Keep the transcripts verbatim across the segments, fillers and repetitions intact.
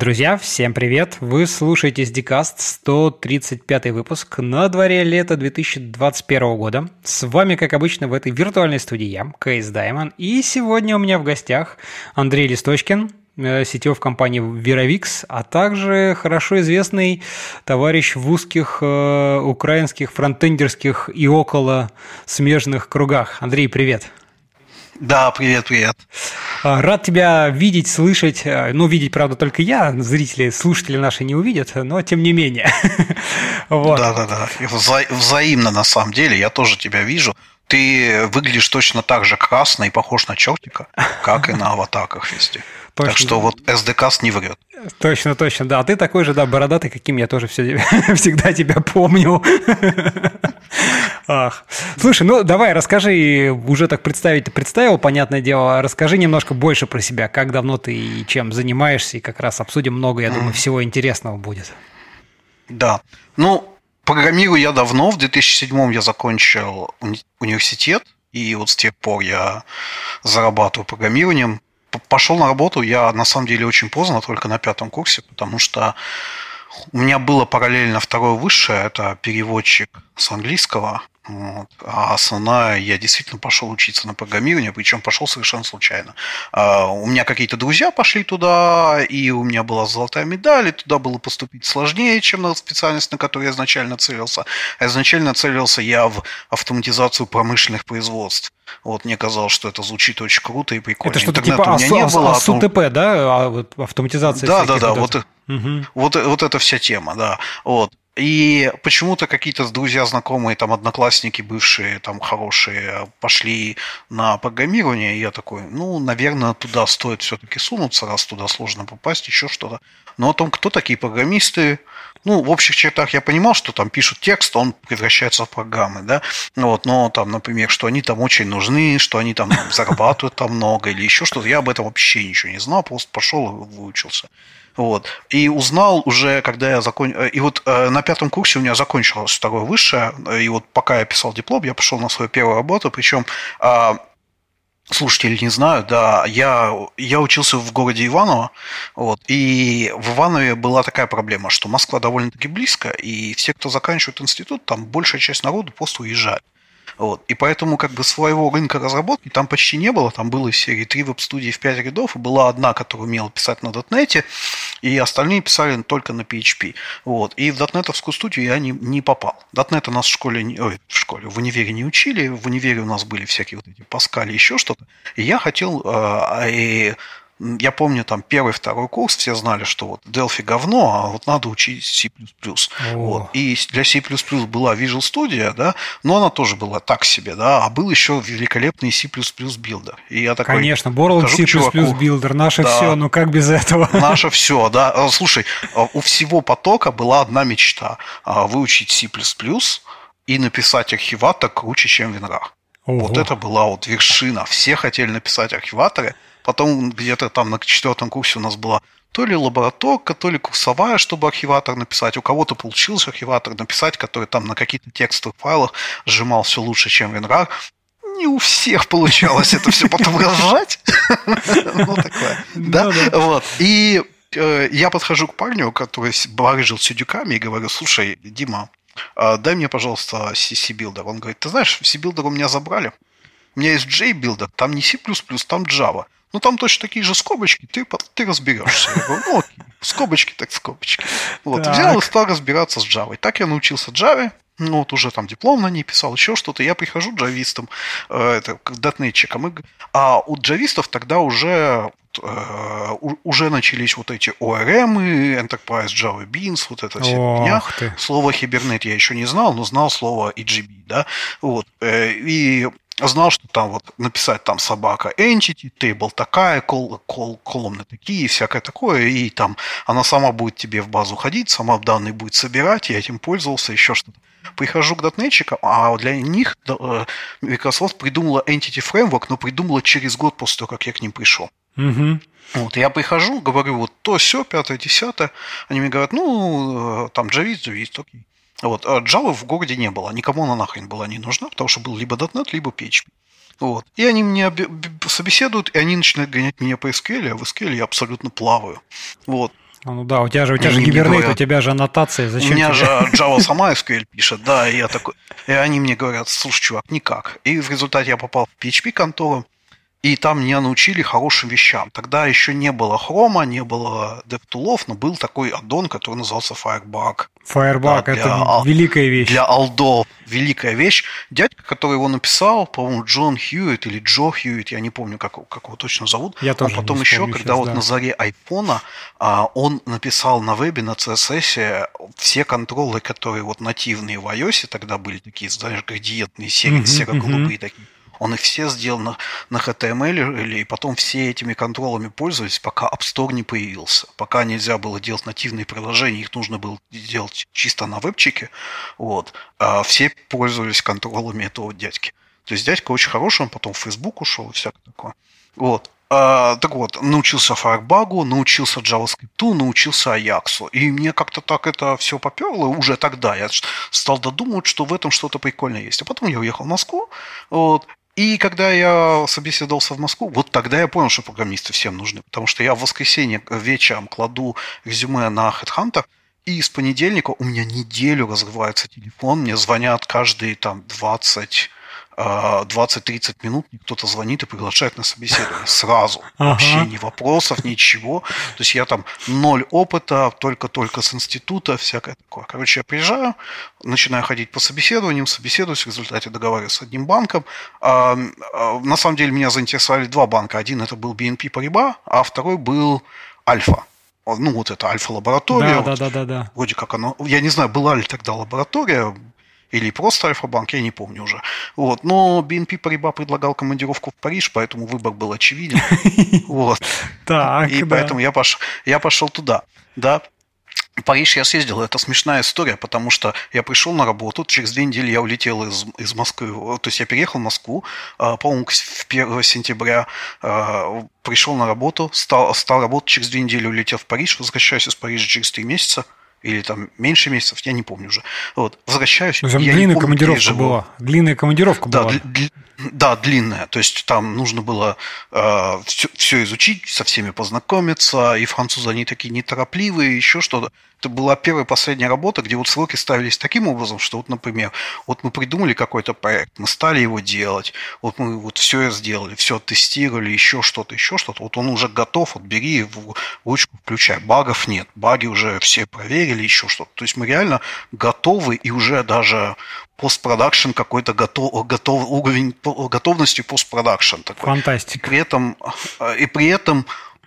Друзья, всем привет! Вы слушаете эс ди каст, сто тридцать пятый выпуск. На дворе лето две тысячи двадцать первого года. С вами, как обычно, в этой виртуальной студии я, Кейс Даймон. И сегодня у меня в гостях Андрей Листочкин, сетевой в компании Veravix, а также хорошо известный товарищ в узких э, украинских фронтендерских и около смежных кругах. Андрей, привет! Да, привет, привет. Рад тебя видеть, слышать. Ну, видеть, правда, только я. Зрители, слушатели наши не увидят, но тем не менее. Вот. Да-да-да. Вза- взаимно, на самом деле. Я тоже тебя вижу. Ты выглядишь точно так же красно и похож на чертика, как и на аватарках везде. Точно. Так что вот эс ди каст не врет. Точно, точно, да. Ты такой же, да, бородатый, каким я тоже все, всегда тебя помню. Ах. Слушай, ну давай, расскажи, уже так представить ты представил, понятное дело, расскажи немножко больше про себя, как давно ты и чем занимаешься, и как раз обсудим много, я mm. думаю, всего интересного будет. Да, ну, программирую я давно, в две тысячи седьмом я закончил уни- университет, и вот с тех пор я зарабатываю программированием. Пошел на работу я, на самом деле, очень поздно, только на пятом курсе, потому что у меня было параллельно второе высшее, это переводчик с английского, вот, а основная, я действительно пошел учиться на программирование, причем пошел совершенно случайно. У меня какие-то друзья пошли туда, и у меня была золотая медаль, и туда было поступить сложнее, чем на специальность, на которую я изначально целился. А изначально целился я в автоматизацию промышленных производств. Вот, мне казалось, что это звучит очень круто и прикольно. Это что-то типа АСУ-ТП, да? Автоматизация. Да, да, да, вот, угу. вот, вот эта вся тема, да. Вот. И почему-то какие-то друзья, знакомые, там, одноклассники бывшие, там, хорошие, пошли на программирование, и я такой, ну, наверное, туда стоит все-таки сунуться, раз туда сложно попасть, еще что-то. Но о том, кто такие программисты, ну, в общих чертах я понимал, что там пишут текст, он превращается в программы, да, вот, но там, например, что они там очень нужны, что они там зарабатывают там много или еще что-то, я об этом вообще ничего не знал, просто пошел и выучился. Вот. И узнал уже, когда я закончил... И вот э, на пятом курсе у меня закончилось второе высшее, и вот пока я писал диплом, я пошел на свою первую работу, причем... Э, слушатели не знают, да, я, я учился в городе Иваново, вот, и в Иванове была такая проблема, что Москва довольно-таки близко, и все, кто заканчивает институт, там большая часть народу просто уезжает. Вот. И поэтому как бы своего рынка разработки там почти не было. Там было из серии три веб-студии в пять рядов, и была одна, которая умела писать на дотнете, и остальные писали только на пи эйч пи. Вот. И в дотнетовскую студию я не, не попал. Дотнет у нас в школе, ой, в школе, в универе не учили, в универе у нас были всякие вот эти Паскали, еще что-то. И я хотел... Э, и я помню, там первый, второй курс, все знали, что вот Delphi говно, а вот надо учить C++. Вот. И для C++ была Visual Studio, да, но она тоже была так себе, да, а был еще великолепный C++ Builder. И я такой, конечно, Borland C++ Builder, наше да, все, ну как без этого? Наше все, да. Слушай, у всего потока была одна мечта – выучить C++ и написать архиватор круче, чем WinRAR. Вот это была вот вершина. Все хотели написать архиваторы. Потом где-то там на четвертом курсе у нас была то ли лабораторка, то ли курсовая, чтобы архиватор написать. У кого-то получился архиватор написать, который там на каких-то текстовых файлах сжимал все лучше, чем WinRAR. Не у всех получалось это все потом разжать. Ну, такое. Да, вот. И я подхожу к парню, который барыжил сидюками, и говорю, слушай, Дима, дай мне, пожалуйста, C-Builder. Он говорит, ты знаешь, C-Builder у меня забрали. У меня есть J-Builder, там не C++, там Java. Ну, там точно такие же скобочки, ты, ты разберешься. Я говорю, ну, окей, скобочки так скобочки. Вот, так. Взял и стал разбираться с Java. Так я научился Java, ну, вот уже там диплом на ней писал, еще что-то. Я прихожу джавистом, э, это, к дотнетчикам, а у джавистов тогда уже... уже начались вот эти о эр эм, Enterprise Java Beans, вот это вся фигня. Слово Hibernate я еще не знал, но знал слово и джи би, да, вот, и знал, что там вот написать там собака entity, table такая, кол, кол, колонны такие, всякое такое, и там она сама будет тебе в базу ходить, сама данные будет собирать, я этим пользовался, еще что-то. Прихожу к дотнетчикам, а для них Microsoft придумала Entity Framework, но придумала через год после того, как я к ним пришел. Угу. Вот, я прихожу, говорю, вот то, все, пятое, десятое. Они мне говорят, ну, там Javist, Javist, окей. Вот, а Java в городе не было, никому она нахрен была не нужна, потому что был либо .дот нет, либо пи эйч пи. Вот. И они мне собеседуют, и они начинают гонять меня по эс кью эль, а в эс кью эль я абсолютно плаваю. Вот. Ну да, у тебя же, у тебя же Hibernate, у тебя же аннотация. Зачем у меня тебе? же Java сама эс кью эль пишет, да, и я такой, и они мне говорят, слушай, чувак, никак. И в результате я попал в пи эйч пи-контору, и там меня научили хорошим вещам. Тогда еще не было хрома, не было DevTool'ов, но был такой аддон, который назывался Firebug. Firebug, да, это для, великая вещь. Для алдов великая вещь. Дядька, который его написал, по-моему, Джон Хьюитт или Джо Хьюитт, я не помню, как, как его точно зовут. Я тоже он потом не еще, когда сейчас, вот да. на заре айфона, он написал на вебе, на си эс эс все контролы, которые вот нативные в iOS тогда были, такие, знаешь, градиентные, серо- серо-голубые такие. Он их все сделал на, на эйч ти эм эль, и потом все этими контролами пользовались, пока App Store не появился. Пока нельзя было делать нативные приложения, их нужно было делать чисто на вебчике. Вот. А все пользовались контролами этого дядьки. То есть дядька очень хороший, он потом в Facebook ушел и всякое такое. Вот. А, так вот, научился Firebug, научился JavaScript, научился Ajax. И мне как-то так это все поперло уже тогда. Я стал додумывать, что в этом что-то прикольное есть. А потом я уехал в Москву, вот. И когда я собеседовался в Москву, вот тогда я понял, что программисты всем нужны. Потому что я в воскресенье вечером кладу резюме на HeadHunter, и с понедельника у меня неделю разрывается телефон, мне звонят каждые там двадцать двадцать-тридцать минут, кто-то звонит и приглашает на собеседование сразу. Ага. Вообще ни вопросов, ничего. То есть я там ноль опыта, только-только с института, всякое такое. Короче, я приезжаю, начинаю ходить по собеседованиям, собеседуюсь, в результате договариваюсь с одним банком. А, а, на самом деле меня заинтересовали два банка. Один это был би эн пи Paribas, а второй был Альфа. Ну, вот это Альфа-лаборатория. Да, вот, да, да, да, да. Вроде как оно... Я не знаю, была ли тогда лаборатория, или просто Альфа-банк, я не помню уже. Вот. Но би эн пи Paribas предлагал командировку в Париж, поэтому выбор был очевиден. Вот. Так, и поэтому я пошел, я пошел туда. Да. В Париж я съездил, это смешная история, потому что я пришел на работу, через две недели я улетел из, из Москвы, то есть я переехал в Москву, по-моему, в первого сентября, пришел на работу, стал, стал работать, через две недели улетел в Париж, возвращаюсь из Парижа через три месяца, или там меньше месяцев, я не помню уже. Вот, возвращаюсь. Ну, там я длинная помню, командировка была. Длинная командировка да, была. Дли, да, длинная. То есть там нужно было э, все, все изучить, со всеми познакомиться, и французы, они такие неторопливые, еще что-то. Это была первая и последняя работа, где вот сроки ставились таким образом, что вот, например, вот мы придумали какой-то проект, мы стали его делать, вот мы вот все сделали, все тестировали, еще что-то, еще что-то, вот он уже готов, вот бери в ручку, включай. Багов нет, баги уже все проверили, еще что-то. То есть мы реально готовы, и уже даже постпродакшн какой-то готов, готов, уровень готовности постпродакшн такой. Фантастика. И при этом, и при этом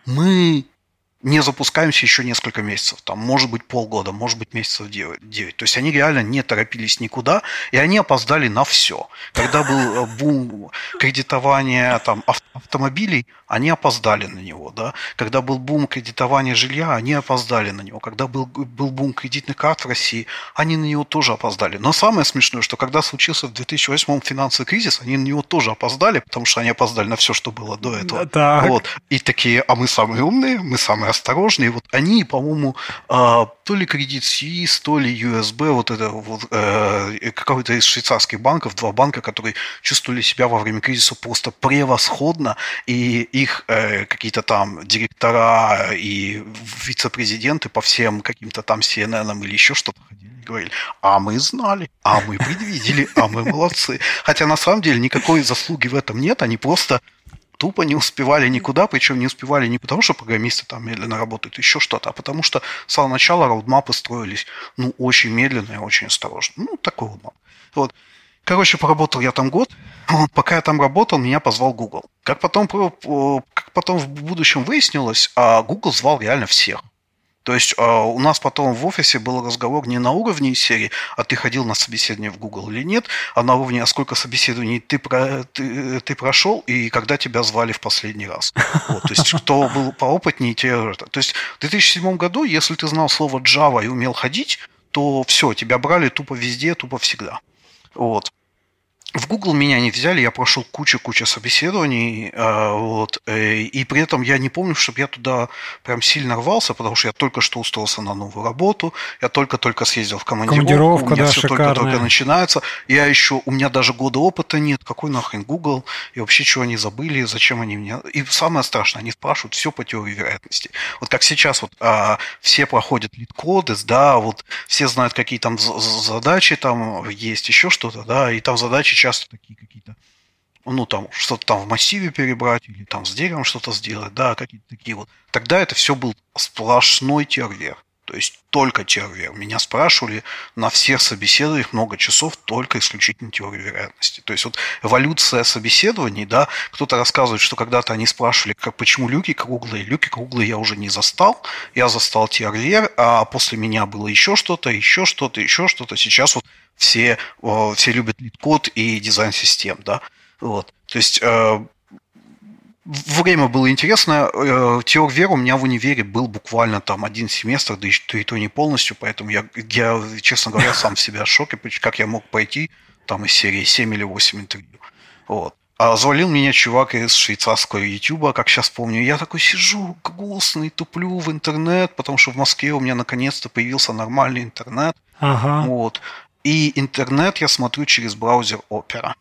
мы не запускаемся еще несколько месяцев, там, может быть, полгода, может быть, месяцев девять. То есть они реально не торопились никуда, и они опоздали на все. Когда был бум кредитования там, автомобилей, они опоздали на него. Да? Когда был бум кредитования жилья, они опоздали на него. Когда был, был бум кредитных карт в России, они на него тоже опоздали. Но самое смешное, что когда случился в две тысячи восьмом финансовый кризис, они на него тоже опоздали, потому что они опоздали на все, что было до этого. Так. Вот. И такие, а мы самые умные, мы самые осторожные. Вот они, по-моему, то ли Credit Suisse, то ли ю эс би, вот это вот, э, какой-то из швейцарских банков, два банка, которые чувствовали себя во время кризиса просто превосходно, и их э, какие-то там директора и вице-президенты по всем каким-то там си эн эн или еще что-то ходили и говорили, а мы знали, а мы предвидели, а мы молодцы. Хотя на самом деле никакой заслуги в этом нет, они просто тупо не успевали никуда, причем не успевали не потому, что программисты там медленно работают, еще что-то, а потому что с самого начала роудмапы строились, ну, очень медленно и очень осторожно. Ну, такой роудмап. Вот. Короче, поработал я там год. Пока я там работал, меня позвал Google. Как потом, как потом в будущем выяснилось, Google звал реально всех. То есть у нас потом в офисе был разговор не на уровне серии, а ты ходил на собеседование в Google или нет, а на уровне, а сколько собеседований ты, про, ты, ты прошел и когда тебя звали в последний раз. Вот, то есть кто был поопытнее, те... То есть в две тысячи седьмом году, если ты знал слово Java и умел ходить, то все, тебя брали тупо везде, тупо всегда. Вот. В Google меня не взяли, я прошел кучу-кучу собеседований, э, вот, э, и при этом я не помню, чтобы я туда прям сильно рвался, потому что я только что устроился на новую работу, я только-только съездил в командировку, Командировка, у меня да, все шикарная. только-только начинается, я еще, у меня даже года опыта нет, какой нахрен Google, и вообще чего они забыли, зачем они меня... И самое страшное, они спрашивают все по теории вероятности. Вот как сейчас вот а, все проходят лид-коды, да, вот все знают, какие там задачи там есть, еще что-то, да, и там задачи часто такие какие-то, ну, там, что-то там в массиве перебрать, или там с деревом что-то сделать, да, какие-то такие вот. Тогда это все был сплошной тервер, то есть только тервер. Меня спрашивали на всех собеседованиях много часов только исключительно теорию вероятности. То есть вот эволюция собеседований, да, кто-то рассказывает, что когда-то они спрашивали, как, почему люки круглые. Люки круглые я уже не застал, я застал тервер, а после меня было еще что-то, еще что-то, еще что-то. Сейчас вот все, все любят лид-код и дизайн систем, да. Вот. То есть э, время было интересное. Э, Теорвер у меня в универе был буквально там один семестр, да и, и то не полностью, поэтому я, я, честно говоря, сам в себя в шоке, как я мог пойти там из серии семь или восемь интервью. Вот. А завалил меня чувак из швейцарского ютуба, как сейчас помню. Я такой сижу, грустный, туплю в интернет, потому что в Москве у меня наконец-то появился нормальный интернет. Ага. Вот. И интернет я смотрю через браузер Opera.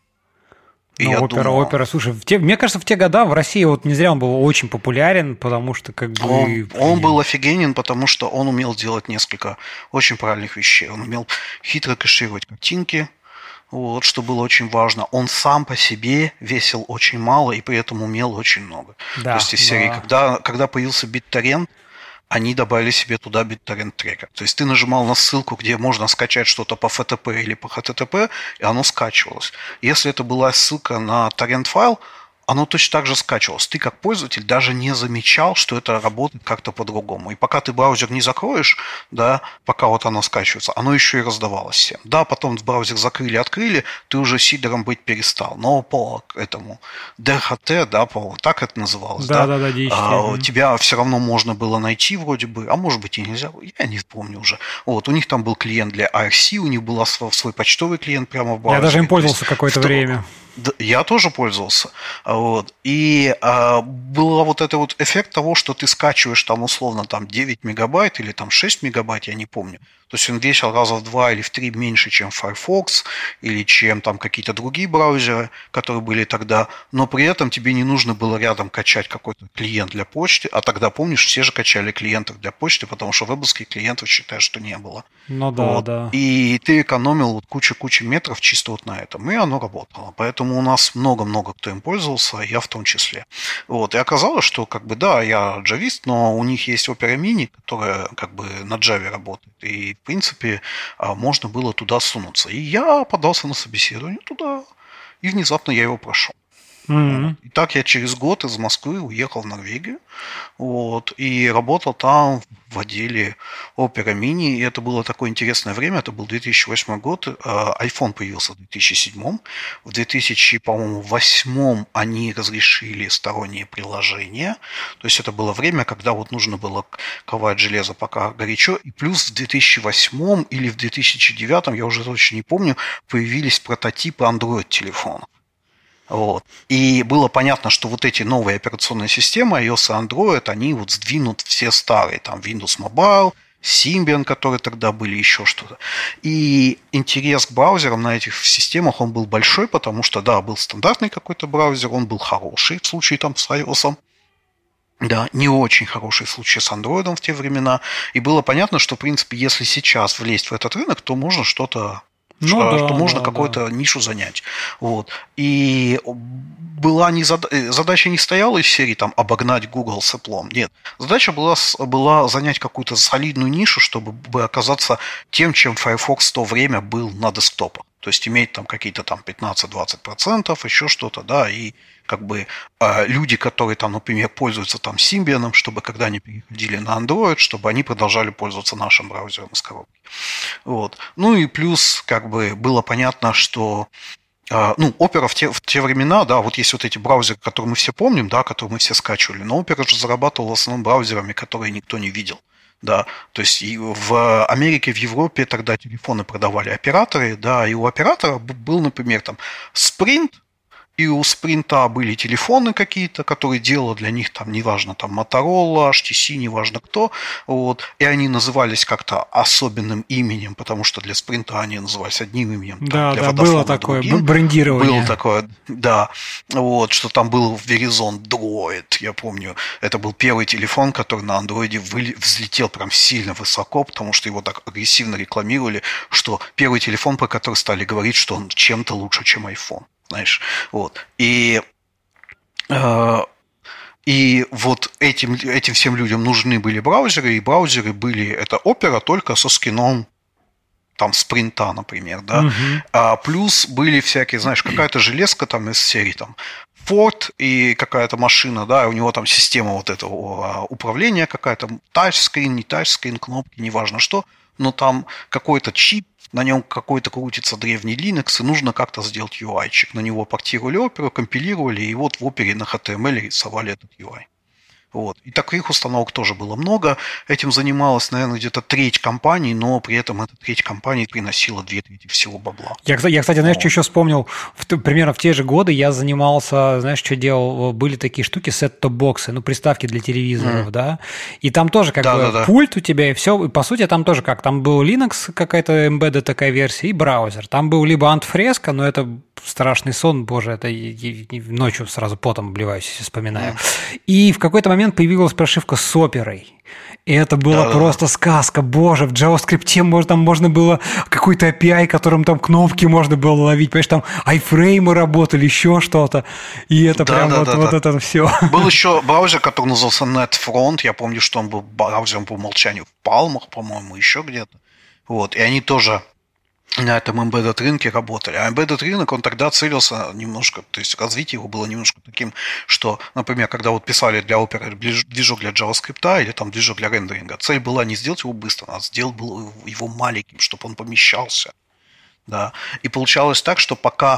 И ну, опера, думал, опера, слушай, в те, мне кажется, в те годы в России вот не зря он был очень популярен, потому что как бы... Он, он был офигенен, потому что он умел делать несколько очень правильных вещей. Он умел хитро кэшировать картинки, вот, что было очень важно. Он сам по себе весил очень мало и при этом умел очень много. Да, то есть из серии, да. когда, когда появился BitTorrent, они добавили себе туда BitTorrent трекер. То есть ты нажимал на ссылку, где можно скачать что-то по эф ти пи или по эйч ти ти пи, и оно скачивалось. Если это была ссылка на торрент-файл, оно точно так же скачивалось. Ты как пользователь даже не замечал, что это работает как-то по-другому. И пока ты браузер не закроешь, да, пока вот оно скачивается, оно еще и раздавалось всем. Да, потом браузер закрыли, открыли, ты уже сидером быть перестал. Но по этому ди эйч ти, да, по, так это называлось, да, да, да, да, а, тебя все равно можно было найти вроде бы, а может быть и нельзя, я не помню уже. Вот, у них там был клиент для ай ар си, у них был свой почтовый клиент прямо в браузере. Я даже им пользовался какое-то время. Я тоже пользовался. Вот. И а, был вот этот вот эффект того, что ты скачиваешь там условно там девять мегабайт или там шесть мегабайт, я не помню. То есть он весил раза в два или в три меньше, чем Firefox или чем там какие-то другие браузеры, которые были тогда. Но при этом тебе не нужно было рядом качать какой-то клиент для почты. А тогда, помнишь, все же качали клиентов для почты, потому что вебовских клиентов, считаю, что не было. Ну да, вот. да. И ты экономил вот кучу-кучу метров чисто вот на этом. И оно работало. Поэтому у нас много-много кто им пользовался, я в том числе. Вот. И оказалось, что как бы да, я джавист, но у них есть Opera Mini, которая как бы на Java работает. И в принципе можно было туда сунуться. И я подался на собеседование туда, и внезапно я его прошел. Mm-hmm. И так я через год из Москвы уехал в Норвегию, вот, и работал там в отделе Opera Mini, и это было такое интересное время, это был две тысячи восьмой год, iPhone появился в две тысячи седьмом, в две тысячи восьмом они разрешили сторонние приложения, то есть это было время, когда вот нужно было ковать железо пока горячо, и плюс в две тысячи восьмом или в две тысячи девятом, я уже точно не помню, появились прототипы Android-телефонов. Вот. И было понятно, что вот эти новые операционные системы, iOS и Android, они вот сдвинут все старые, там Windows Mobile, Symbian, которые тогда были, еще что-то. И интерес к браузерам на этих системах, он был большой, потому что, да, был стандартный какой-то браузер, он был хороший в случае там с iOS. Да, не очень хороший случай с Android в те времена. И было понятно, что, в принципе, если сейчас влезть в этот рынок, то можно что-то Ну, что, да, что можно да, какую-то да. нишу занять. Вот. И была не зад... задача не стояла из серии там, обогнать Google с Apple. Нет. Задача была, была занять какую-то солидную нишу, чтобы оказаться тем, чем Firefox в то время был на десктопах. То есть иметь там какие-то там пятнадцать-двадцать процентов, еще что-то, да, и как бы э, люди, которые там, например, пользуются там Symbian, чтобы когда они переходили на Android, чтобы они продолжали пользоваться нашим браузером из коробки. Вот. Ну и плюс, как бы, было понятно, что э, ну, Opera в те, в те времена, да, вот есть вот эти браузеры, которые мы все помним, да, которые мы все скачивали, но Opera же зарабатывал в основном браузерами, которые никто не видел. да, то есть и в Америке, в Европе тогда телефоны продавали операторы, да, и у оператора был, например, там Sprint, и у Спринта были телефоны какие-то, которые делал для них, там, неважно, там, Motorola, эйч ти си, неважно кто, вот, и они назывались как-то особенным именем, потому что для Спринта они назывались одним именем, там, да, для да, Vodafone было такое другим. брендирование. Было такое, да, вот, что там был Verizon Droid, я помню, это был первый телефон, который на андроиде взлетел прям сильно высоко, потому что его так агрессивно рекламировали, что первый телефон, про который стали говорить, что он чем-то лучше, чем iPhone. Знаешь, вот. И, э, и вот этим, этим всем людям нужны были браузеры, и браузеры были, это Opera только со скином там Спринта, например, да. Uh-huh. А плюс были всякие, знаешь, какая-то железка там из серии там Ford и какая-то машина, да, у него там система вот этого управления какая-то, тачскрин, не тачскрин, кнопки, неважно что, но там какой-то чип, на нем какой-то крутится древний Linux, и нужно как-то сделать ю ай-чик. На него портировали оперу, компилировали, и вот в опере на эйч ти эм эль рисовали этот ю ай. Вот. И таких установок тоже было много. Этим занималась, наверное, где-то треть компаний, но при этом эта треть компаний приносила две трети всего бабла. Я, я кстати, знаешь, вот. Что еще вспомнил? В, примерно в те же годы я занимался, знаешь, что делал? Были такие штуки, сет-топ-боксы, ну, приставки для телевизоров, mm. да? И там тоже как да, бы да, да. пульт у тебя, и все. И, по сути, там тоже как? Там был Linux, какая-то embedded такая версия, и браузер. Там был либо антфреско, но это страшный сон, боже, это и, и, и ночью сразу потом обливаюсь, если вспоминаю. Mm. И в какой-то момент появилась прошивка с оперой. И это была да, просто да. сказка. Боже, в JavaScript можно, там можно было какой-то эй пи ай, которым там кнопки можно было ловить. Понимаешь, там айфреймы работали, еще что-то. И это да, прям да, вот, да, вот да. это все. Был еще браузер, который назывался NetFront. Я помню, что он был браузером по умолчанию в Палмах, по-моему, еще где-то. Вот. И они тоже на этом embedded рынке работали. А embedded рынок, он тогда целился немножко, то есть развитие его было немножко таким, что, например, когда вот писали для Opera движок для JavaScript или там движок для рендеринга, цель была не сделать его быстро, а сделать было его маленьким, чтобы он помещался. Да. И получалось так, что пока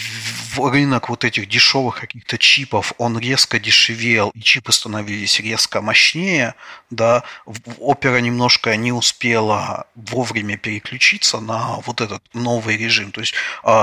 в рынок вот этих дешевых каких-то чипов, он резко дешевел, и чипы становились резко мощнее, да, Opera немножко не успела вовремя переключиться на вот этот новый режим. То есть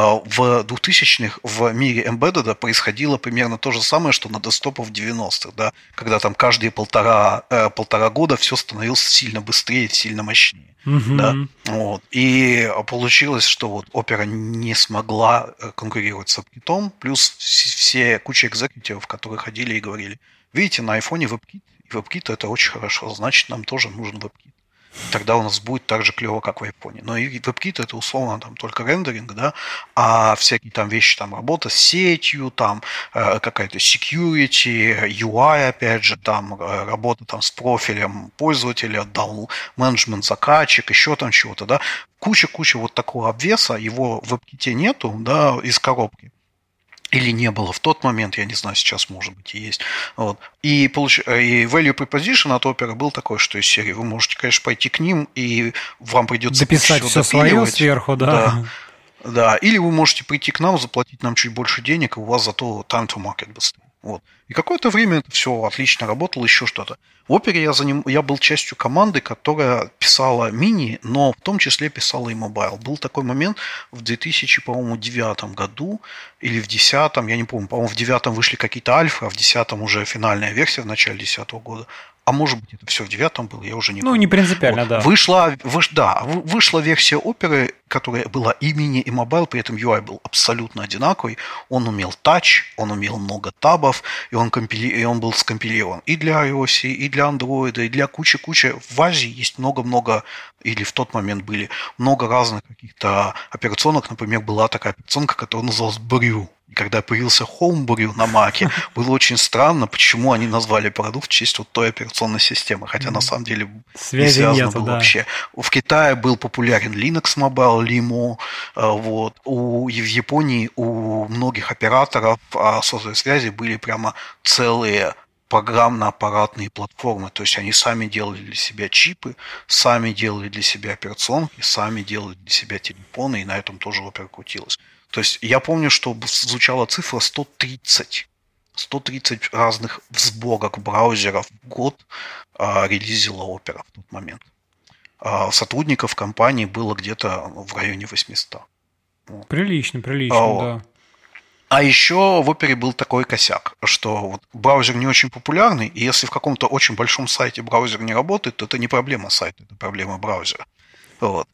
в двухтысячных в мире Embedded происходило примерно то же самое, что на десктопах в девяностых, да, когда там каждые полтора, полтора года все становилось сильно быстрее, сильно мощнее. Uh-huh. Да? Вот. И получилось, что вот Opera не смогла конкурировать с WebKit, плюс все куча экзекутивов, которые ходили и говорили, видите, на айфоне WebKit, и WebKit это очень хорошо, значит, нам тоже нужен WebKit. Тогда у нас будет так же клево, как в айфоне. Но и WebKit это условно там только рендеринг, да, а всякие там вещи, там работа с сетью, там э, какая-то security, ю ай, опять же, там э, работа там с профилем пользователя, down менеджмент заказчик, еще там чего-то, да. Куча-куча вот такого обвеса, его в WebKit нету, да, из коробки. Или не было в тот момент, я не знаю, сейчас, может быть, и есть. Вот. И, получ... и value proposition от Opera был такой, что из серии вы можете, конечно, пойти к ним, и вам придется дописать все свое сверху, да. да. Да, или вы можете прийти к нам, заплатить нам чуть больше денег, и у вас зато time to market быстрее. Вот. И какое-то время это все отлично работало, еще что-то. В Опере я, заним... я был частью команды, которая писала мини, но в том числе писала и мобайл. Был такой момент в две тысячи девятом году или в десятом, я не помню, по-моему, в девятом вышли какие-то альфы, а в десятом уже финальная версия в начале десятого года. А может быть, это все в девятом было, я уже не помню. Ну, не принципиально, вот. да. Вышла, выш, да. Вышла версия Оперы, которая была и мини, и мобайл, при этом ю ай был абсолютно одинаковый. Он умел тач, он умел много табов, и он, компили... и он был скомпилирован и для iOS, и для Android, и для кучи-кучи. В Азии есть много-много, или в тот момент были много разных каких-то операционок. Например, была такая операционка, которая называлась Brew. И когда появился Homebrew на Маке, было очень странно, почему они назвали продукт в честь вот той операционной системы, хотя на самом деле связи не связано нету, было да. вообще. В Китае был популярен Linux Mobile, Limo, вот. У, и в Японии у многих операторов сотовой связи были прямо целые программно-аппаратные платформы, то есть они сами делали для себя чипы, сами делали для себя операционки, сами делали для себя телефоны, и на этом тоже Opera крутилась. То есть я помню, что звучала цифра сто тридцать. сто тридцать разных сборок браузеров в год а, релизила Opera в тот момент. А сотрудников компании было где-то в районе восемьсот. Прилично, прилично, а, да. А еще в Opera был такой косяк, что вот браузер не очень популярный, и если в каком-то очень большом сайте браузер не работает, то это не проблема сайта, это проблема браузера. Вот.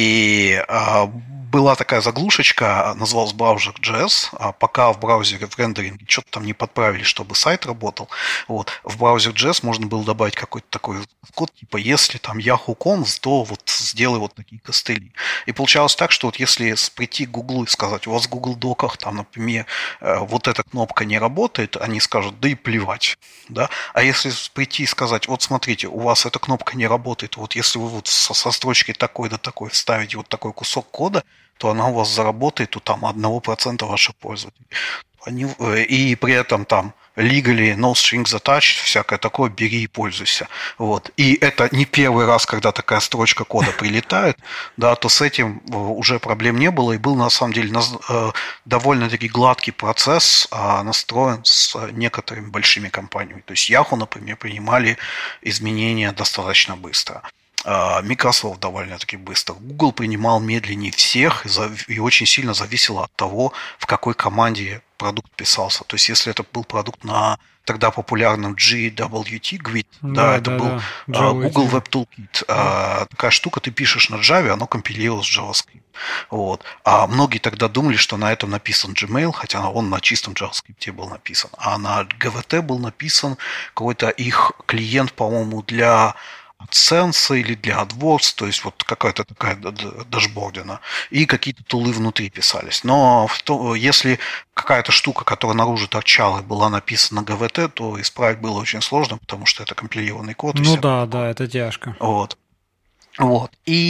И а, была такая заглушечка, называлась Browser.js, а пока в браузере в рендеринге что-то там не подправили, чтобы сайт работал. Вот. В Browser.js можно было добавить какой-то такой код, типа если там Yahoo точка ком, то вот сделай вот такие костыли. И получалось так, что вот если прийти к Google и сказать, у вас в Google Доках там, например, вот эта кнопка не работает, они скажут, да и плевать. Да? А если прийти и сказать, вот смотрите, у вас эта кнопка не работает, вот если вы вот со, со строчки такой до такой вставите вот такой кусок кода, то она у вас заработает у там одного процента ваших пользователей. Они, и при этом там legally, no strings attached, всякое такое, бери и пользуйся. Вот. И это не первый раз, когда такая строчка кода прилетает, да, то с этим уже проблем не было, и был на самом деле довольно-таки гладкий процесс настроен с некоторыми большими компаниями. То есть Yahoo, например, принимали изменения достаточно быстро. Microsoft довольно-таки быстро. Google принимал медленнее всех и очень сильно зависело от того, в какой команде продукт писался. То есть, если это был продукт на тогда популярном джи дабл ю ти, джи ви ти, да, да это да, был да. Google Web Toolkit. Да. Такая штука, ты пишешь на Java, оно компилировалось в JavaScript. Вот. А многие тогда думали, что на этом написан Gmail, хотя он на чистом JavaScript был написан. А на джи ви ти был написан какой-то их клиент, по-моему, для AdSense или для AdWords, то есть вот какая-то такая дашбордина, и какие-то тулы внутри писались. Но если какая-то штука, которая наружу торчала, была написана на джи ви ти, то исправить было очень сложно, потому что это компилированный код. Ну да, да, это тяжко. Вот. Вот.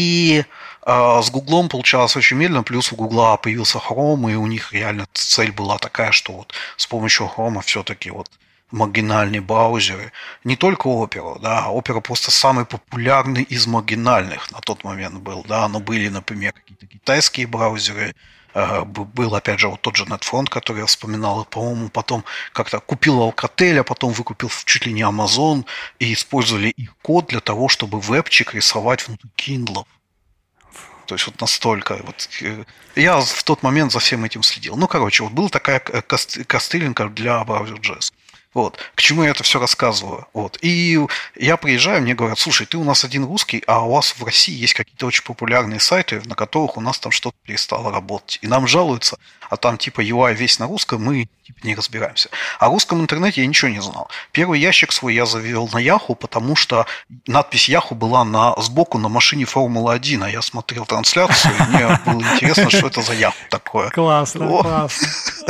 И э, с Гуглом получалось очень медленно, плюс у Гугла появился Chrome, и у них реально цель была такая, что вот с помощью Chrome все-таки вот маргинальные браузеры, не только Opera, да, Opera просто самый популярный из маргинальных на тот момент был, да, но были, например, какие-то китайские браузеры, был, опять же, вот тот же NetFront, который я вспоминал, и, по-моему, потом как-то купил Alcatel, а потом выкупил чуть ли не Amazon, и использовали их код для того, чтобы вебчик рисовать внутри Kindle. То есть вот настолько. Вот, я в тот момент за всем этим следил. Ну, короче, вот была такая костылинка для Browser.js. Вот. К чему я это все рассказываю? Вот. И я приезжаю, мне говорят, слушай, ты у нас один русский, а у вас в России есть какие-то очень популярные сайты, на которых у нас там что-то перестало работать. И нам жалуются, а там типа ю ай весь на русском, мы типа не разбираемся. О русском интернете я ничего не знал. Первый ящик свой я завел на Yahoo, потому что надпись Yahoo была на, сбоку на машине Формулы один, а я смотрел трансляцию, и мне было интересно, что это за Yahoo такое. Классно, вот. Классно.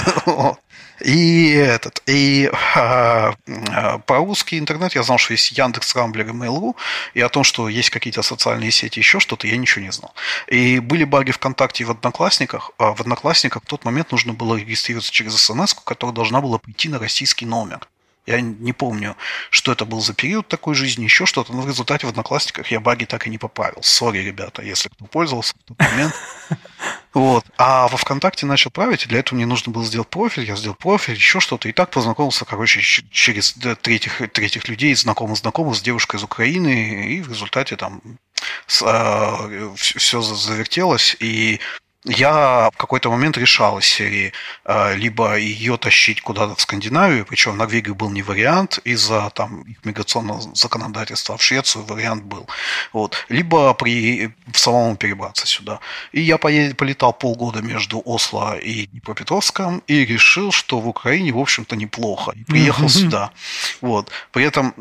И этот, и а, а, про русский интернет я знал, что есть Яндекс, Рамблер и Mail.ru, и о том, что есть какие-то социальные сети, еще что-то, я ничего не знал. И были баги ВКонтакте и в Одноклассниках. А в Одноклассниках в тот момент нужно было регистрироваться через смс-ку, которая должна была прийти на российский номер. Я не помню, что это был за период такой жизни, еще что-то, но в результате в Одноклассниках я баги так и не поправил. Сори, ребята, если кто пользовался в тот момент. Вот. А во ВКонтакте начал править, и для этого мне нужно было сделать профиль, я сделал профиль, еще что-то, и так познакомился, короче, через третьих, третьих людей, знакомых-знакомых с девушкой из Украины, и в результате там с, э, все завертелось, и я в какой-то момент решал из серии э, либо ее тащить куда-то в Скандинавию, причем в Норвегию был не вариант из-за там их миграционного законодательства, а в Швецию вариант был. Вот. Либо при, самому перебраться сюда. И я поед, полетал полгода между Осло и Днепропетровском и решил, что в Украине, в общем-то, неплохо. И приехал mm-hmm. сюда. Вот. При этом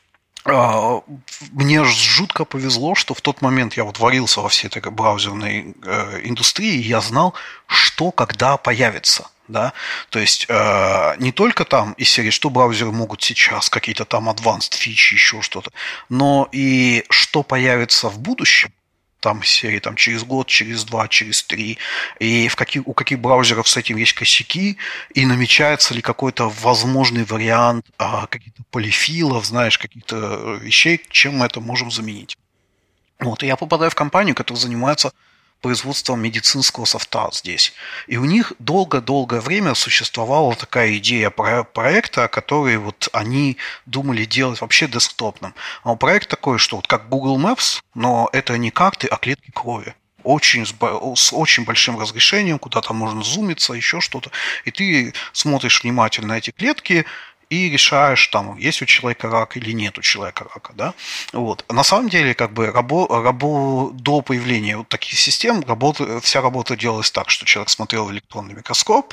мне жутко повезло, что в тот момент я вот варился во всей этой браузерной э, индустрии, и я знал, что когда появится. Да? То есть э, не только там из серии, что браузеры могут сейчас, какие-то там advanced фичи, еще что-то, но и что появится в будущем. Там серии там, через год, через два, через три, и в каких, у каких браузеров с этим есть косяки, и намечается ли какой-то возможный вариант а, каких-то полифилов, знаешь, каких-то вещей, чем мы это можем заменить. Вот, и я попадаю в компанию, которая занимается производством медицинского софта здесь. И у них долго-долгое время существовала такая идея проекта, который вот они думали делать вообще десктопным. Но проект такой, что вот как Google Maps, но это не карты, а клетки крови. Очень, с очень большим разрешением, куда там можно зумиться, еще что-то. И ты смотришь внимательно эти клетки, и решаешь, там, есть у человека рак или нет у человека рака, да. Вот. На самом деле, как бы, рабо, рабо, до появления вот таких систем работа, вся работа делалась так, что человек смотрел в электронный микроскоп,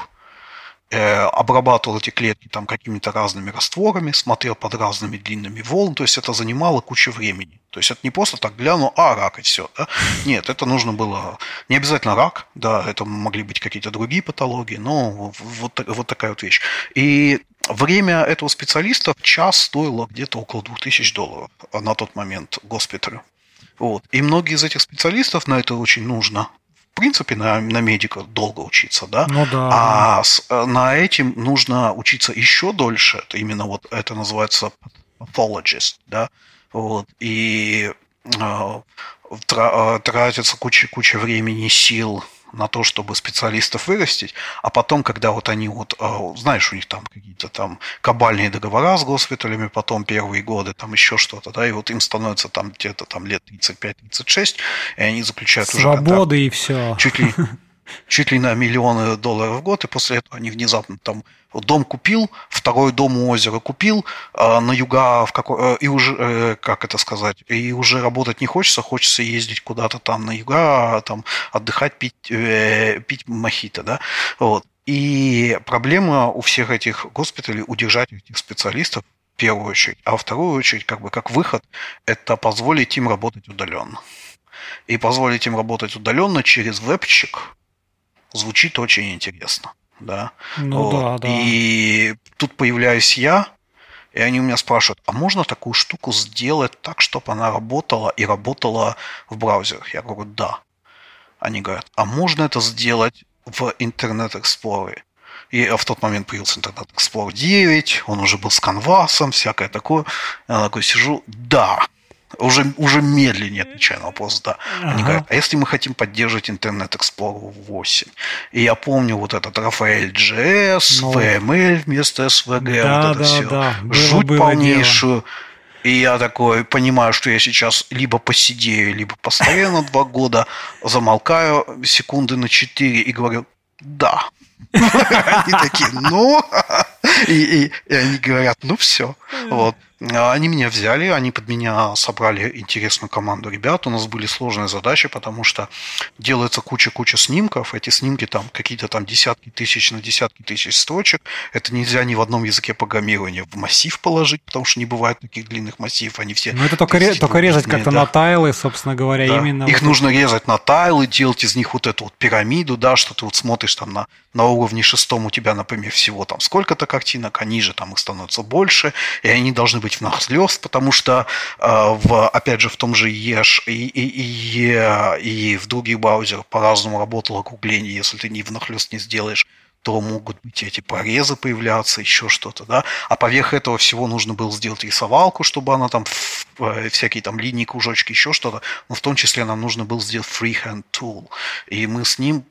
э, обрабатывал эти клетки там какими-то разными растворами, смотрел под разными длинными волнами, то есть это занимало кучу времени. То есть это не просто так глянул, а, рак и все, да. Нет, это нужно было, не обязательно рак, да, это могли быть какие-то другие патологии, но вот, вот такая вот вещь. И время этого специалиста в час стоило где-то около двух тысяч долларов на тот момент госпиталю. Вот. И многие из этих специалистов, на это очень нужно, в принципе, на, на медика долго учиться, да? Ну да. А с, на этим нужно учиться еще дольше. Это именно вот это называется pathologist, да? Вот. И э, тратится куча, куча времени, сил на то, чтобы специалистов вырастить, а потом, когда вот они вот, знаешь, у них там какие-то там кабальные договора с госпиталями, потом первые годы, там еще что-то, да, и вот им становится там где-то там лет тридцать пять тридцать шесть, и они заключают свободы уже и все. Чуть ли, чуть ли на миллионы долларов в год, и после этого они внезапно там дом купил, второй дом у озера купил, э, на юга в какой, э, и уже, э, как это сказать, и уже работать не хочется, хочется ездить куда-то там на юга, там отдыхать, пить, э, пить мохито, да, вот. И проблема у всех этих госпиталей удержать этих специалистов в первую очередь, а во вторую очередь, как бы как выход, это позволить им работать удаленно. И позволить им работать удаленно через вебчик звучит очень интересно. Да. Ну вот. да, да. И тут появляюсь я, и они у меня спрашивают, а можно такую штуку сделать так, чтобы она работала и работала в браузерах? Я говорю, да. Они говорят, а можно это сделать в Internet Explorer? И в тот момент появился Internet Explorer девять, он уже был с канвасом, всякое такое. Я такой сижу, да. Уже, уже медленнее отвечаю на вопрос, да. Они ага. говорят, а если мы хотим поддерживать Internet Explorer восемь? И я помню вот этот Rafael джей эс, ну, ви эм эль вместо эс ви джи, да, вот это да, все. Да. Жуть было, полнейшую. Дело. И я такой понимаю, что я сейчас либо посидею, либо постарею на два года, замолкаю секунды на четыре и говорю, да. Они такие, ну... И, и, и они говорят, ну все. Вот. Они меня взяли, они под меня собрали интересную команду ребят. У нас были сложные задачи, потому что делается куча-куча снимков. Эти снимки там какие-то там десятки тысяч на десятки тысяч строчек. Это нельзя ни в одном языке программирования в массив положить, потому что не бывает таких длинных массивов. Они все... Ну это только, ре- только резать как-то да. на тайлы, собственно говоря, да. именно. Их вот нужно это... резать на тайлы, делать из них вот эту вот пирамиду, да, что ты вот смотришь там на, на уровне шестом у тебя, например, всего там сколько-то картинок, а ниже там их становится больше, и они должны быть внахлёст, потому что, э, в, опять же, в том же Еш и, и, и, и в других браузерах по-разному работало округление. Если ты не внахлёст не сделаешь, то могут быть эти порезы появляться, еще что-то, да. А поверх этого всего нужно было сделать рисовалку, чтобы она там, всякие там линии, кружочки, еще что-то. Но в том числе нам нужно было сделать freehand tool. И мы с ним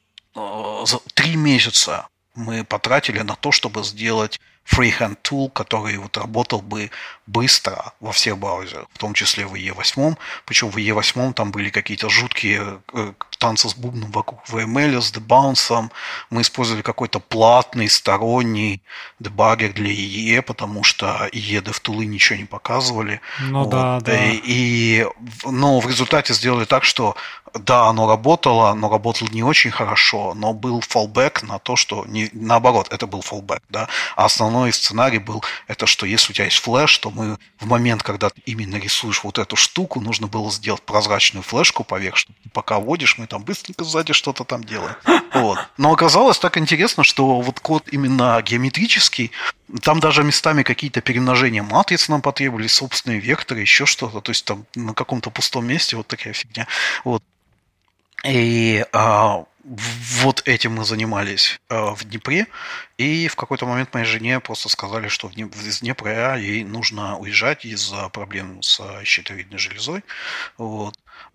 э, за три месяца мы потратили на то, чтобы сделать freehand tool, который вот работал бы быстро во всех браузерах, в том числе в и и восемь. Причем в и и восемь там были какие-то жуткие э, танцы с бубном вокруг ви эм эль, с дебаунсом. Мы использовали какой-то платный, сторонний дебаггер для и и, потому что и и DevTools ничего не показывали. Ну вот. да, да. И, и, но в результате сделали так, что да, оно работало, но работало не очень хорошо, но был fallback на то, что не, наоборот, это был fallback, да, а основной сценарий был, это что если у тебя есть флеш, то мы в момент, когда ты именно рисуешь вот эту штуку, нужно было сделать прозрачную флешку поверх, что ты пока вводишь, мы там быстренько сзади что-то там делаем. Вот. Но оказалось так интересно, что вот код именно геометрический, там даже местами какие-то перемножения матриц нам потребовались, собственные векторы, еще что-то, то есть там на каком-то пустом месте вот такая фигня. Вот. И а, вот этим мы занимались э, в Днепре, и в какой-то момент моей жене просто сказали, что в Днеп- из Днепра ей нужно уезжать из-за проблем с щитовидной железой. Вот.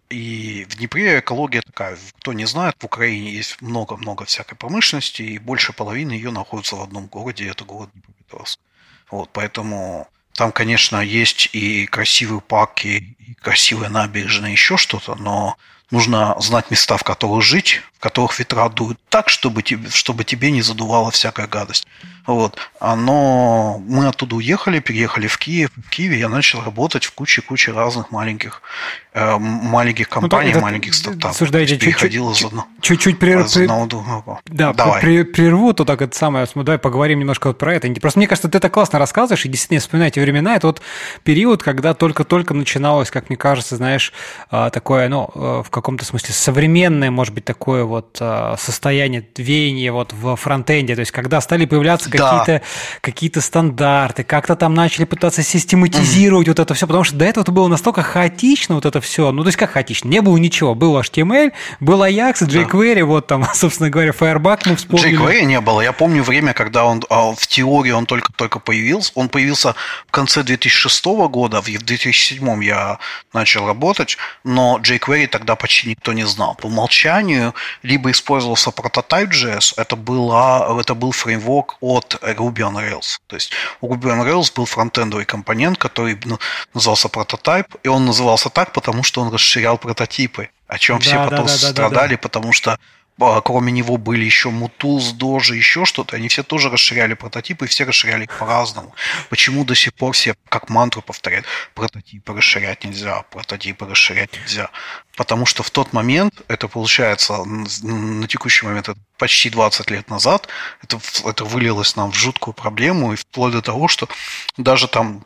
И в Днепре экология такая, кто не знает, в Украине есть много-много всякой промышленности, и больше половины ее находится в одном городе, это город Днепропетровск. Вот, поэтому там, конечно, есть и красивые парки, и красивые набережные, еще что-то, но нужно знать места, в которых жить, в которых ветра дуют так, чтобы тебе, чтобы тебе не задувала всякая гадость. Вот. А, Но мы оттуда уехали, переехали в Киев. В Киеве я начал работать в куче-куче разных маленьких, э, маленьких Ну, так, компаний, это, маленьких стартапов. слушайте, Переходил чуть-чуть, из одного, чуть-чуть прер- из при- одного в другого. да, Давай. при- прерву, то так это самое, ну, давай поговорим немножко вот про это. Просто мне кажется, ты это классно рассказываешь, и действительно, вспоминаю эти времена, это вот период, когда только-только начиналось, как мне кажется, знаешь, а, такое, ну, а, в каком-то смысле современное, может быть, такое вот а, состояние, веяние вот в фронтенде, то есть когда стали появляться Да. какие-то, какие-то стандарты, как-то там начали пытаться систематизировать вот это все, потому что до этого это было настолько хаотично вот это все, ну, то есть как хаотично, не было ничего, был эйч ти эм эль, был Ajax, jQuery, вот там, собственно говоря, Firebug мы вспомнили. jQuery не было. Я помню время, когда он а, в теории он только-только появился. Он появился в конце две тысячи шестого года, в две тысячи седьмом я начал работать, но jQuery тогда почти никто не знал. По умолчанию либо использовался Prototype.js, это, была, это был фреймворк от Ruby on Rails. То есть у Ruby on Rails был фронтендовый компонент, который ну, назывался Prototype, и он назывался так, потому что он расширял прототипы, о чем Да, все да, потом да, да, да, страдали, да. потому что а, кроме него были еще Mutools, Doge, еще что-то. Они все тоже расширяли прототипы, и все расширяли их по-разному. Почему до сих пор все как мантру повторяют: прототипы расширять нельзя, прототипы расширять нельзя? Потому что в тот момент, это получается на текущий момент, это почти двадцать лет назад, это, это вылилось нам в жуткую проблему, и вплоть до того, что даже там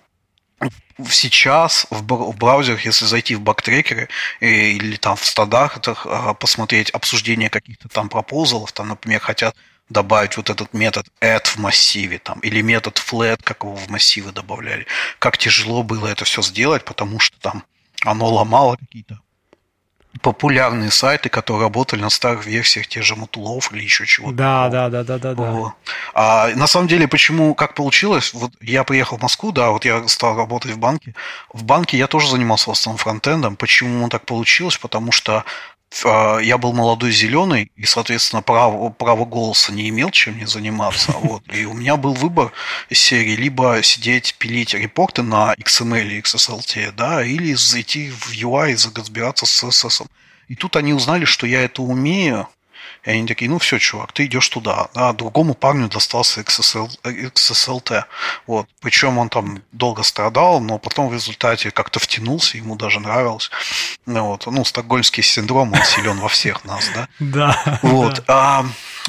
сейчас в браузерах, если зайти в бактрекеры или там в стандартах, посмотреть обсуждение каких-то там пропозалов, там, например, хотят добавить вот этот метод add в массиве, там, или метод flat, как его в массивы добавляли. Как тяжело было это все сделать, потому что там оно ломало какие-то популярные сайты, которые работали на старых версиях тех же Мотулов или еще чего-то. Да, да, да, да, да, да. А, на самом деле, почему, как получилось, вот я приехал в Москву, да, вот я стал работать в банке. В банке я тоже занимался в основном фронтендом. Почему так получилось? Потому что э, я был молодой зеленый и, соответственно, права, права голоса не имел, чем мне заниматься. Вот. И у меня был выбор из серии либо сидеть, пилить репорты на икс эм эль и икс эс эл ти, да, или зайти в ю ай и разбираться с си эс эс. И тут они узнали, что я это умею. И они такие: ну все, чувак, ты идешь туда. Да, другому парню достался икс эс эл, икс эс эл ти. Вот. Причем он там долго страдал, но потом в результате как-то втянулся, ему даже нравилось. Вот. Ну, стокгольмский синдром, он силен во всех нас, да? Да. Вот. А,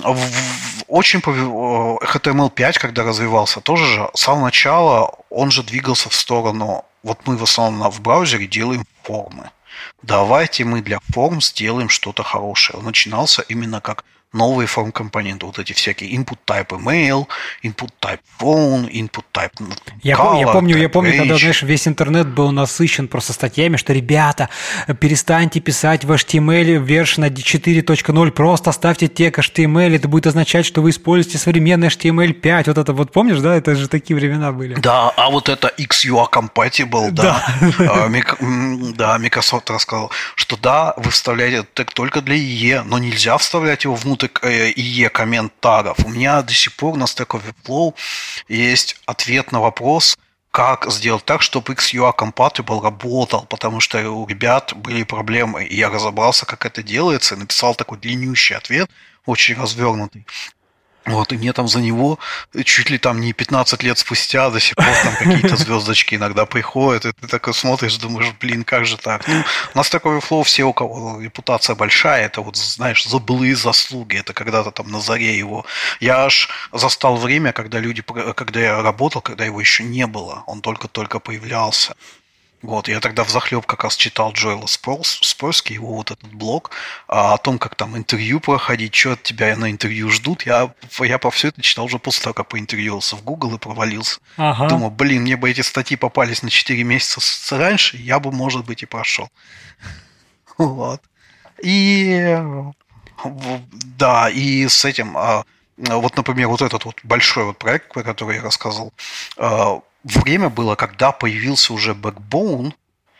очень эйч ти эм эл пять, когда развивался, тоже же с самого начала он же двигался в сторону. Вот мы в основном в браузере делаем формы. Давайте мы для форм сделаем что-то хорошее. Он начинался именно как новые форм-компоненты, вот эти всякие input type email, input type phone, input type я, color, я помню, type я помню, range. когда, знаешь, весь интернет был насыщен просто статьями, что, ребята, перестаньте писать в эйч ти эм эль вершина четыре точка ноль, просто оставьте тег эйч ти эм эль, это будет означать, что вы используете современный эйч ти эм эль пять, вот это вот, помнишь, да, это же такие времена были. Да, а вот это икс ю эй compatible, да, да, Microsoft рассказал, что да, вы вставляете тег только для и и, но нельзя вставлять его внутрь и и коммент тагов. У меня до сих пор на Stack Overflow есть ответ на вопрос, как сделать так, чтобы икс ю эй Compatible работал, потому что у ребят были проблемы, и я разобрался, как это делается, и написал такой длиннющий ответ, очень развернутый. Вот, и мне там за него чуть ли там не пятнадцать лет спустя до сих пор там какие-то звездочки иногда приходят, и ты такой смотришь, думаешь, блин, как же так? Ну, у нас такой флоу, все, у кого репутация большая, это вот, знаешь, забылые заслуги, это когда-то там на заре его. Я аж застал время, когда люди, когда я работал, когда его еще не было, он только-только появлялся. Вот, я тогда взахлеб как раз читал Джоэла Спорски, его вот этот блог, а, о том, как там интервью проходить, что от тебя на интервью ждут. Я, я по все это читал уже после того, как поинтервьюировался в Google и провалился. Ага. Думаю, блин, мне бы эти статьи попались на четыре месяца раньше, я бы, может быть, и прошел. Вот. И... Да, и с этим, вот, например, вот этот вот большой вот проект, про который я рассказывал, время было, когда появился уже Backbone,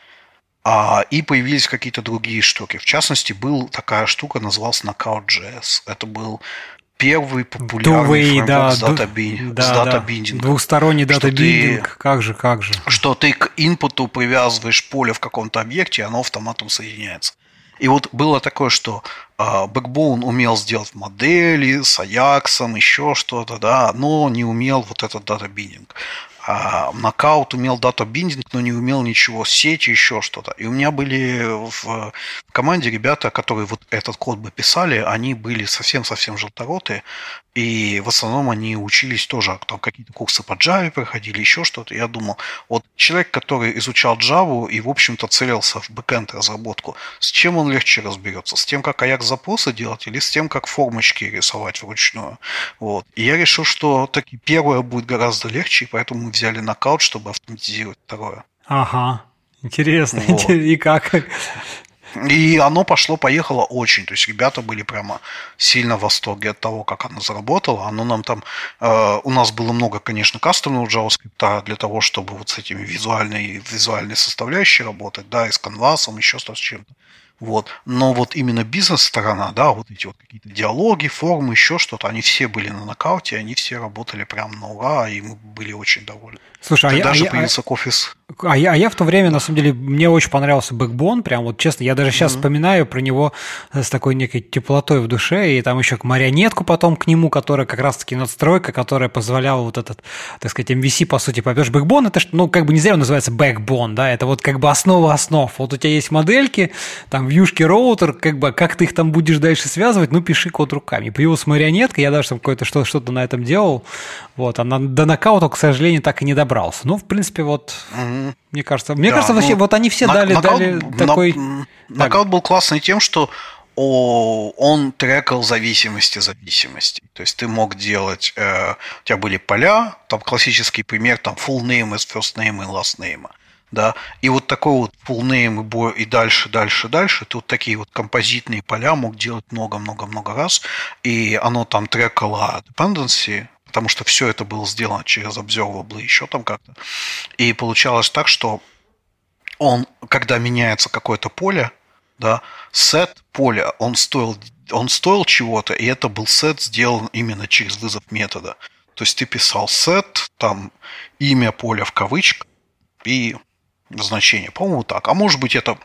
и появились какие-то другие штуки. В частности, была такая штука, называлась Knockout.js. Это был первый популярный фреймворк да, с дата-биндингом. Да, да. Двухсторонний дата-биндинг, как же, как же. Что ты к инпуту привязываешь поле в каком-то объекте, и оно автоматом соединяется. И вот было такое, что э, Backbone умел сделать модели с Ajax, еще что-то, да, но не умел вот этот дата-биндинг. А Knockout умел дата-биндинг, но не умел ничего с сети, еще что-то. И у меня были в команде ребята, которые вот этот код бы писали, они были совсем-совсем желторотые, и в основном они учились тоже, там какие-то курсы по Java проходили, еще что-то. Я думал, вот человек, который изучал Java и, в общем-то, целился в бэкэнд разработку, с чем он легче разберется? С тем, как Ajax-запросы делать, или с тем, как формочки рисовать вручную? Вот. И я решил, что таки первое будет гораздо легче, и поэтому мы взяли Knockout, чтобы автоматизировать второе. Ага, интересно. Вот. И как? И оно пошло-поехало очень. То есть ребята были прямо сильно в восторге от того, как оно заработало. Оно нам там... Э, у нас было много, конечно, кастомного JavaScript для того, чтобы вот с этими визуальной, визуальной составляющей работать, да, и с канвасом, еще с чем-то. Вот. Но вот именно бизнес-сторона, да, вот эти вот какие-то диалоги, формы, еще что-то, они все были на нокауте, они все работали прям на ура, и мы были очень довольны. Слушай, Тогда а же я, появился а, Кофис. А я, а я в то время, на самом деле, мне очень понравился Backbone, прям вот честно, я даже сейчас mm-hmm. вспоминаю про него с такой некой теплотой в душе, и там еще марионетку потом к нему, которая как раз-таки надстройка, которая позволяла вот этот, так сказать, эм ви си, по сути, попёшь. Backbone, это, ну, как бы не зря он называется Backbone, да, это вот как бы основа основ. Вот у тебя есть модельки, там, вьюшки, роутер, как бы, как ты их там будешь дальше связывать, ну, пиши код руками. Появилась марионетка, я даже там какое-то что- что-то на этом делал, вот, а на, до нокаута, к сожалению, так и не добрался. Ну, в принципе, вот... Mm-hmm. Мне кажется, мне да, кажется, вообще, ну, вот они все дали, нокаут, дали такой... Нокаут был классный тем, что о, он трекал зависимости зависимостей. То есть ты мог делать... Э, у тебя были поля, там классический пример, там full name из first name и last name. Да? И вот такой вот full name и, и дальше, дальше, дальше, ты вот такие вот композитные поля мог делать много-много-много раз, и оно там трекало dependency, потому что все это было сделано через observable, еще там как-то. И получалось так, что он, когда меняется какое-то поле, да, set поля, он стоил, он стоил чего-то, и это был set сделан именно через вызов метода. То есть ты писал set, там имя поля в кавычках и значение. По-моему, так. А может быть, это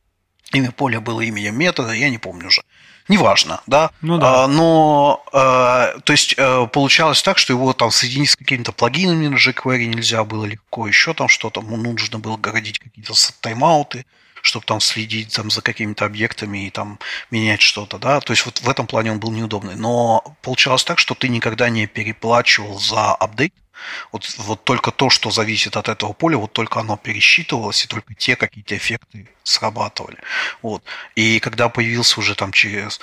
имя поля было именем метода, я не помню уже. Неважно, да? Ну, да. А, но, а, то есть, а, получалось так, что его там соединить с какими-то плагинами на jQuery нельзя было легко, еще там что-то, ему нужно было городить какие-то тайм-ауты, чтобы там следить там, за какими-то объектами и там менять что-то, да? То есть, вот в этом плане он был неудобный. Но получалось так, что ты никогда не переплачивал за апдейт. Вот, вот только то, что зависит от этого поля, вот только оно пересчитывалось, и только те какие-то эффекты срабатывали. Вот. И когда появился уже там через,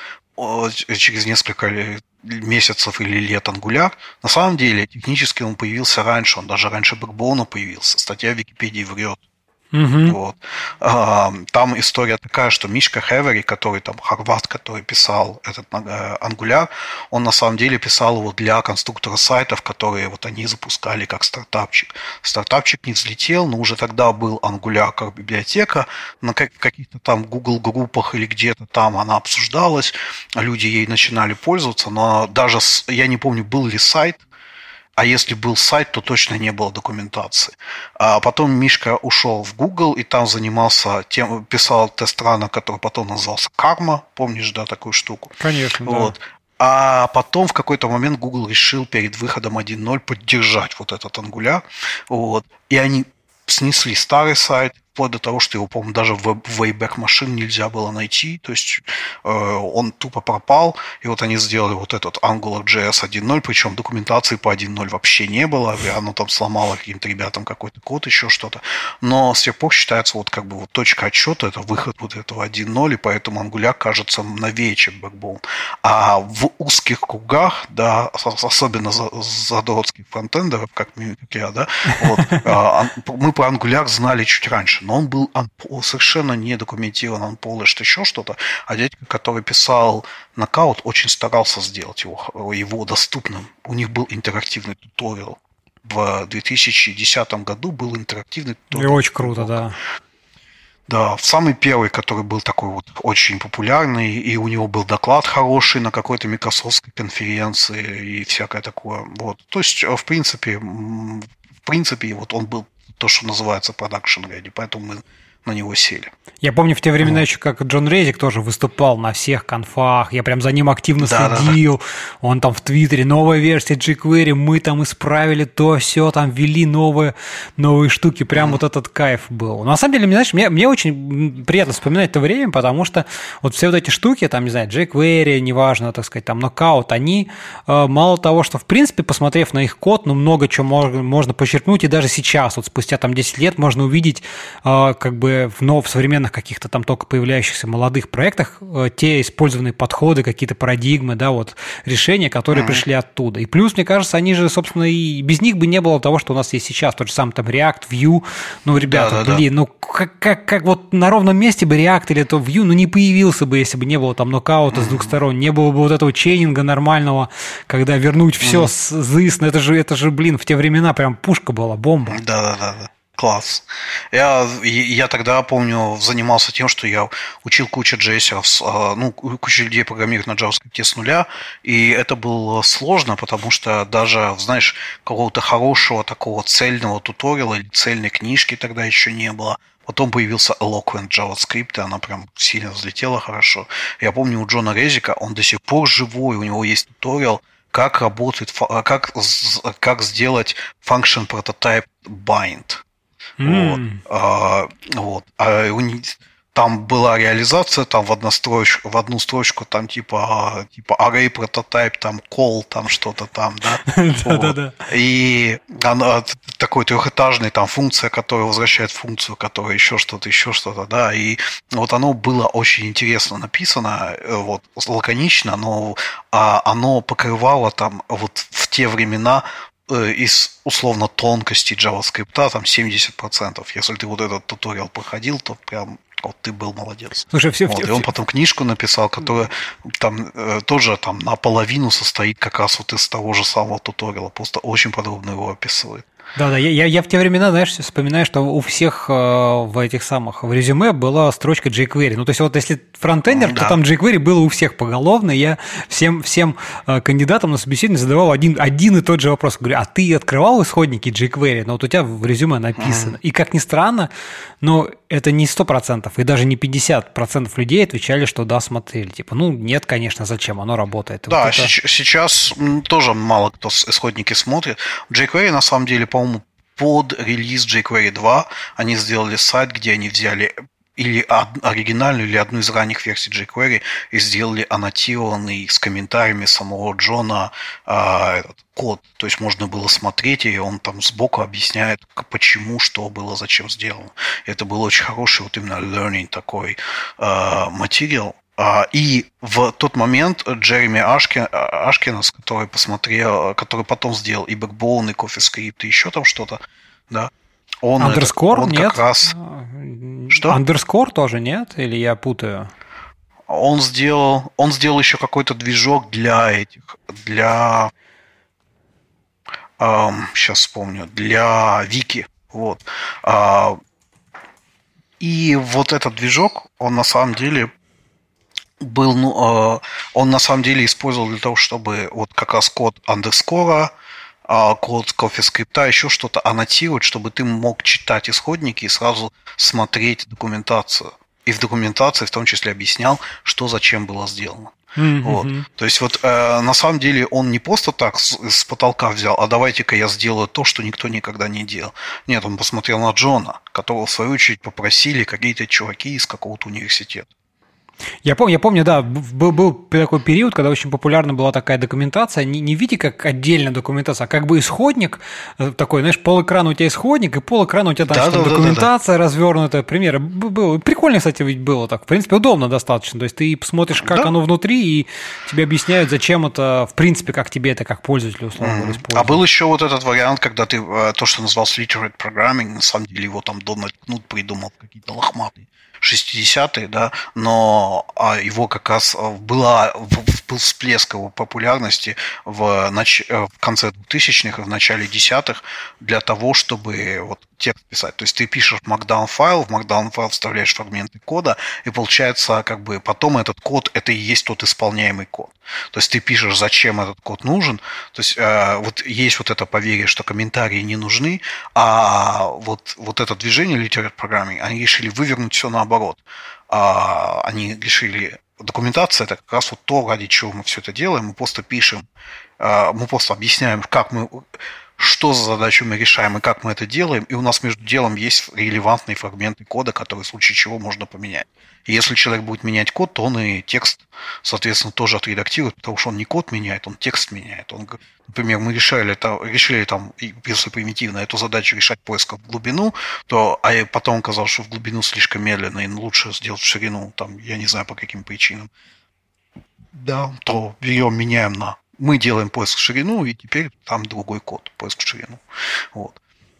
через несколько месяцев или лет Angular, на самом деле технически он появился раньше, он даже раньше Backbone появился. Статья в Википедии врет. Uh-huh. Вот. А, там история такая, что Мишка Хевери, который там хорват, который писал этот э, Angular, он на самом деле писал его для конструктора сайтов, которые вот они запускали как стартапчик. Стартапчик не взлетел, но уже тогда был Angular как библиотека, на как, каких-то там Google группах или где-то там она обсуждалась, люди ей начинали пользоваться, но даже, с, я не помню, был ли сайт, а если был сайт, то точно не было документации. А потом Мишка ушел в Google и там занимался тем, писал тест-рана, который потом назывался Karma. Помнишь, да, такую штуку? Конечно, вот. Да. А потом в какой-то момент Google решил перед выходом один ноль поддержать вот этот Angular. Вот. И они снесли старый сайт, вплоть до того, что его, по-моему, даже в Wayback Machine нельзя было найти, то есть э, он тупо пропал, и вот они сделали вот этот AngularJS один ноль, причем документации по один ноль вообще не было, оно там сломало каким-то ребятам какой-то код, еще что-то, но с тех пор считается вот как бы вот точка отсчета, это выход вот этого один ноль, и поэтому Angular кажется новее, чем Backbone. А в узких кругах, да, особенно задротских фронтендеров, как, как я, да, вот, мы про Angular знали чуть раньше. но он был unpo- совершенно не документирован, unpolished, еще что-то. А дядька, который писал нокаут, очень старался сделать его, его доступным. У них был интерактивный туториал. В две тысячи десятом году был интерактивный туториал. И очень круто, да. Да, самый первый, который был такой вот очень популярный, и у него был доклад хороший на какой-то микрософтской конференции и всякое такое. Вот. То есть, в принципе, в принципе, вот он был то, что называется production ready, поэтому мы на него сели. Я помню в те времена еще, как Джон Резик тоже выступал на всех конфах, я прям за ним активно да, следил, да, да. Он там в Твиттере, новая версия jQuery, мы там исправили то, все, там ввели новые, новые штуки, прям mm-hmm. вот этот кайф был. Но на самом деле, знаешь, мне, мне очень приятно вспоминать это время, потому что вот все вот эти штуки, там, не знаю, jQuery, неважно, так сказать, там, Knockout, они э, мало того, что, в принципе, посмотрев на их код, ну, много чего можно, можно почерпнуть, и даже сейчас, вот спустя там десять лет, можно увидеть, э, как бы, в, но в современных каких-то там только появляющихся молодых проектах э, те использованные подходы, какие-то парадигмы, да, вот решения, которые mm-hmm. пришли оттуда. И плюс, мне кажется, они же, собственно, и без них бы не было того, что у нас есть сейчас. Тот же самый там React, Vue. Ну, ребята, да, да, блин, да. ну как, как, как вот на ровном месте бы React или то Vue, ну не появился бы, если бы не было там нокаута mm-hmm. с двух сторон, не было бы вот этого чейнинга нормального, когда вернуть все mm-hmm. с зыс. Это же, это же, блин, в те времена прям пушка была, бомба. Да-да-да. Класс. Я, я тогда, помню, занимался тем, что я учил кучу джейсеров, ну, кучу людей программировать на JavaScript с нуля, и это было сложно, потому что даже, знаешь, какого-то хорошего такого цельного туториала или цельной книжки тогда еще не было. Потом появился Eloquent JavaScript, и она прям сильно взлетела хорошо. Я помню, у Джона Резика, он до сих пор живой, у него есть туториал, как работает, как, как сделать function prototype bind. Mm. Вот. А, вот. А у них, там была реализация, там в одну строчку, в одну строчку там типа, типа array prototype, там call, там что-то там, да. Вот. И она такой трехэтажный, там функция, которая возвращает функцию, которая еще что-то, еще что-то, да. И вот оно было очень интересно написано, вот, лаконично, но а, оно покрывало там вот в те времена из условно тонкостей JavaScript там семьдесят процентов. Если ты вот этот туториал проходил, то прям вот ты был молодец. Слушай, все, вот, все, и он потом книжку написал, которая там э, тоже там наполовину состоит как раз вот из того же самого туториала. Просто очень подробно его описывает. Да-да, я, я в те времена, знаешь, вспоминаю, что у всех э, в этих самых, в резюме была строчка jQuery. Ну, то есть вот если фронтендер, да. то там jQuery было у всех поголовно. Я всем, всем э, кандидатам на собеседование задавал один, один и тот же вопрос. Говорю, а ты открывал исходники jQuery? Ну, вот у тебя в резюме написано. Mm-hmm. И как ни странно, но это не сто процентов, и даже не пятьдесят процентов людей отвечали, что да, смотрели. Типа, ну, нет, конечно, зачем, оно работает. Да, вот это... сейчас тоже мало кто исходники смотрит. jQuery, на самом деле, по-моему, под релиз jQuery два они сделали сайт, где они взяли или оригинальную, или одну из ранних версий jQuery и сделали аннотированный с комментариями самого Джона э, этот код. То есть можно было смотреть, и он там сбоку объясняет, почему, что было, зачем сделано. Это был очень хороший вот именно learning такой э, материал. И в тот момент Джереми Ашкин, Ашкинс, который посмотрел, который потом сделал и Backbone, и CoffeeScript, и еще там что-то, да, он, Underscore, он нет? как раз... Что? Underscore тоже нет? Или я путаю? Он сделал, он сделал еще какой-то движок для этих, для... Эм, сейчас вспомню, для Вики. Вот. И вот этот движок, он на самом деле... был, ну, он на самом деле использовал для того, чтобы вот как раз код андерскора, код CoffeeScript, еще что-то аннотировать, чтобы ты мог читать исходники и сразу смотреть документацию. И в документации в том числе объяснял, что зачем было сделано. Mm-hmm. Вот. То есть вот э, на самом деле он не просто так с, с потолка взял, а давайте-ка я сделаю то, что никто никогда не делал. Нет, он посмотрел на Джона, которого в свою очередь попросили какие-то чуваки из какого-то университета. Я помню, я помню, да, был, был такой период, когда очень популярна была такая документация, не, не в виде как отдельная документация, а как бы исходник, такой, знаешь, полэкрана у тебя исходник, и полэкрана у тебя, значит, да, там да, документация да, да, да. развернутая, примеры. Было. Прикольно, кстати, ведь было так. В принципе, удобно достаточно. То есть ты посмотришь, как да. оно внутри, и тебе объясняют, зачем это, в принципе, как тебе это, как пользователю, условно говоря, mm-hmm. использовать. А был еще вот этот вариант, когда ты то, что назывался literate programming, на самом деле его там Дональд Кнут придумал, какие-то лохматые. шестидесятые, да, но его как раз была, был всплеск его популярности в, нач... в конце двухтысячных и в начале десятых для того, чтобы вот текст писать. То есть ты пишешь Markdown файл, в Markdown файл вставляешь фрагменты кода, и получается, как бы потом этот код, это и есть тот исполняемый код. То есть ты пишешь, зачем этот код нужен. То есть э, вот есть вот это поверье, что комментарии не нужны, а вот, вот это движение Literate Programming, они решили вывернуть все наоборот. А, они решили, документация это как раз вот то, ради чего мы все это делаем. Мы просто пишем, э, мы просто объясняем, как мы... что за задачу мы решаем и как мы это делаем, и у нас между делом есть релевантные фрагменты кода, которые в случае чего можно поменять. И если человек будет менять код, то он и текст, соответственно, тоже отредактирует, потому что он не код меняет, он текст меняет. Он, например, мы решали, это, решили там, если примитивно, эту задачу решать поиском в глубину, то, а потом оказалось, что в глубину слишком медленно, и лучше сделать в ширину, там, я не знаю по каким причинам, да, то берем, меняем на мы делаем поиск в ширину, и теперь там другой код, поиск в ширину. Вот.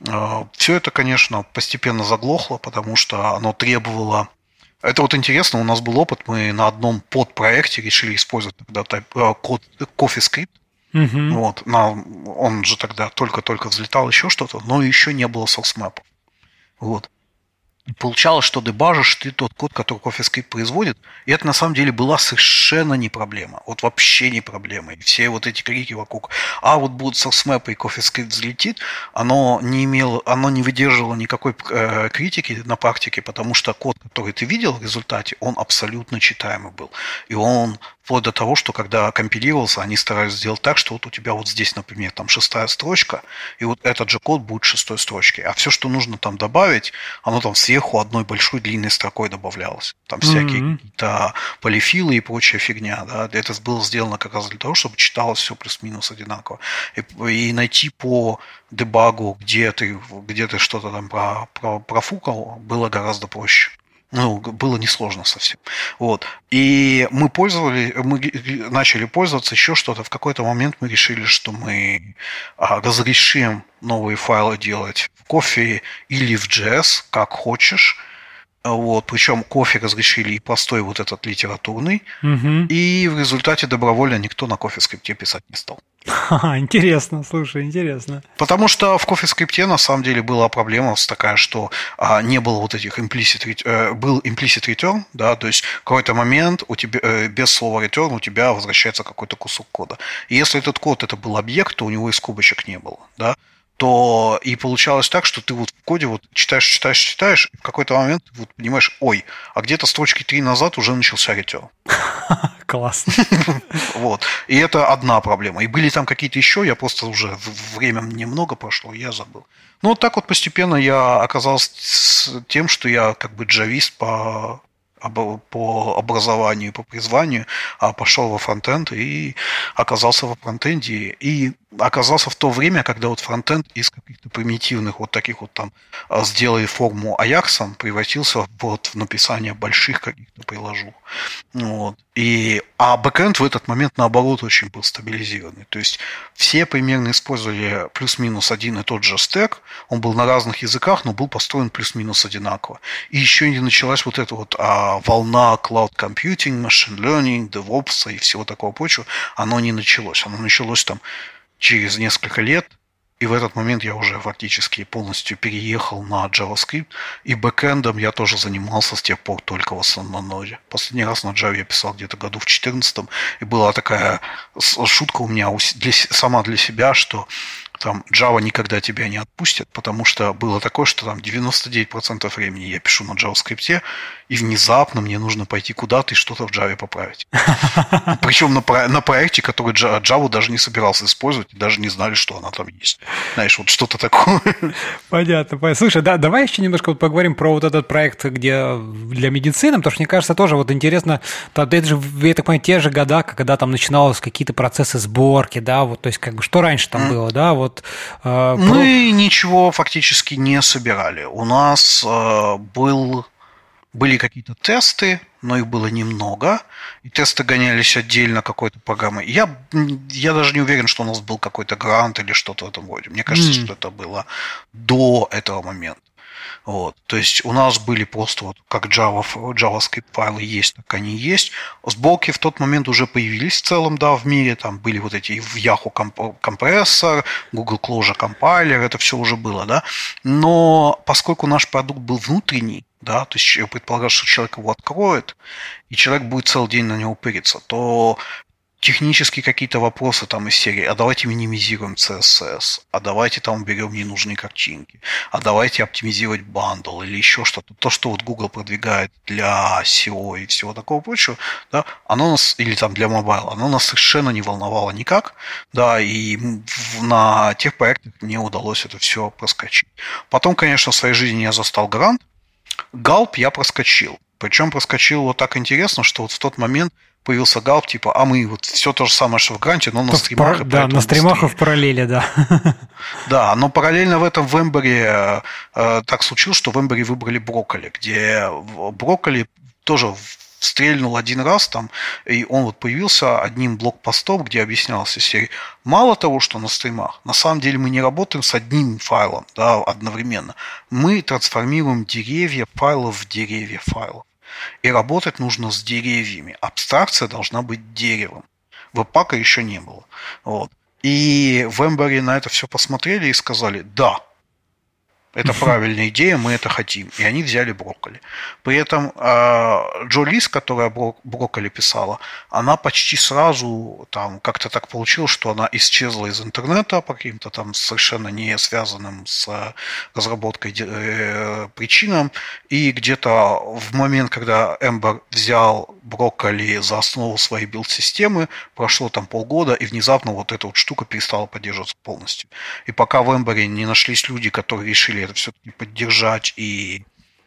Все это, конечно, постепенно заглохло, потому что оно требовало... Это вот интересно, у нас был опыт, мы на одном подпроекте решили использовать тогда код CoffeeScript. Mm-hmm. Вот, на, он же тогда только-только взлетал, еще что-то, но еще не было source-map. Вот. Получалось, что дебажишь ты тот код, который CoffeeScript производит, и это на самом деле была совершенно не проблема. Вот вообще не проблема. И все вот эти крики вокруг, а вот будут source-map и CoffeeScript взлетит, оно не имело, оно не выдерживало никакой э, критики на практике, потому что код, который ты видел в результате, он абсолютно читаемый был. И он вплоть до того, что когда компилировался, они старались сделать так, что вот у тебя вот здесь, например, там шестая строчка, и вот этот же код будет шестой строчкой. А все, что нужно там добавить, оно там сверху одной большой длинной строкой добавлялось. Там всякие mm-hmm. какие-то полифилы и прочая фигня. Да? Это было сделано как раз для того, чтобы читалось все плюс-минус одинаково. И, и найти по дебагу, где ты, где ты что-то там про, про, профукал, было гораздо проще. Ну, было несложно совсем. Вот. И мы пользовались, мы начали пользоваться еще что-то. В какой-то момент мы решили, что мы а, разрешим новые файлы делать в Coffee или в джей эс, как хочешь. Вот. Причем Coffee разрешили и простой вот этот литературный. Угу. И в результате добровольно никто на CoffeeScript писать не стал. Ха-ха, интересно, слушай, интересно. Потому что в CoffeeScript на самом деле была проблема такая, что а, не было вот этих implicit, э, был implicit return, да, то есть в какой-то момент у тебя, э, без слова return у тебя возвращается какой-то кусок кода. И если этот код это был объект, то у него и скобочек не было, да, то и получалось так, что ты вот в коде вот читаешь, читаешь, читаешь, и в какой-то момент вот понимаешь, ой, а где-то строчки три назад уже начался return. Классно. Вот. И это одна проблема. И были там какие-то еще, я просто уже время немного прошло, я забыл. Ну, вот так вот постепенно я оказался с тем, что я как бы джавист по, по образованию, по призванию, а пошел во фронтенд и оказался во фронтенде. И оказался в то время, когда вот фронтенд из каких-то примитивных вот таких вот там сделали форму Аяксом, превратился вот в написание больших каких-то приложу. Вот. И, а бэкэнд в этот момент, наоборот, очень был стабилизированный. То есть все примерно использовали плюс-минус один и тот же стэк. Он был на разных языках, но был построен плюс-минус одинаково. И еще не началась вот эта вот а, волна cloud computing, machine learning, DevOps и всего такого прочего. Оно не началось. Оно началось там через несколько лет. И в этот момент я уже фактически полностью переехал на JavaScript. И бэкэндом я тоже занимался с тех пор только в основном ноде. Последний раз на Java я писал где-то году в четырнадцатом. И была такая шутка у меня для, сама для себя, что там Java никогда тебя не отпустит, потому что было такое, что там девяносто девять процентов времени я пишу на JavaScript, и внезапно мне нужно пойти куда-то и что-то в Java поправить. Причем на, про- на проекте, который Java даже не собирался использовать, и даже не знали, что она там есть. Знаешь, вот что-то такое. Понятно, понятно. Слушай, да, давай еще немножко вот поговорим про вот этот проект, где для медицины, потому что, мне кажется, тоже вот интересно, это же, я так понимаю, те же года, когда там начиналось какие-то процессы сборки, да, вот, то есть, как бы, что раньше там mm. было, да, вот. Э, Мы про... ничего фактически не собирали. У нас э, был... были какие-то тесты, но их было немного, и тесты гонялись отдельно какой-то программой. Я, я даже не уверен, что у нас был какой-то грант или что-то в этом роде. Мне кажется, mm. что это было до этого момента. Вот. То есть у нас были просто вот как Java, JavaScript файлы есть, так они есть. Сборки в тот момент уже появились в целом, да, в мире. Там были вот эти в Yahoo компрессор, Google Closure компайлер, это все уже было, да. Но поскольку наш продукт был внутренний, да, то есть я предполагаю, что человек его откроет, и человек будет целый день на него пыриться, то технические какие-то вопросы там из серии, а давайте минимизируем си эс эс, а давайте там уберем ненужные картинки, а давайте оптимизировать бандл или еще что-то. То, что вот Google продвигает для сео и всего такого прочего, да, оно нас, или там для мобайла, оно нас совершенно не волновало никак, да, и на тех проектах мне удалось это все проскочить. Потом, конечно, в своей жизни я застал грант, галп я проскочил. Причем проскочил вот так интересно, что вот в тот момент появился галп, типа, а мы вот все то же самое, что в гранте, но на то стримах. Пар... Да, на стримах и в параллели, да. Да, но параллельно в этом в Эмбере э, так случилось, что в Эмбере выбрали брокколи, где брокколи тоже стрельнул один раз там, и он вот появился одним блокпостом, где объяснялся серии. Мало того, что на стримах, на самом деле мы не работаем с одним файлом, да, одновременно. Мы трансформируем деревья файлов в деревья файлов. И работать нужно с деревьями. Абстракция должна быть деревом. Веб-пака еще не было. Вот. И в Эмбере на это все посмотрели и сказали, да, это правильная идея, мы это хотим. И они взяли брокколи. При этом Джо Лис, которая брокколи писала, она почти сразу там как-то так получилось, что она исчезла из интернета по каким-то там совершенно не связанным с разработкой причинам. И где-то в момент, когда Эмбер взял брокколи за основу своей билд-системы, прошло там полгода, и внезапно вот эта вот штука перестала поддерживаться полностью. И пока в Эмбере не нашлись люди, которые решили это все-таки поддержать и,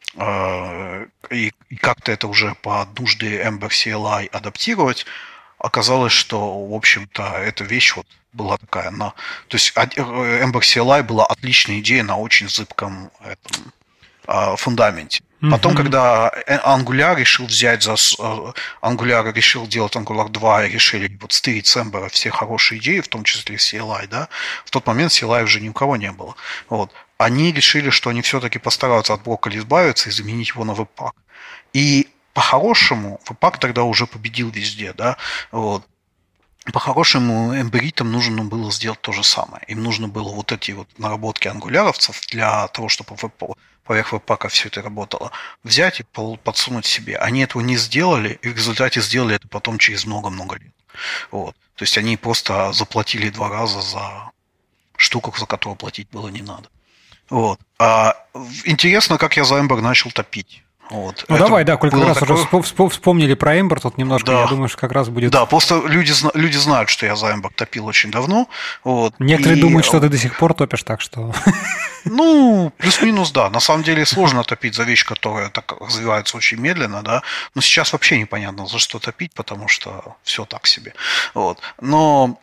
э, и, и как-то это уже по нужде Ember си эл ай адаптировать, оказалось, что, в общем-то, эта вещь вот была такая. На, то есть Ember си эл ай была отличная идея на очень зыбком этом, э, фундаменте. Потом, mm-hmm. когда Angular решил взять за... Angular решил делать Angular два и решили вот стырить с Ember все хорошие идеи, в том числе си эл ай, да, в тот момент си эл ай уже ни у кого не было. Вот. Они решили, что они все-таки постараются от брокколи избавиться и заменить его на веб-пак. И по-хорошему, веб-пак тогда уже победил везде, да, вот. По-хорошему, эмберитам нужно было сделать то же самое. Им нужно было вот эти вот наработки ангуляровцев для того, чтобы веб- поверх веб-пака все это работало, взять и подсунуть себе. Они этого не сделали, и в результате сделали это потом через много-много лет. Вот. То есть они просто заплатили два раза за штуку, за которую платить было не надо. Вот. А интересно, как я за Ember начал топить. Вот. Ну это давай, да, коль как раз такое... уже вспомнили про Ember, тут немножко, да. Я думаю, что как раз будет... Да, просто люди, люди знают, что я за Ember топил очень давно. Вот. Некоторые и... думают, что ты до сих пор топишь, так что... Ну, плюс-минус, да. На самом деле сложно топить за вещь, которая так развивается очень медленно, да. Но сейчас вообще непонятно, за что топить, потому что все так себе. Вот. Но...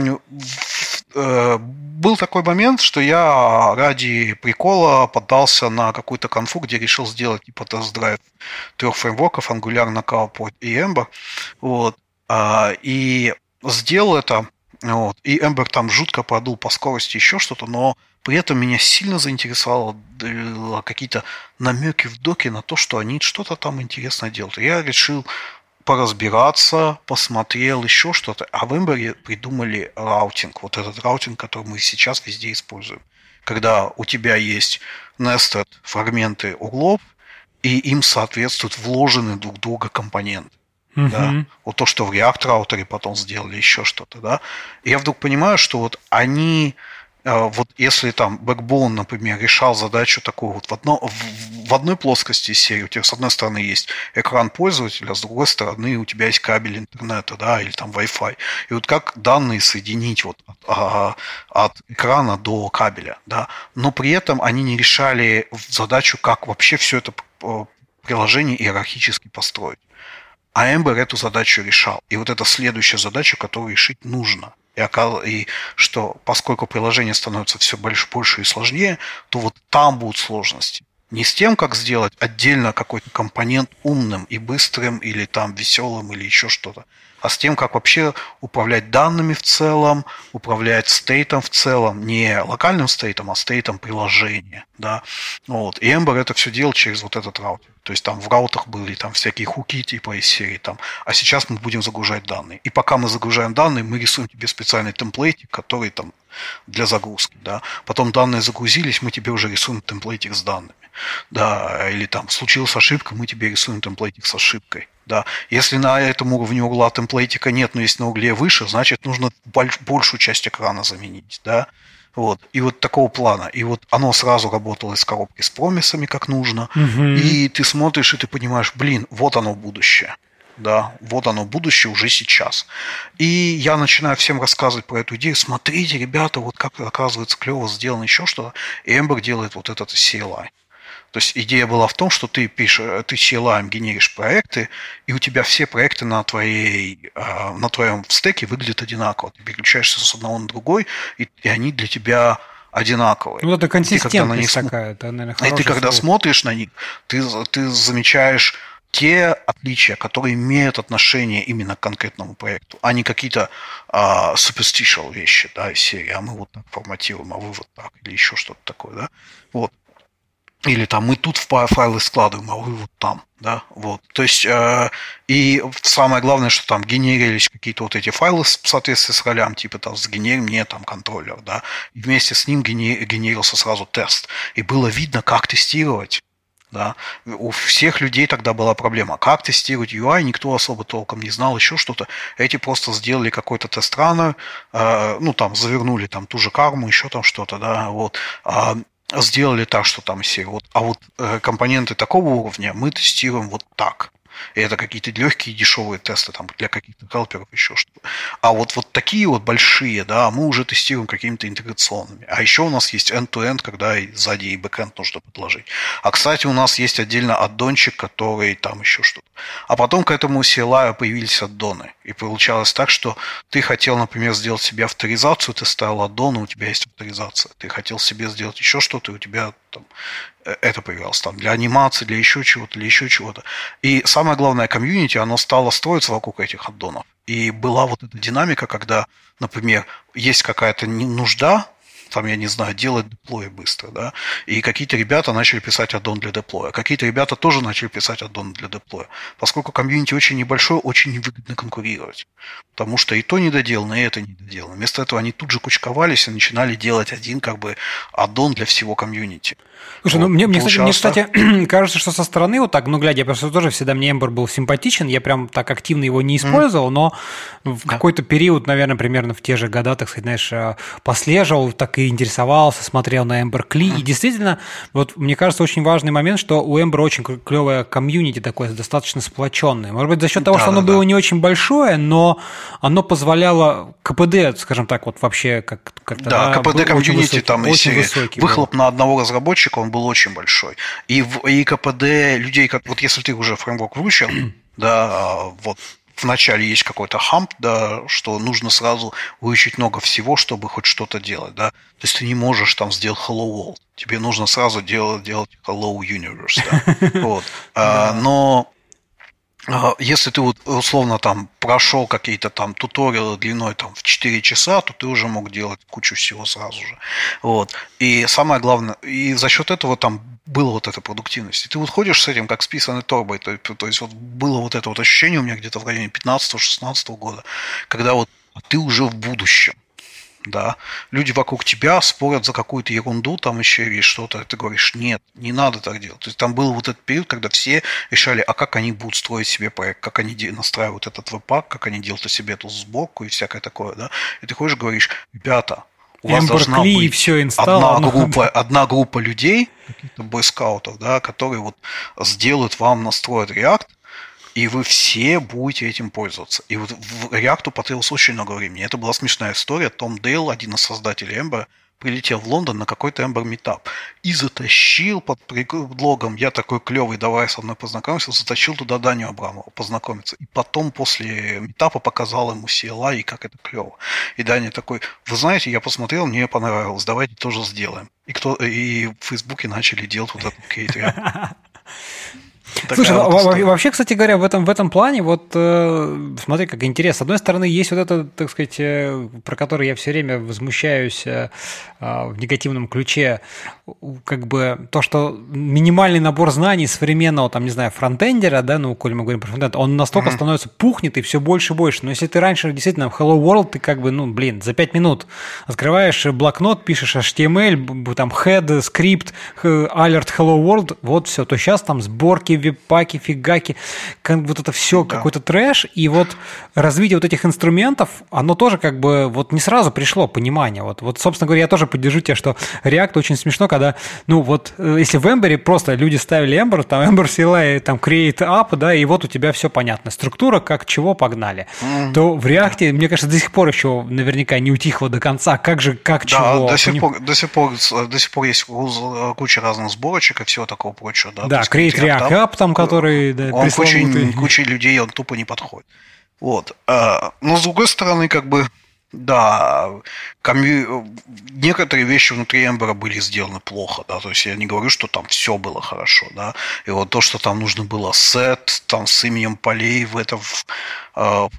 Был такой момент, что я ради прикола поддался на какую-то конфу, где решил сделать типа тест-драйв трех фреймворков Angular, Knockout и Ember. Вот. И сделал это. Вот. И Ember там жутко продул по скорости еще что-то, но при этом меня сильно заинтересовало какие-то намеки в доке на то, что они что-то там интересное делают. И я решил поразбираться, посмотрел еще что-то. А в Ember придумали раутинг. Вот этот раутинг, который мы сейчас везде используем. Когда у тебя есть nested фрагменты углов, и им соответствуют вложенные друг в друга компоненты. Uh-huh. Да? Вот то, что в React раутере потом сделали, еще что-то. Да? И я вдруг понимаю, что вот они Вот если там Backbone, например, решал задачу такую вот в, одно, в, в одной плоскости серии, у тебя с одной стороны есть экран пользователя, а с другой стороны у тебя есть кабель интернета, да, или там Wi-Fi. И вот как данные соединить вот от, от экрана до кабеля, да, но при этом они не решали задачу, как вообще все это приложение иерархически построить. А Ember эту задачу решал. И вот это следующая задача, которую решить нужно. И, и что поскольку приложение становится все больше, больше и сложнее, то вот там будут сложности. Не с тем, как сделать отдельно какой-то компонент умным и быстрым, или там веселым, или еще что-то, а с тем, как вообще управлять данными в целом, управлять стейтом в целом, не локальным стейтом, а стейтом приложения. Да? Вот. И Ember это все делал через вот этот раутер. То есть там в раутах были там всякие хуки типа из серии, там, а сейчас мы будем загружать данные. И пока мы загружаем данные, мы рисуем тебе специальный темплейтик, который там для загрузки. Да? Потом данные загрузились, мы тебе уже рисуем темплейтик с данными. Да, или там случилась ошибка, мы тебе рисуем темплейтик с ошибкой. Да. Если на этом уровне угла темплейтика нет, но есть на угле выше, значит нужно больш, большую часть экрана заменить. Да. Вот. И вот такого плана. И вот оно сразу работало из коробки с промисами, как нужно. Угу. И ты смотришь, и ты понимаешь, блин, вот оно будущее. Да, вот оно будущее уже сейчас. И я начинаю всем рассказывать про эту идею. Смотрите, ребята, вот как оказывается клево сделано еще что-то. И Ember делает вот этот си эл ай. То есть идея была в том, что ты пишешь, ты си эл ай генеришь проекты, и у тебя все проекты на, твоей, на твоем стеке выглядят одинаково. Ты переключаешься с одного на другой, и, и они для тебя одинаковые. Ну, это консистентность такая. Это, наверное, и ты когда слово. смотришь на них, ты, ты замечаешь те отличия, которые имеют отношение именно к конкретному проекту, а не какие-то uh, superstitial вещи, да, из серии, а мы вот так форматируем, а вы вот так, или еще что-то такое, да. Вот. Или там мы тут файлы складываем, а вы вот там, да, вот. То есть, э, и самое главное, что там генерились какие-то вот эти файлы в соответствии с ролям, типа там сгенери мне там контроллер, да, и вместе с ним генерился сразу тест. И было видно, как тестировать. Да. У всех людей тогда была проблема. Как тестировать ю ай, никто особо толком не знал, еще что-то. Эти просто сделали какой-то тест-раннер, э, ну, там, завернули там ту же карму, еще там что-то, да, вот. Э, сделали так, что там все. Вот, а вот э, компоненты такого уровня мы тестируем вот так. И это какие-то легкие дешевые тесты там, для каких-то хелперов, еще что-то. А вот, вот такие вот большие, да, мы уже тестируем какими-то интеграционными. А еще у нас есть end-to-end, когда и сзади и бэкэнд нужно подложить. А, кстати, у нас есть отдельно аддончик, который там еще что-то. А потом к этому си эл ай появились аддоны. И получалось так, что ты хотел, например, сделать себе авторизацию, ты ставил аддон, и у тебя есть авторизация. Ты хотел себе сделать еще что-то, и у тебя там это появилось там для анимации, для еще чего-то, для еще чего-то. И самое главное, комьюнити, оно стало строиться вокруг этих аддонов. И была вот эта динамика, когда, например, есть какая-то нужда, там, я не знаю, делать деплой быстро, да, и какие-то ребята начали писать аддон для деплоя, какие-то ребята тоже начали писать аддон для деплоя, поскольку комьюнити очень небольшое, очень невыгодно конкурировать, потому что и то недоделано, и это недоделано. Вместо этого они тут же кучковались и начинали делать один, как бы, аддон для всего комьюнити. Слушай, вот, ну мне, мне, кстати, мне, кстати, кажется, что со стороны вот так, ну, глядя, я просто тоже всегда мне Ember был симпатичен, я прям так активно его не использовал, mm. но в да. какой-то период, наверное, примерно в те же года, так сказать, знаешь, послеживал, так и интересовался, смотрел на Ember Cli, mm. и действительно, вот мне кажется, очень важный момент, что у Ember очень клевое комьюнити такое, достаточно сплоченное. Может быть, за счет того, да, что да, оно да. было не очень большое, но оно позволяло ка пэ дэ, скажем так, вот вообще как- как-то... Да, ка пэ дэ комьюнити там, если выхлоп был. На одного разработчика, он был очень большой. И, в, и ка пэ дэ людей, как, вот если ты уже фреймворк выучил, да, вот в начале есть какой-то хамп, да, что нужно сразу выучить много всего, чтобы хоть что-то делать, да. То есть ты не можешь там сделать Hello World, тебе нужно сразу делать, делать Hello Universe, да. Вот. Но если ты вот условно там прошел какие-то там туториалы длиной там в четыре часа, то ты уже мог делать кучу всего сразу же. Вот. И самое главное, и за счет этого там была вот эта продуктивность. И ты вот ходишь с этим как с писаной торбой. То, то есть вот было вот это вот ощущение у меня где-то в районе пятнадцатого-шестнадцатого года, когда вот ты уже в будущем. Да, люди вокруг тебя спорят за какую-то ерунду, там еще или что-то, ты говоришь, нет, не надо так делать. То есть там был вот этот период, когда все решали, а как они будут строить себе проект, как они настраивают этот веб-пак, как они делают себе эту сборку и всякое такое, да. И ты ходишь и говоришь, ребята, у вас Ember должна Klee быть и все, инсталл, одна оно- группа, одна группа людей, каких-то бойскаутов, да, которые вот сделают вам, настроят React, и вы все будете этим пользоваться. И вот в React потребовалось очень много времени. Это была смешная история. Том Дейл, один из создателей Ember, прилетел в Лондон на какой-то Ember Meetup и затащил под предлогом «я такой клевый, давай со мной познакомься», затащил туда Даню Абрамова познакомиться. И потом после метапа показал ему си эл ай и как это клево. И Даня такой: вы знаете, я посмотрел, мне понравилось, давайте тоже сделаем. И, кто, и в Фейсбуке начали делать вот этот кейт. Слушай, вот во- вообще, кстати говоря, в этом, в этом плане, вот э, смотри, как интересно. С одной стороны, есть вот это, так сказать, э, про которое я все время возмущаюсь э, э, в негативном ключе, как бы то, что минимальный набор знаний современного, там, не знаю, фронтендера, да, ну, коль мы говорим про фронтенд, он настолько mm-hmm. становится пухнет и все больше и больше. Но если ты раньше действительно в Hello World, ты как бы, ну, блин, за пять минут открываешь блокнот, пишешь эйч ти эм эль, там, head, скрипт, alert Hello World, вот все, то сейчас там сборки, веб-паки, фигаки, вот это все да. какой-то трэш, и вот развитие вот этих инструментов, оно тоже как бы вот не сразу пришло понимание. Вот, вот собственно говоря, я тоже поддержу тебя, что React очень смешно, когда, ну вот, если в Ember просто люди ставили Ember, там Ember си эл ай, там create app, да, и вот у тебя все понятно, структура, как чего, погнали, mm-hmm. то в React, мне кажется, до сих пор еще наверняка не утихло до конца, как же, как да, чего. До сих, пор, до, сих пор, до сих пор есть куча разных сборочек и всего такого прочего. Да, да create React app, там, который да, он куча, куча людей, он тупо не подходит. Вот. Но с другой стороны, как бы, да, комью... некоторые вещи внутри Ember были сделаны плохо, да, то есть я не говорю, что там все было хорошо, да, и вот то, что там нужно было сет, там с именем полей в этом, в, в,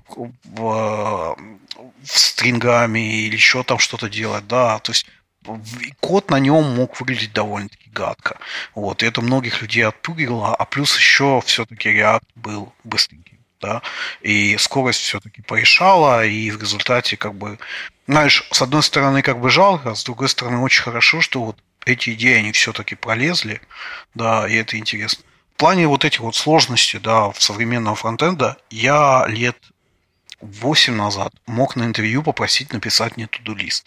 в, в стрингами или еще там что-то делать, да, то есть код на нем мог выглядеть довольно-таки гадко. Вот, и это многих людей отпугивало, а плюс еще все-таки React был быстренький, да, и скорость все-таки порешала, и в результате, как бы, знаешь, с одной стороны, как бы жалко, а с другой стороны, очень хорошо, что вот эти идеи, они все-таки пролезли, да, и это интересно. В плане вот этих вот сложностей, да, в современного фронтенда, я лет восемь назад мог на интервью попросить написать мне to-do-лист.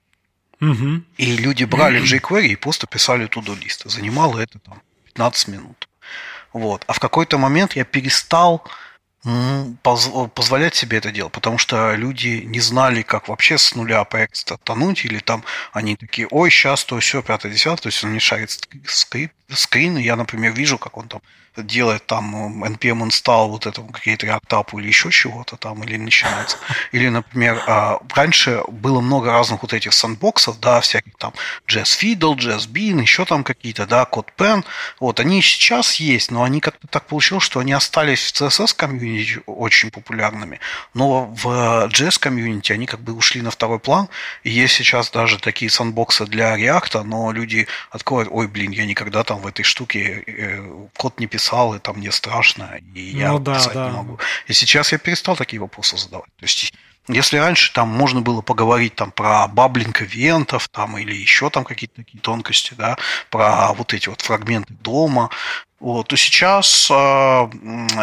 Угу. И люди брали jQuery и просто писали to-do лист. Занимало это там пятнадцать минут. Вот. А в какой-то момент я перестал позволять себе это делать, потому что люди не знали, как вообще с нуля проект стартануть, или там они такие: ой, сейчас то все, пятое, десятое, то есть он не шарит скрипт, скрин, и я, например, вижу, как он там делает там npm install вот это какие-то реактапы или еще чего-то там, или начинается. Или, например, раньше было много разных вот этих сэндбоксов, да, всяких там джей эс Fiddle, джей эс Bean, еще там какие-то, да, CodePen. Вот, они сейчас есть, но они как-то так получилось, что они остались в си эс эс-комьюнити очень популярными, но в джей эс-комьюнити они как бы ушли на второй план, и есть сейчас даже такие сэндбоксы для React, но люди откроют: ой, блин, я никогда там в этой штуке код не писал, и там мне страшно, и я ну, да, писать да. не могу. И сейчас я перестал такие вопросы задавать. То есть, если раньше там можно было поговорить там про баблинг ивентов там, или еще там какие-то такие тонкости, да, про вот эти вот фрагменты дома, вот, то сейчас, э,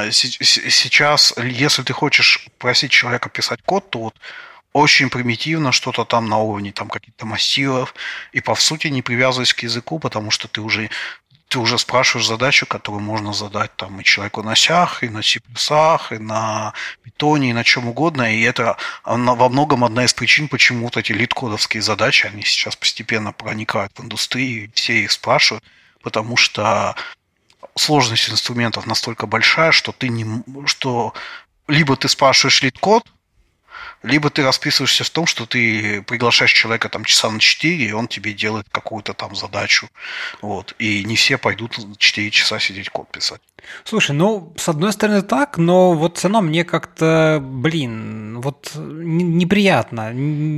сейчас, если ты хочешь просить человека писать код, то вот очень примитивно что-то там на уровне там каких-то массивов, и по сути не привязываясь к языку, потому что ты уже ты уже спрашиваешь задачу, которую можно задать там и человеку на сях, и на C++, и на питоне, и на чем угодно. И это во многом одна из причин, почему вот эти лид-кодовские задачи, они сейчас постепенно проникают в индустрию, все их спрашивают, потому что сложность инструментов настолько большая, что ты не, что либо ты спрашиваешь лид-код, либо ты расписываешься в том, что ты приглашаешь человека там часа на четыре, и он тебе делает какую-то там задачу. Вот. И не все пойдут четыре часа сидеть код писать. Слушай, ну, с одной стороны так, но вот все равно мне как-то, блин, вот неприятно.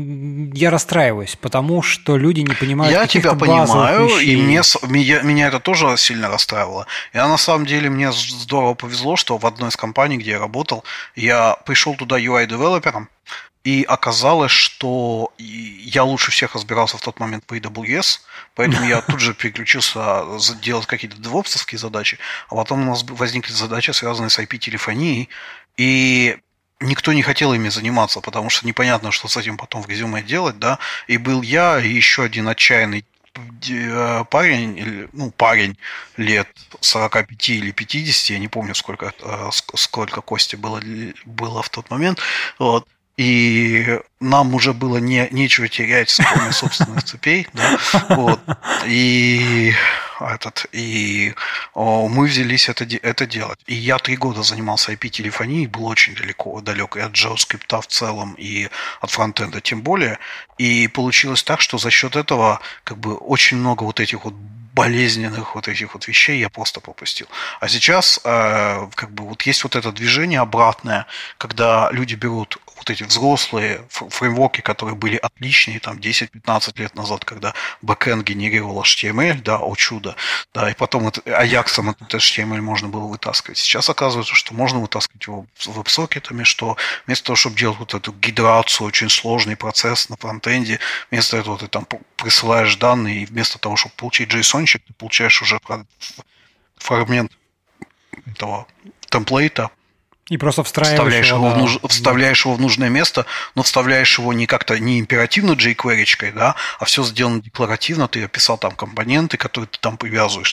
Я расстраиваюсь, потому что люди не понимают Я каких-то тебя понимаю, вещей. И мне, меня, меня это тоже сильно расстраивало. И на самом деле мне здорово повезло, что в одной из компаний, где я работал, я пришел туда ю ай-девелопером, и оказалось, что я лучше всех разбирался в тот момент по эй дабл ю эс, поэтому я тут же переключился делать какие-то девопсовские задачи, а потом у нас возникли задачи, связанные с ай пи-телефонией, и никто не хотел ими заниматься, потому что непонятно, что с этим потом в резюме делать, да. И был я, и еще один отчаянный парень, ну, парень лет сорок пять или пятьдесят, я не помню, сколько, сколько Кости было, было в тот момент, вот. И нам уже было не, нечего терять, кроме собственных цепей, да, вот, и, этот, и о, мы взялись это, это делать. И я три года занимался ай пи-телефонией, был очень далеко, далек и от JavaScript в целом, и от фронтенда тем более, и получилось так, что за счет этого как бы очень много вот этих вот болезненных вот этих вот вещей я просто пропустил. А сейчас э, как бы вот есть вот это движение обратное, когда люди берут вот эти взрослые фреймворки, которые были отличные там десять-пятнадцать лет назад, когда бэкэнд генерировал эйч ти эм эль, да, о чудо, да, и потом это, аяксом этот эйч ти эм эль можно было вытаскивать. Сейчас оказывается, что можно вытаскивать его веб-сокетами, что вместо того, чтобы делать вот эту гидрацию, очень сложный процесс на фронтенде, вместо этого ты там присылаешь данные, и вместо того, чтобы получить JSON, ты получаешь уже фрагмент этого темплейта, и просто встраиваешь вставляешь его, его, да, в, нуж... вставляешь его в нужное место, но вставляешь его не как-то не императивно jQuery-чкой, да, а все сделано декларативно, ты описал там компоненты, которые ты там привязываешь,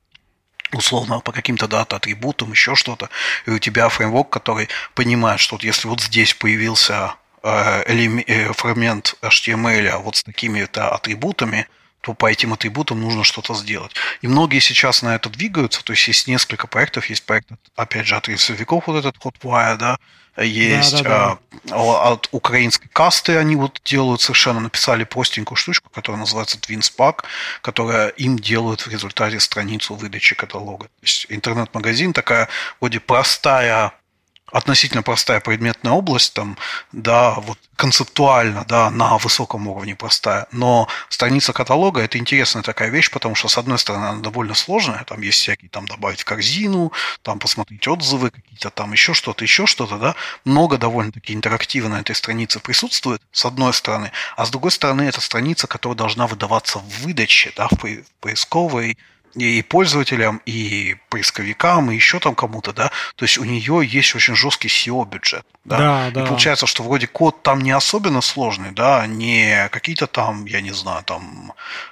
условно по каким-то дата-атрибутам, еще что-то, и у тебя фреймворк, который понимает, что вот если вот здесь появился э, элем... э, фрагмент эйч ти эм эль вот с такими-то атрибутами, то по этим атрибутам нужно что-то сделать. И многие сейчас на это двигаются, то есть есть несколько проектов, есть проект, опять же, от рисовиков, вот этот Hotwire, да, есть да, да, да. А, от украинской касты они вот делают совершенно, написали простенькую штучку, которая называется TwinSpark, которая им делают в результате страницу выдачи каталога. То есть интернет-магазин такая вроде простая, относительно простая предметная область, там, да, вот концептуально, да, на высоком уровне простая, но страница каталога – это интересная такая вещь, потому что, с одной стороны, она довольно сложная, там есть всякие, там, добавить в корзину, там, посмотреть отзывы какие-то, там, еще что-то, еще что-то, да, много довольно-таки интерактива на этой странице присутствует, с одной стороны, а с другой стороны, это страница, которая должна выдаваться в выдаче, да, в поисковой, и пользователям, и поисковикам, и еще там кому-то, да, то есть у нее есть очень жесткий сео-бюджет, да, да, и да. получается, что вроде код там не особенно сложный, да, не какие-то там, я не знаю, там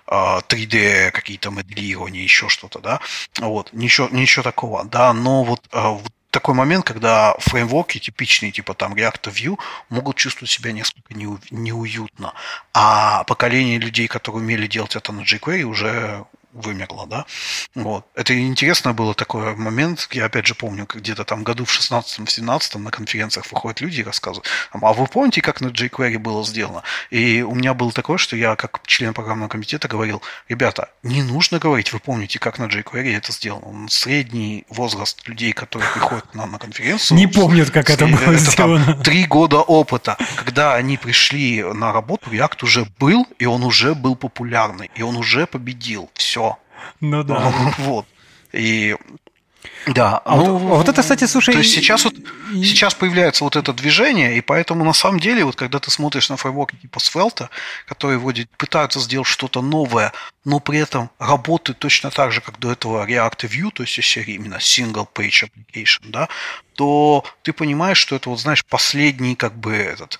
три дэ какие-то моделирования, еще что-то, да, вот, ничего, ничего такого, да, но вот, вот такой момент, когда фреймворки типичные, типа там React Vue, могут чувствовать себя несколько неу, неуютно, а поколение людей, которые умели делать это на jQuery, уже вымерло, да, вот. Это интересно было такой момент, я опять же помню, где-то там году в шестнадцатом-семнадцатом на конференциях выходят люди и рассказывают, а вы помните, как на jQuery было сделано? И у меня было такое, что я как член программного комитета говорил, ребята, не нужно говорить, вы помните, как на jQuery это сделано. Средний возраст людей, которые приходят к нам на конференцию, не помнят, как это было это сделано. Три года опыта. Когда они пришли на работу, React уже был, и он уже был популярный, и он уже победил. Все. Ну да. Вот. И да. А ну, вот, вот это, кстати, слушай. То есть сейчас вот и... сейчас появляется вот это движение, и поэтому на самом деле, вот когда ты смотришь на фреймворки типа Svelte, которые вроде пытаются сделать что-то новое, но при этом работают точно так же, как до этого React Vue, то есть из серии именно single page application, да, то ты понимаешь, что это вот, знаешь, последний как бы этот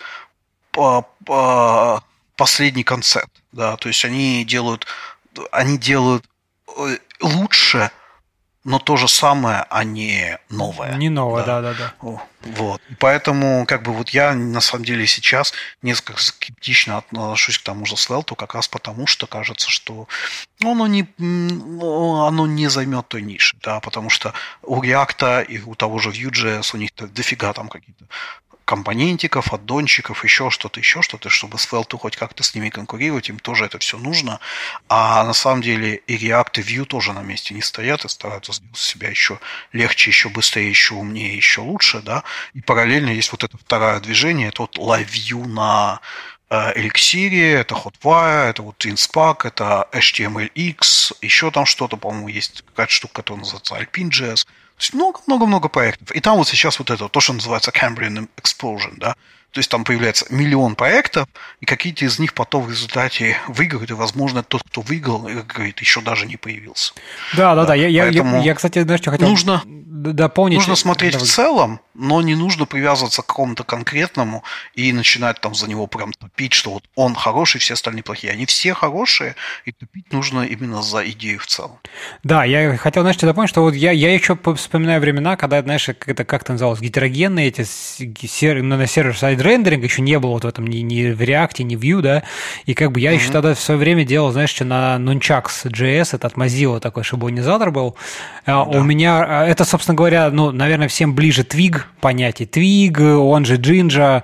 последний концепт, да, то есть они делают они делают лучше, но то же самое, а не новое. Не новое, да, да, да. да. Вот. И поэтому, как бы, вот я на самом деле сейчас несколько скептично отношусь к тому же Svelte, как раз потому, что кажется, что оно не, оно не займет той ниши, да, потому что у React и у того же Vue.js у них дофига там какие-то компонентиков, аддончиков, еще что-то, еще что-то, чтобы Svelte хоть как-то с ними конкурировать, им тоже это все нужно. А на самом деле и React, и Vue тоже на месте не стоят и стараются сделать себя еще легче, еще быстрее, еще умнее, еще лучше, да. И параллельно есть вот это второе движение, это вот LiveView на Elixir, это Hotwire, это вот TwinSpark, это эйч ти эм эль икс, еще там что-то, по-моему, есть какая-то штука, которая называется Alpine.js. То есть много-много-много проектов. И там вот сейчас вот это, то, что называется Cambrian Explosion, да, то есть там появляется миллион проектов, и какие-то из них потом в результате выиграют, и, возможно, тот, кто выиграл, говорит, еще даже не появился. Да, да, да. Я, я, я, я, кстати, знаешь, что хотел нужно, дополнить. Нужно смотреть Давай. в целом, но не нужно привязываться к какому-то конкретному и начинать там за него прям топить, что вот он хороший, все остальные плохие. Они все хорошие, и топить нужно именно за идею в целом. Да, я хотел, знаешь, тебе напомнить, что вот я, я еще вспоминаю времена, когда, знаешь, это как это называлось, гетерогенные эти сер, на сервер-сайд рендеринг еще не было вот в этом ни, ни в React, ни в Vue, да, и как бы я mm-hmm. еще тогда в свое время делал, знаешь, что на Nunchucks джей эс, это от Mozilla такой шаблонизатор был. Да. У меня, это, собственно говоря, ну, наверное, всем ближе Twig понятие. Twig, он же Jinja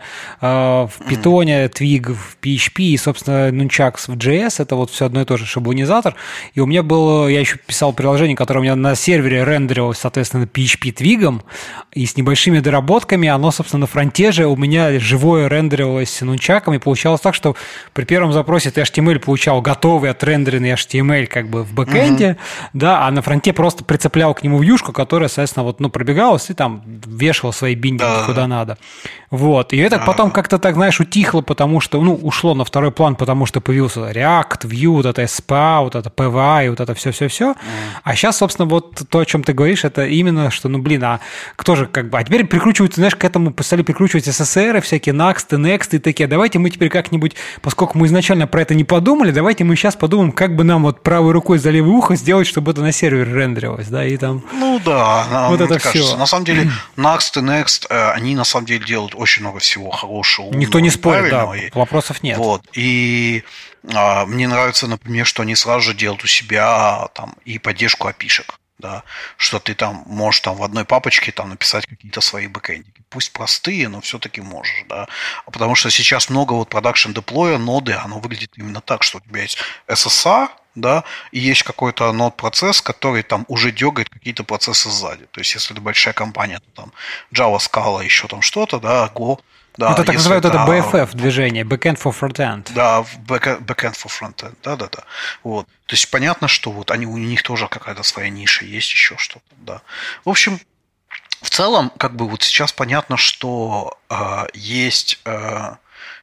в Python, Twig в пи эйч пи и, собственно, Nunchucks в джей эс, это вот все одно и то же шаблонизатор. И у меня был, я еще писал приложение, которое у меня на сервере рендерилось, соответственно, пи эйч пи Twig, и с небольшими доработками оно, собственно, на фронте же у меня живое рендерилось нунчаком, и получалось так, что при первом запросе ты эйч ти эм эль получал готовый отрендеренный эйч ти эм эль как бы в бэкэнде, mm-hmm. да, а на фронте просто прицеплял к нему вьюшку, которая, соответственно, вот, ну, пробегалась и там вешал свои биндинги uh-huh. куда надо. Вот. И это uh-huh. потом как-то так, знаешь, утихло, потому что, ну, ушло на второй план, потому что появился React, Vue, вот это эс пи эй, вот это пи ви ай, вот это все-все-все. Uh-huh. А сейчас, собственно, вот то, о чем ты говоришь, это именно, что, ну, блин, а кто же как бы... А теперь прикручиваются, знаешь, к этому стали прикручивать эс эс эр, всякие Next, Next и такие. Давайте мы теперь как-нибудь, поскольку мы изначально про это не подумали, давайте мы сейчас подумаем, как бы нам вот правой рукой за левое ухо сделать, чтобы это на сервере рендерилось, да, и там... Ну, да. Вот это кажется. все. На самом деле, Next и Next, они на самом деле делают очень много всего хорошего, умного, никто не спорит, да, и, вопросов нет. Вот, и а, мне нравится, например, что они сразу же делают у себя там и поддержку эй пи ай-шек, да, что ты там можешь там в одной папочке там написать какие-то свои бэкэндики. Пусть простые, но все-таки можешь, да. Потому что сейчас много вот продакшн деплоя, ноды, оно выглядит именно так, что у тебя есть эс эс эй, да, и есть какой-то нод-процесс, который там уже дергает какие-то процессы сзади. То есть, если это большая компания, то там Java, Scala, еще там что-то, да, Go. Да, это так называют это, это би эф эф движение, Backend for Frontend. Да, Backend for Frontend, да-да-да. Вот. То есть, понятно, что вот они, у них тоже какая-то своя ниша, есть еще что-то, да. В общем, в целом, как бы вот сейчас понятно, что э, есть... Э,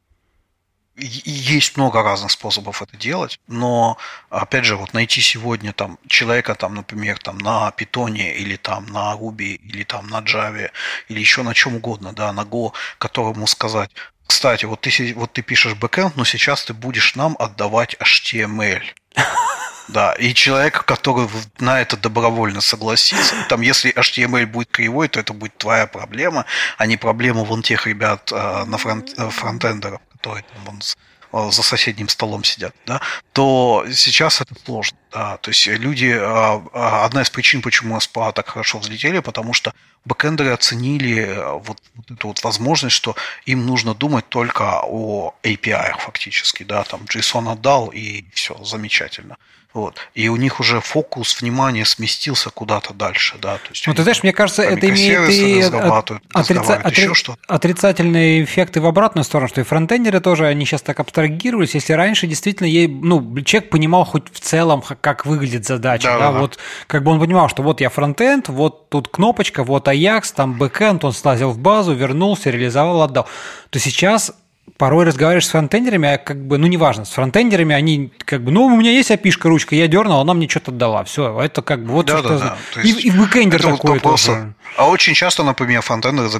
Есть много разных способов это делать, но, опять же, вот найти сегодня там человека, там, например, там, на Python или там на Ruby или там на Java или еще на чем угодно, да, на Go, которому сказать, кстати, вот ты, вот ты пишешь бэкэнд, но сейчас ты будешь нам отдавать эйч ти эм эль. Да, и человек, который на это добровольно согласится, там, если эйч ти эм эль будет кривой, то это будет твоя проблема, а не проблема вон тех ребят на фронт, фронтендеров, которые там вон за соседним столом сидят, да, то сейчас это сложно. Да. То есть люди, одна из причин, почему эс пи эй так хорошо взлетели, потому что бэкэндеры оценили вот, вот эту вот возможность, что им нужно думать только о эй пи ай фактически, да, там JSON отдал и все, замечательно. Вот. И у них уже фокус внимания сместился куда-то дальше, да. То есть ну, ты знаешь, мне кажется, это имеет и отрица... отри... отрицательные эффекты в обратную сторону, что и фронтендеры тоже, они сейчас так абстрагировались. Если раньше действительно ей, ну, человек понимал хоть в целом, как выглядит задача, да, да, да, вот как бы он понимал, что вот я фронтенд, вот тут кнопочка, вот Ajax, там бэкэнд, он слазил в базу, вернулся, реализовал, отдал. То сейчас порой разговариваешь с фронтендерами, а как бы, ну, неважно, с фронтендерами они как бы, ну, у меня есть эй пи ай-шка, ручка, я дернул, она мне что-то отдала. Все, это как бы вот да, что да, да. И, и бэкэндер такой вот тоже. А очень часто, например, фронтендеры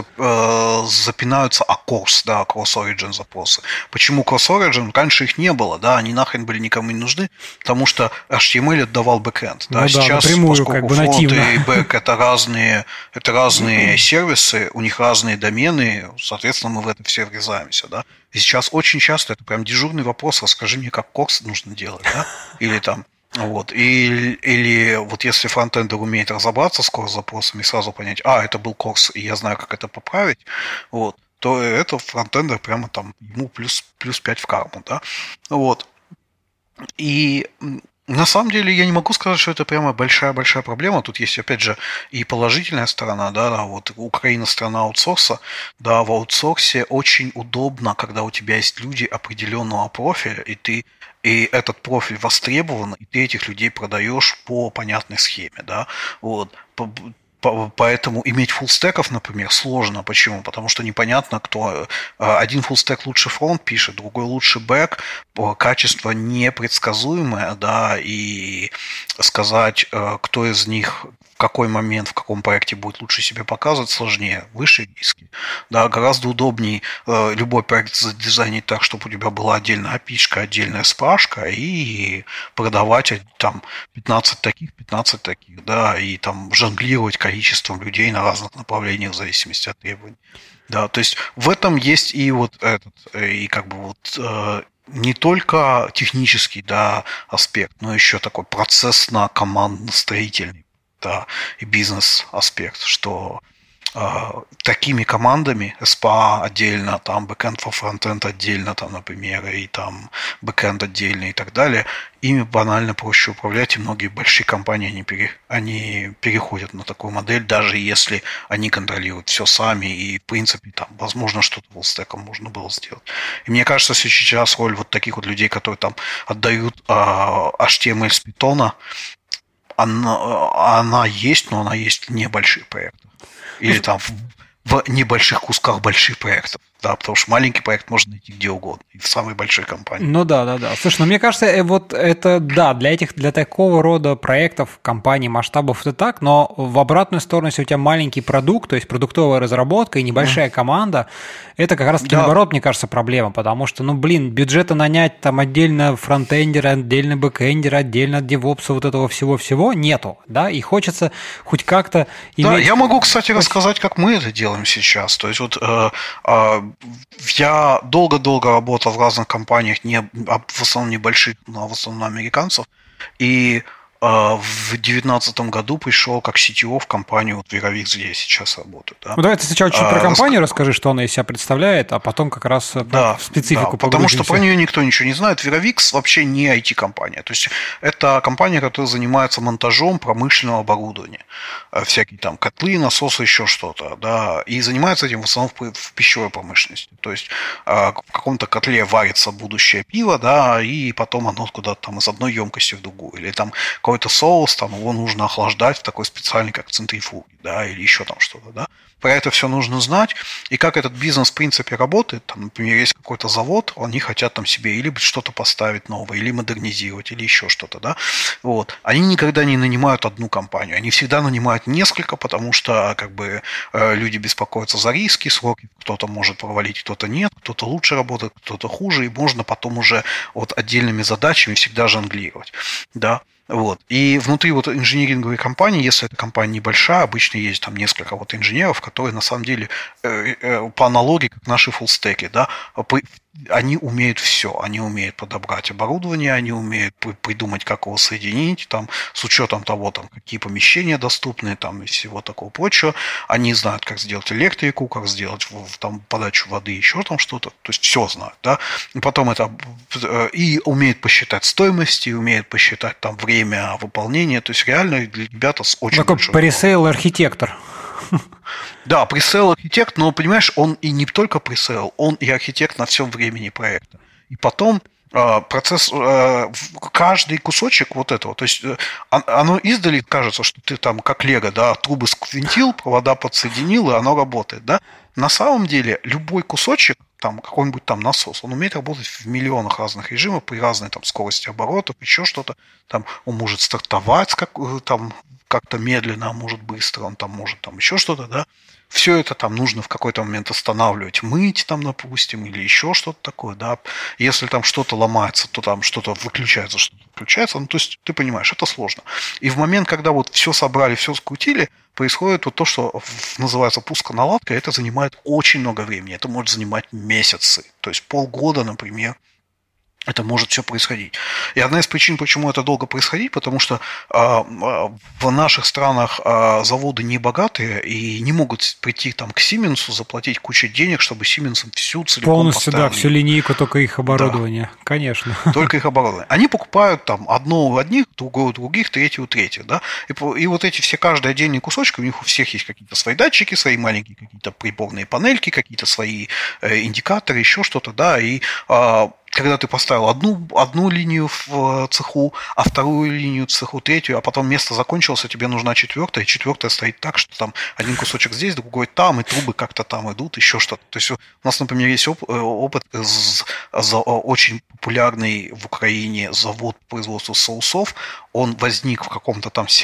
запинаются о course, да, cross-origin запросы. Почему cross-origin? Раньше их не было, да, они нахрен были никому не нужны, потому что эйч ти эм эль отдавал бэкэнд. Да, ну, сейчас, да, напрямую, поскольку как бы фронт нативно. и бэк это разные, это разные сервисы, у них разные домены, соответственно, мы в это все врезаемся, да. И сейчас очень часто это прям дежурный вопрос, расскажи мне, как course нужно делать, да, или там вот. Или, или вот если фронтендер умеет разобраться с корс-запросами и сразу понять, а, это был корс, и я знаю, как это поправить, вот, то это фронтендер прямо там ему плюс, плюс пять в карму, да, вот. И на самом деле я не могу сказать, что это прямо большая-большая проблема. Тут есть, опять же, и положительная сторона, да, да, вот Украина страна аутсорса, да, в аутсорсе очень удобно, когда у тебя есть люди определенного профиля, и ты и этот профиль востребован, и ты этих людей продаешь по понятной схеме, да, вот. Поэтому иметь фуллстеков, например, сложно. Почему? Потому что непонятно, кто... Один фуллстек лучше фронт пишет, другой лучше бэк. Качество непредсказуемое, да, и сказать, кто из них в какой момент, в каком проекте будет лучше себя показывать, сложнее, выше риски. Да, гораздо удобнее э, любой проект задизайнить так, чтобы у тебя была отдельная опишка, отдельная спашка, и продавать там пятнадцать таких, пятнадцать таких, да, и там жонглировать количеством людей на разных направлениях в зависимости от требований. Да, то есть в этом есть и вот этот, и как бы вот э, не только технический, да, аспект, но еще такой процессно-командно-строительный, да, и бизнес-аспект, что э, такими командами эс пи эй отдельно, там бэкэнд for фронтенд отдельно, там, например, и там бэкэнд отдельно и так далее, ими банально проще управлять, и многие большие компании, они, пере, они переходят на такую модель, даже если они контролируют все сами, и, в принципе, там, возможно, что-то фуллстеком можно было сделать. И мне кажется, сейчас роль вот таких вот людей, которые там отдают а, эйч ти эм эль с питона, она, она есть, но она есть в небольших проектах. Или там в, в небольших кусках больших проектов. Да, потому что маленький проект можно найти где угодно, и в самой большой компании. Ну да, да, да. Слушай, ну мне кажется, вот это, да, для этих, для такого рода проектов, компаний, масштабов это так, но в обратную сторону, если у тебя маленький продукт, то есть продуктовая разработка и небольшая mm. команда, это как раз-таки, да. наоборот, мне кажется, проблема, потому что, ну, блин, бюджета нанять там отдельно фронтендера, отдельно бэкэндера, отдельно девопса, вот этого всего-всего нету, да, и хочется хоть как-то иметь... Да, я могу, кстати, рассказать, как мы это делаем сейчас, то есть вот... Э, э, я долго-долго работал в разных компаниях, не, в основном небольших, но в основном американцев. И в две тысячи девятнадцатом году пришел как си ти о в компанию вот Veravix, где я сейчас работаю. Да. Ну, давай ты сначала чуть а, про компанию рас... расскажи, что она из себя представляет, а потом как раз про да, специфику да, потому что про нее никто ничего не знает. Veravix вообще не ай ти-компания. То есть это компания, которая занимается монтажом промышленного оборудования. Всякие там котлы, насосы, еще что-то. Да, и занимается этим в основном в пищевой промышленности. То есть в каком-то котле варится будущее пиво, да, и потом оно куда-то там из одной емкости в другую. Или там какой-то соус, там его нужно охлаждать в такой специальной, как центрифуге, да, или еще там что-то, да. Про это все нужно знать, и как этот бизнес в принципе работает. Там, например, есть какой-то завод, они хотят там себе или что-то поставить новое, или модернизировать, или еще что-то, да. Вот. Они никогда не нанимают одну компанию, они всегда нанимают несколько, потому что как бы люди беспокоятся за риски, сроки, кто-то может провалить, кто-то нет, кто-то лучше работает, кто-то хуже, и можно потом уже вот отдельными задачами всегда жонглировать, да. Вот. И внутри вот инжиниринговой компании, если эта компания небольшая, обычно есть там несколько вот инженеров, которые на самом деле э, э, по аналогии, как наши фуллстеки, да, они умеют все. Они умеют подобрать оборудование, они умеют придумать, как его соединить, там, с учетом того, там, какие помещения доступны, там, и всего такого прочего. Они знают, как сделать электрику, как сделать там, подачу воды, еще там что-то. То есть все знают, да. И потом это и умеют посчитать стоимость, и умеют посчитать там время выполнения. То есть реально ребята с очень такой большой... пресейл-архитектор. Да, пресейл-архитект, но, понимаешь, он и не только пресейл, он и архитект на всем времени проекта. И потом э, процесс, э, каждый кусочек вот этого, то есть э, оно издали кажется, что ты там как лего, да, трубы сквинтил, провода подсоединил, и оно работает, да. На самом деле любой кусочек, там какой-нибудь там насос, он умеет работать в миллионах разных режимов при разной там скорости оборотов, еще что-то. Там он может стартовать как, там, как-то медленно, а может быстро, он там может там еще что-то, да. Все это там нужно в какой-то момент останавливать, мыть там, допустим, или еще что-то такое, да. Если там что-то ломается, то там что-то выключается, что-то включается. Ну, то есть, ты понимаешь, это сложно. И в момент, когда вот все собрали, все скрутили, происходит вот то, что называется пусконаладка, это занимает очень много времени. Это может занимать месяцы, то есть полгода, например. Это может все происходить. И одна из причин, почему это долго происходит, потому что э, в наших странах э, заводы не богатые и не могут прийти там к Сименсу, заплатить кучу денег, чтобы Сименсом всю целиком полностью, да, всю линейку, только их оборудование, да. Конечно. Только их оборудование. Они покупают там одно у одних, другое у других, третье у третьих, да. И, и вот эти все, каждый отдельный кусочек, у них у всех есть какие-то свои датчики, свои маленькие какие-то приборные панельки, какие-то свои э, индикаторы, еще что-то, да, и э, когда ты поставил одну, одну линию в цеху, а вторую линию в цеху, третью, а потом место закончилось, а тебе нужна четвертая, и четвертая стоит так, что там один кусочек здесь, другой там, и трубы как-то там идут, еще что-то. То есть у нас, например, есть оп- опыт с, с очень популярный в Украине завод по производству соусов. Он возник в каком-то там селе,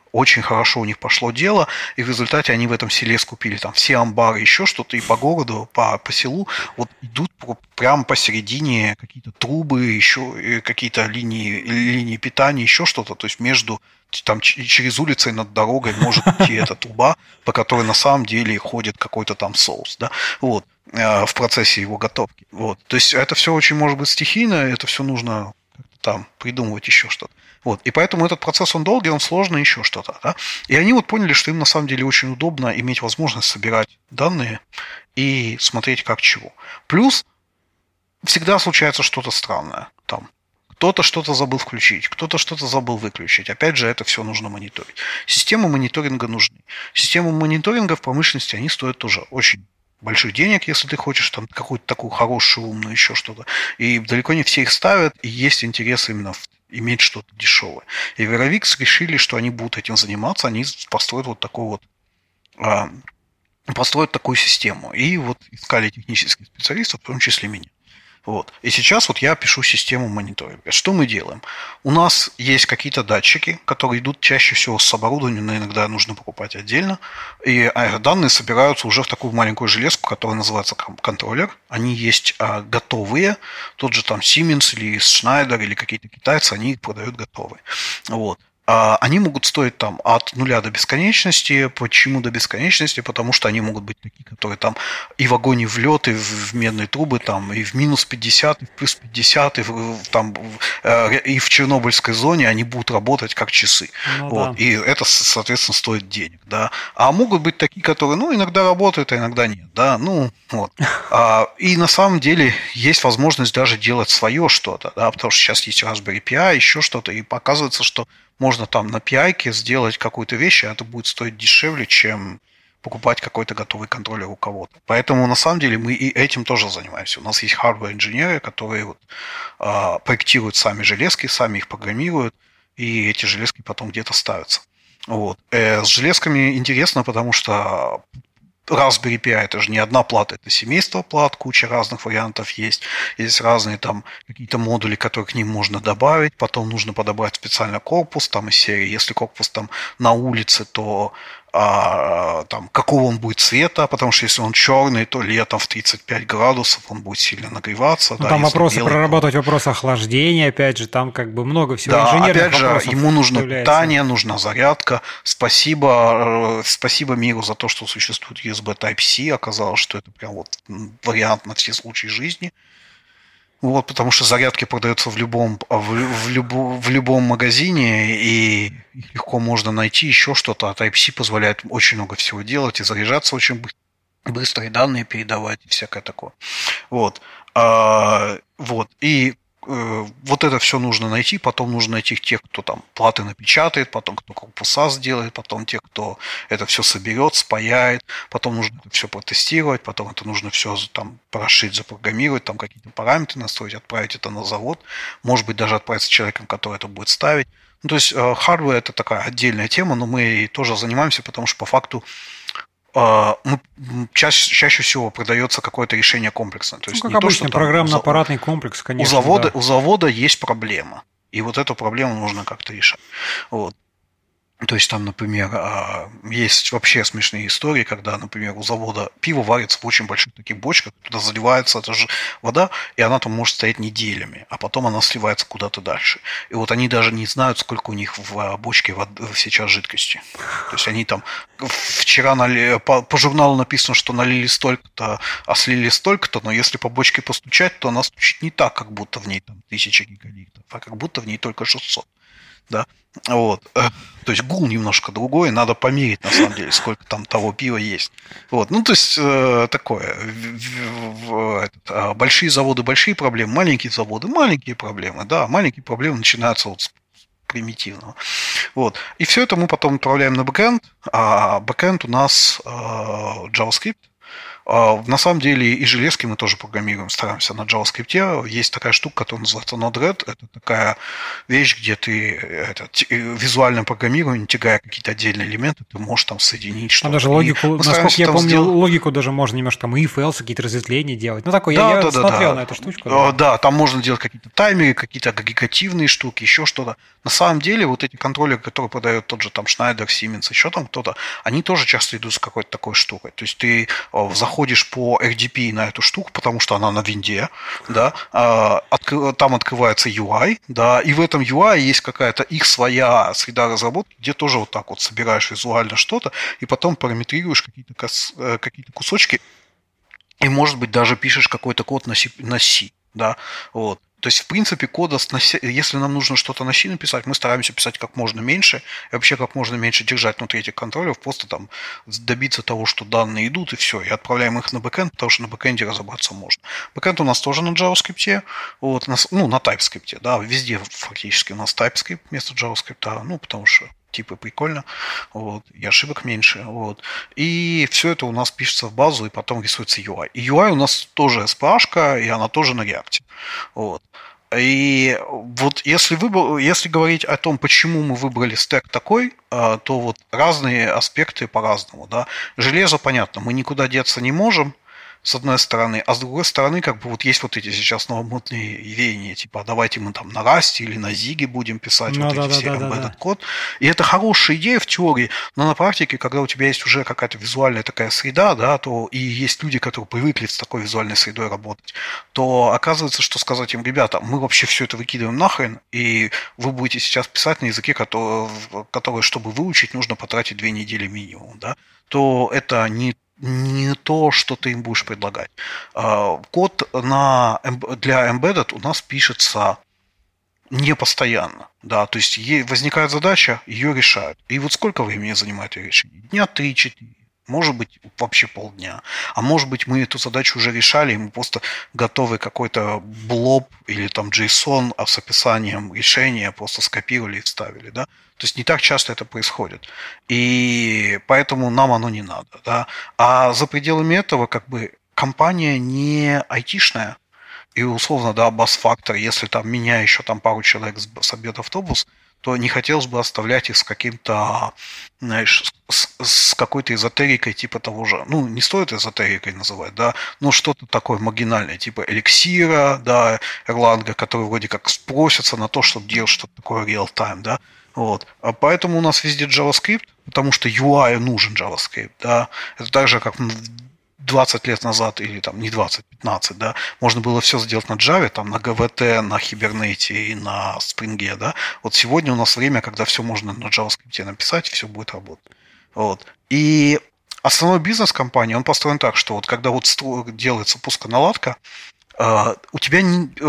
очень хорошо у них пошло дело, и в результате они в этом селе скупили там все амбары, еще что-то, и по городу, по, по селу вот идут прямо посередине какие-то трубы, еще какие-то линии, линии питания, еще что-то, то есть между там через улицей над дорогой может идти эта труба, по которой на самом деле ходит какой-то там соус, да, вот, в процессе его готовки. Вот. То есть это все очень может быть стихийно, это все нужно там придумывать еще что-то. Вот. И поэтому этот процесс, он долгий, он сложный, еще что-то. Да? И они вот поняли, что им на самом деле очень удобно иметь возможность собирать данные и смотреть как чего. Плюс всегда случается что-то странное. Там кто-то что-то забыл включить, кто-то что-то забыл выключить. Опять же, это все нужно мониторить. Системы мониторинга нужны. Системы мониторинга в промышленности, они стоят тоже очень больших денег, если ты хочешь там какую-то такую хорошую, умную, еще что-то. И далеко не все их ставят, и есть интерес именно в иметь что-то дешевое. И Verovix решили, что они будут этим заниматься, они построят вот такой вот а, построят такую систему. И вот искали технических специалистов, в том числе меня. Вот. И сейчас вот я пишу систему мониторинга. Что мы делаем? У нас есть какие-то датчики, которые идут чаще всего с оборудованием, но иногда нужно покупать отдельно. И данные собираются уже в такую маленькую железку, которая называется контроллер. Они есть а, готовые. Тот же там Siemens или Schneider или какие-то китайцы, они их продают готовые. Вот. Они могут стоить там от нуля до бесконечности. Почему до бесконечности? Потому что они могут быть такие, которые там и в огонь, и в лед, и в медные трубы, там, и в минус пятьдесят, и в плюс пятьдесят, и в, там, и в Чернобыльской зоне они будут работать как часы. Ну, вот. Да. И это, соответственно, стоит денег. Да. А могут быть такие, которые, ну, иногда работают, а иногда нет. Да. Ну, вот. И на самом деле есть возможность даже делать свое что-то, да, потому что сейчас есть Raspberry Pi, еще что-то, и показывается, что можно там на пи ай-ке сделать какую-то вещь, и это будет стоить дешевле, чем покупать какой-то готовый контроллер у кого-то. Поэтому на самом деле мы и этим тоже занимаемся. У нас есть hardware-инженеры, которые вот, а, проектируют сами железки, сами их программируют, и эти железки потом где-то ставятся. Вот. Э, с железками интересно, потому что Raspberry Pi это же не одна плата, это семейство плат, куча разных вариантов есть. Есть разные там какие-то модули, которые к ним можно добавить. Потом нужно подобрать специально корпус там из серии. Если корпус там на улице, то а, там, какого он будет цвета, потому что если он черный, то летом в тридцать пять градусов он будет сильно нагреваться. Ну, да, там вопросы белый, проработать, то... вопрос охлаждения, опять же, там как бы много всего. Да, опять же, ему нужно питание, нужна зарядка. Спасибо, спасибо миру за то, что существует ю эс би Type-C. Оказалось, что это прям вот вариант на все случаи жизни. Вот, потому что зарядки продаются в любом, в, в, любо, в любом магазине, и их легко можно найти, еще что-то. А Type-C позволяет очень много всего делать, и заряжаться очень быстро, и данные передавать, и всякое такое. Вот. А, вот. И э, вот это все нужно найти, потом нужно найти тех, кто там платы напечатает, потом кто корпуса сделает, потом тех, кто это все соберет, спаяет, потом нужно это все протестировать, потом это нужно все там прошить, запрограммировать, там какие-то параметры настроить, отправить это на завод, может быть, даже отправить с человеком, который это будет ставить. Ну, то есть hardware это такая отдельная тема, но мы тоже занимаемся, потому что по факту мы, чаще, чаще всего продается какое-то решение комплексное. То есть ну, как не обычно, то, что программно-аппаратный комплекс, конечно. У завода, да. у завода есть проблема, и вот эту проблему нужно как-то решать. Вот. То есть там, например, есть вообще смешные истории, когда, например, у завода пиво варится в очень больших таких бочках, туда заливается эта же вода, и она там может стоять неделями, а потом она сливается куда-то дальше. И вот они даже не знают, сколько у них в бочке сейчас жидкости. То есть они там вчера налили, по, по журналу написано, что налили столько-то, а слили столько-то, но если по бочке постучать, то она стучит не так, как будто в ней там тысяча гигалитров, а как будто в ней только шестьсот. Да, вот, то есть гул немножко другой, надо померить на самом деле, сколько там того пива есть. Вот, ну то есть э, такое, в, в, этот, большие заводы большие проблемы, маленькие заводы маленькие проблемы, да, маленькие проблемы начинаются вот с примитивного. Вот, и все это мы потом отправляем на бэкэнд, а бэкэнд у нас э, JavaScript. На самом деле и железки мы тоже программируем, стараемся на JavaScript. Есть такая штука, которая называется Node-RED. Это такая вещь, где ты это, визуальным программированием, тягая какие-то отдельные элементы, ты можешь там соединить что-то. А даже логику, насколько я помню, сделать... логику даже можно немножко там if, else, какие-то разветвления делать. Ну, такой, да, я, да, я да, смотрел да. на эту штучку. Да. да, там можно делать какие-то таймеры, какие-то агрегативные штуки, еще что-то. На самом деле, вот эти контроллеры, которые продает тот же там Schneider, Siemens, еще там кто-то, они тоже часто идут с какой-то такой штукой. То есть ты заходишь по эр ди пи на эту штуку, потому что она на винде, да, там открывается ю ай, да, и в этом ю ай есть какая-то их своя среда разработки, где тоже вот так вот собираешь визуально что-то, и потом параметрируешь какие-то, какие-то кусочки, и, может быть, даже пишешь какой-то код на C, на C, да, вот. То есть, в принципе, кода, если нам нужно что-то на C написать, мы стараемся писать как можно меньше, и вообще как можно меньше держать внутри этих контроллеров, просто там добиться того, что данные идут, и все, и отправляем их на бэкэнд, потому что на бэкэнде разобраться можно. Бэкэнд у нас тоже на JavaScript, вот, ну, на TypeScript, да, везде фактически у нас TypeScript вместо JavaScript, ну, потому что типа прикольно, вот, и ошибок меньше, вот. И все это у нас пишется в базу, и потом рисуется ю ай. И ю ай у нас тоже эс пи эй-шка, и она тоже на React. Вот. И вот если, выбор, если говорить о том, почему мы выбрали стек такой, то вот разные аспекты по-разному. Да. Железо, понятно, мы никуда деться не можем, с одной стороны, а с другой стороны, как бы вот есть вот эти сейчас новомодные веяния, типа, давайте мы там на Расте или на Зиге будем писать ну, вот да, эти да, все да, embedded да, код. И это хорошая идея в теории, но на практике, когда у тебя есть уже какая-то визуальная такая среда, да, то и есть люди, которые привыкли с такой визуальной средой работать, то оказывается, что сказать им, ребята, мы вообще все это выкидываем нахрен, и вы будете сейчас писать на языке, который, который чтобы выучить, нужно потратить две недели минимум, да, то это не не то, что ты им будешь предлагать. Код на, для Embedded у нас пишется не постоянно. Да, то есть возникает задача, ее решают. И вот сколько времени занимает ее решение? Дня три-четыре. Может быть, вообще полдня. А может быть, мы эту задачу уже решали, и мы просто готовы какой-то блоб или там JSON с описанием решения просто скопировали и вставили. Да? То есть не так часто это происходит. И поэтому нам оно не надо. Да? А за пределами этого как бы компания не айтишная. И условно, да, бас-фактор, если там меня еще там пару человек собьет автобус, то не хотелось бы оставлять их с каким-то, знаешь, с, с какой-то эзотерикой типа того же, ну, не стоит эзотерикой называть, да, но что-то такое маргинальное, типа эликсира, да, Erlang, который вроде как спросится на то, чтобы делать что-то такое real-time, да, вот. А поэтому у нас везде JavaScript, потому что ю ай нужен JavaScript, да, это так же, как двадцать лет назад, или там не двадцать, пятнадцать, да, можно было все сделать на Java, там, на джи ви ти, на Hibernate и на Spring, да. Вот сегодня у нас время, когда все можно на JavaScript написать, и все будет работать. Вот. И основной бизнес компании, он построен так, что вот когда вот делается пусконаладка, у тебя,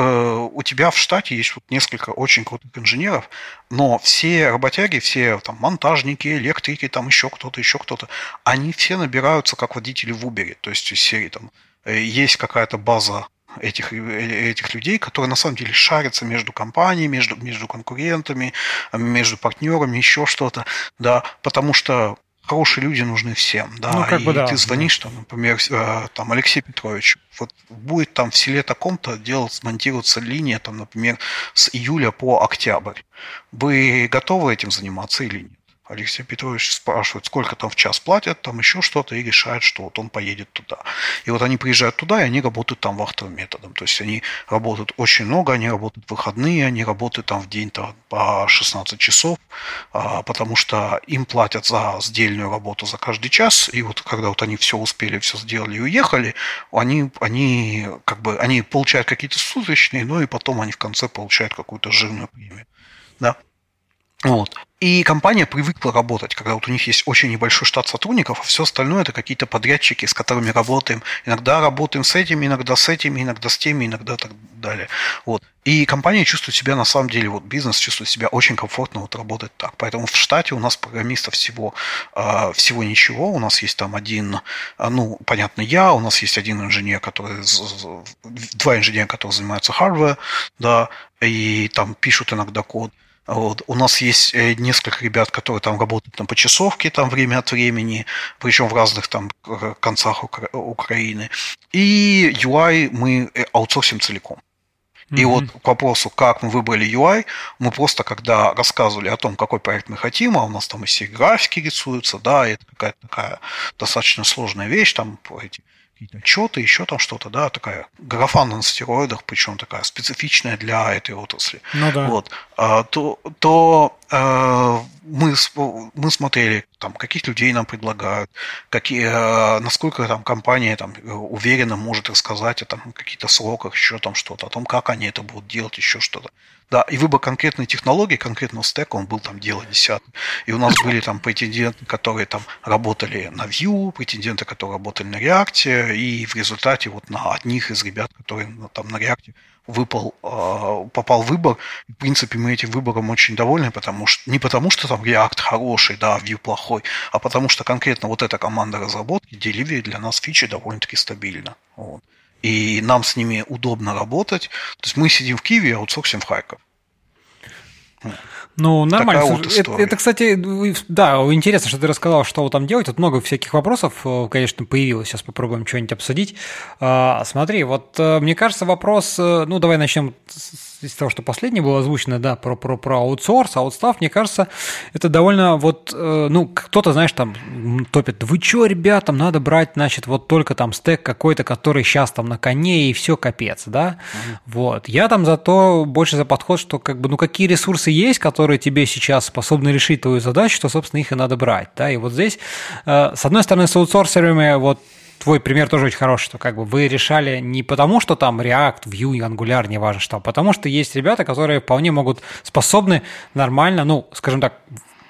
у тебя в штате есть вот несколько очень крутых инженеров, но все работяги, все там монтажники, электрики, там еще кто-то, еще кто-то, они все набираются как водители в Uber. То есть из серии там есть какая-то база этих, этих людей, которые на самом деле шарятся между компаниями, между, между конкурентами, между партнерами, еще что-то, да, потому что хорошие люди нужны всем, да, ну, как и бы, да, ты звонишь, да. там, например, там, Алексей Петрович, вот будет там в селе таком-то делать, смонтироваться линия, там, например, с июля по октябрь. Вы готовы этим заниматься или нет? Алексей Петрович спрашивает, сколько там в час платят, там еще что-то, и решает, что вот он поедет туда. И вот они приезжают туда, и они работают там вахтовым методом. То есть они работают очень много, они работают в выходные, они работают там в день там, по шестнадцать часов, потому что им платят за сдельную работу за каждый час. И вот когда вот они все успели, все сделали и уехали, они, они, как бы, они получают какие-то суточные, но и потом они в конце получают какую-то жирную премию. Да? Вот. И компания привыкла работать, когда вот у них есть очень небольшой штат сотрудников, а все остальное это какие-то подрядчики, с которыми работаем. Иногда работаем с этими, иногда с этими, иногда с теми, иногда так далее. Вот. И компания чувствует себя, на самом деле, вот бизнес чувствует себя очень комфортно вот работать так. Поэтому в штате у нас программистов всего, всего ничего. У нас есть там один, ну, понятно, я, у нас есть один инженер, который, два инженера, которые занимаются hardware, да, и там пишут иногда код. Вот. У нас есть несколько ребят, которые там работают там, по часовке там, время от времени, причем в разных там концах Укра- Украины. И ю ай мы аутсорсим целиком. И mm-hmm. вот к вопросу, как мы выбрали ю ай, мы просто, когда рассказывали о том, какой проект мы хотим, а у нас там и все графики рисуются, да, и это какая-то такая достаточно сложная вещь, там эти какие-то отчеты, еще там что-то, да, такая графа на стероидах, причем такая специфичная для этой отрасли. Ну да. Вот, то, то э, мы, мы смотрели, там, каких людей нам предлагают, какие, насколько там компания там, уверенно может рассказать о там, каких-то сроках, еще там что-то, о том, как они это будут делать, еще что-то. Да, и выбор конкретной технологии, конкретного стека, он был там дело десятый. И у нас были там претенденты, которые там работали на Vue, претенденты, которые работали на React, и в результате вот на одних из ребят, которые там на React выпал, попал выбор. В принципе, мы этим выбором очень довольны, потому что не потому, что там React хороший, да, Vue плохой, а потому что конкретно вот эта команда разработки, Delivery для нас фичи довольно-таки стабильна. Вот. И нам с ними удобно работать. То есть мы сидим в Киеве, аутсорсим в Харьков. Ну, нормально. Вот это, это, кстати, да, интересно, что ты рассказал, что там делать. Тут много всяких вопросов, конечно, появилось. Сейчас попробуем что-нибудь обсудить. Смотри, вот мне кажется, вопрос... Ну, давай начнем из того, что последнее было озвучено, да, про, про, про аутсорс, аутстав, мне кажется, это довольно вот, ну, кто-то, знаешь, там топит, вы чё, ребят, там надо брать, значит, вот только там стек какой-то, который сейчас там на коне, и все капец, да, mm-hmm. вот. Я там зато больше за подход, что как бы, ну, какие ресурсы есть, которые тебе сейчас способны решить твою задачу, что, собственно, их и надо брать, да, и вот здесь, с одной стороны, с аутсорсерами, вот, твой пример тоже очень хороший, что как бы вы решали не потому, что там React, Vue, Angular, не важно что, а потому что есть ребята, которые вполне могут, способны нормально, ну, скажем так,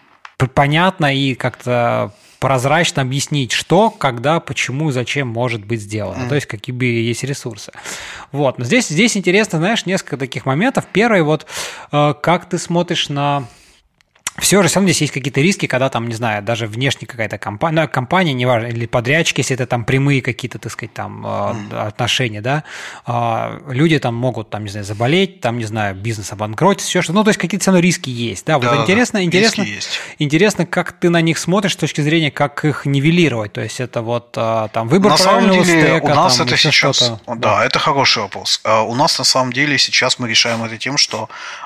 понятно и как-то прозрачно объяснить, что, когда, почему, зачем может быть сделано, mm. то есть какие бы есть ресурсы. Вот, но здесь, здесь интересно, знаешь, несколько таких моментов. Первый, вот, как ты смотришь на... Все же все равно здесь есть какие-то риски, когда там, не знаю, даже внешне какая-то компания, ну, компания, неважно, или подрядчики, если это там прямые какие-то, так сказать, там mm. отношения, да, люди там могут, там, не знаю, заболеть, там, не знаю, бизнес обанкротиться, все что, ну, то есть какие-то все равно риски есть, да, вот да, интересно, да, интересно, интересно, как ты на них смотришь с точки зрения, как их нивелировать, то есть это вот там выбор на правильного деле, стека, у нас там, это сейчас, что-то. Да, да, это хороший вопрос. У нас на самом деле сейчас мы решаем это тем, что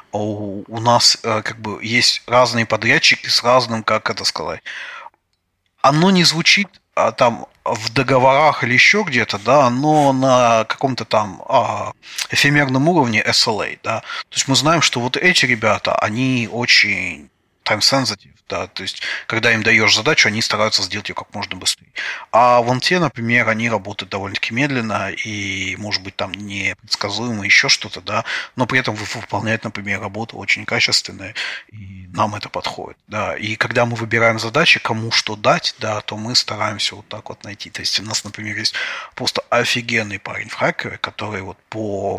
у нас как бы есть разные подрядчики с разным, как это сказать, оно не звучит а, там в договорах или еще где-то, да, но на каком-то там а, эфемерном уровне эс эл эй, да, то есть мы знаем, что вот эти ребята, они очень time sensitive, да, то есть когда им даешь задачу, они стараются сделать ее как можно быстрее. А вон те, например, они работают довольно-таки медленно и, может быть, там непредсказуемо еще что-то, да, но при этом выполняют, например, работу очень качественную, и нам это подходит, да. И когда мы выбираем задачи, кому что дать, да, то мы стараемся вот так вот найти. То есть у нас, например, есть просто офигенный парень в Харькове, который вот по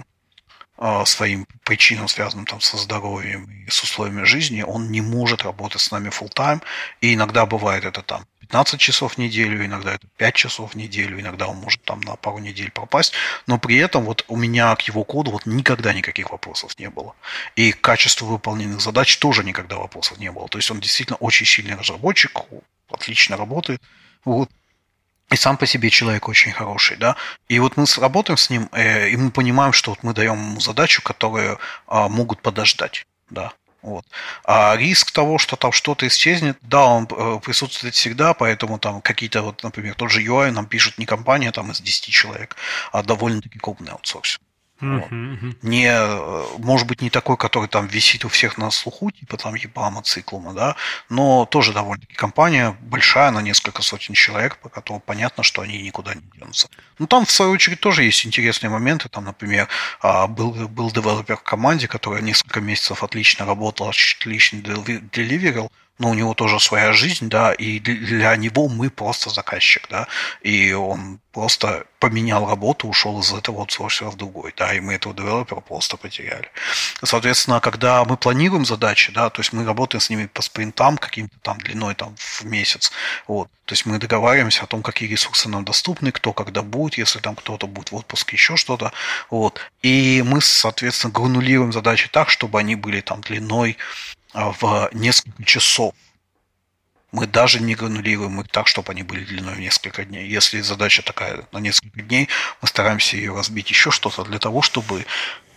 своим причинам, связанным там со здоровьем и с условиями жизни, он не может работать с нами full time, и иногда бывает это там пятнадцать часов в неделю, иногда это пять часов в неделю, иногда он может там на пару недель пропасть, но при этом вот у меня к его коду вот никогда никаких вопросов не было. И к качеству выполненных задач тоже никогда вопросов не было. То есть он действительно очень сильный разработчик, отлично работает. Вот. И сам по себе человек очень хороший, да. И вот мы работаем с ним, э, и мы понимаем, что вот мы даем ему задачу, которую э, могут подождать, да. Вот. А риск того, что там что-то исчезнет, да, он э, присутствует всегда, поэтому там какие-то, вот, например, тот же ю ай нам пишет не компания там из десяти человек, а довольно-таки крупный аутсорсинг. Вот. Uh-huh, uh-huh. Не, может быть, не такой, который там висит у всех на слуху, типа там Ебама, Циклума, да, но тоже довольно-таки компания большая, на несколько сотен человек, по которым понятно, что они никуда не денутся. Ну, там, в свою очередь, тоже есть интересные моменты. Там, например, был, был девелопер в команде, который несколько месяцев отлично работал, отлично деливерил. но у него тоже своя жизнь, да, и для него мы просто заказчик, да, и он просто поменял работу, ушел из этого аутсорсера в другой, да, и мы этого девелопера просто потеряли. Соответственно, когда мы планируем задачи, да, то есть мы работаем с ними по спринтам каким-то там длиной там в месяц, вот, то есть мы договариваемся о том, какие ресурсы нам доступны, кто когда будет, если там кто-то будет в отпуске, еще что-то, вот, и мы, соответственно, гранулируем задачи так, чтобы они были там длиной в несколько часов. Мы даже не гранулируем их так, чтобы они были длиной в несколько дней. Если задача такая на несколько дней, мы стараемся ее разбить еще что-то для того, чтобы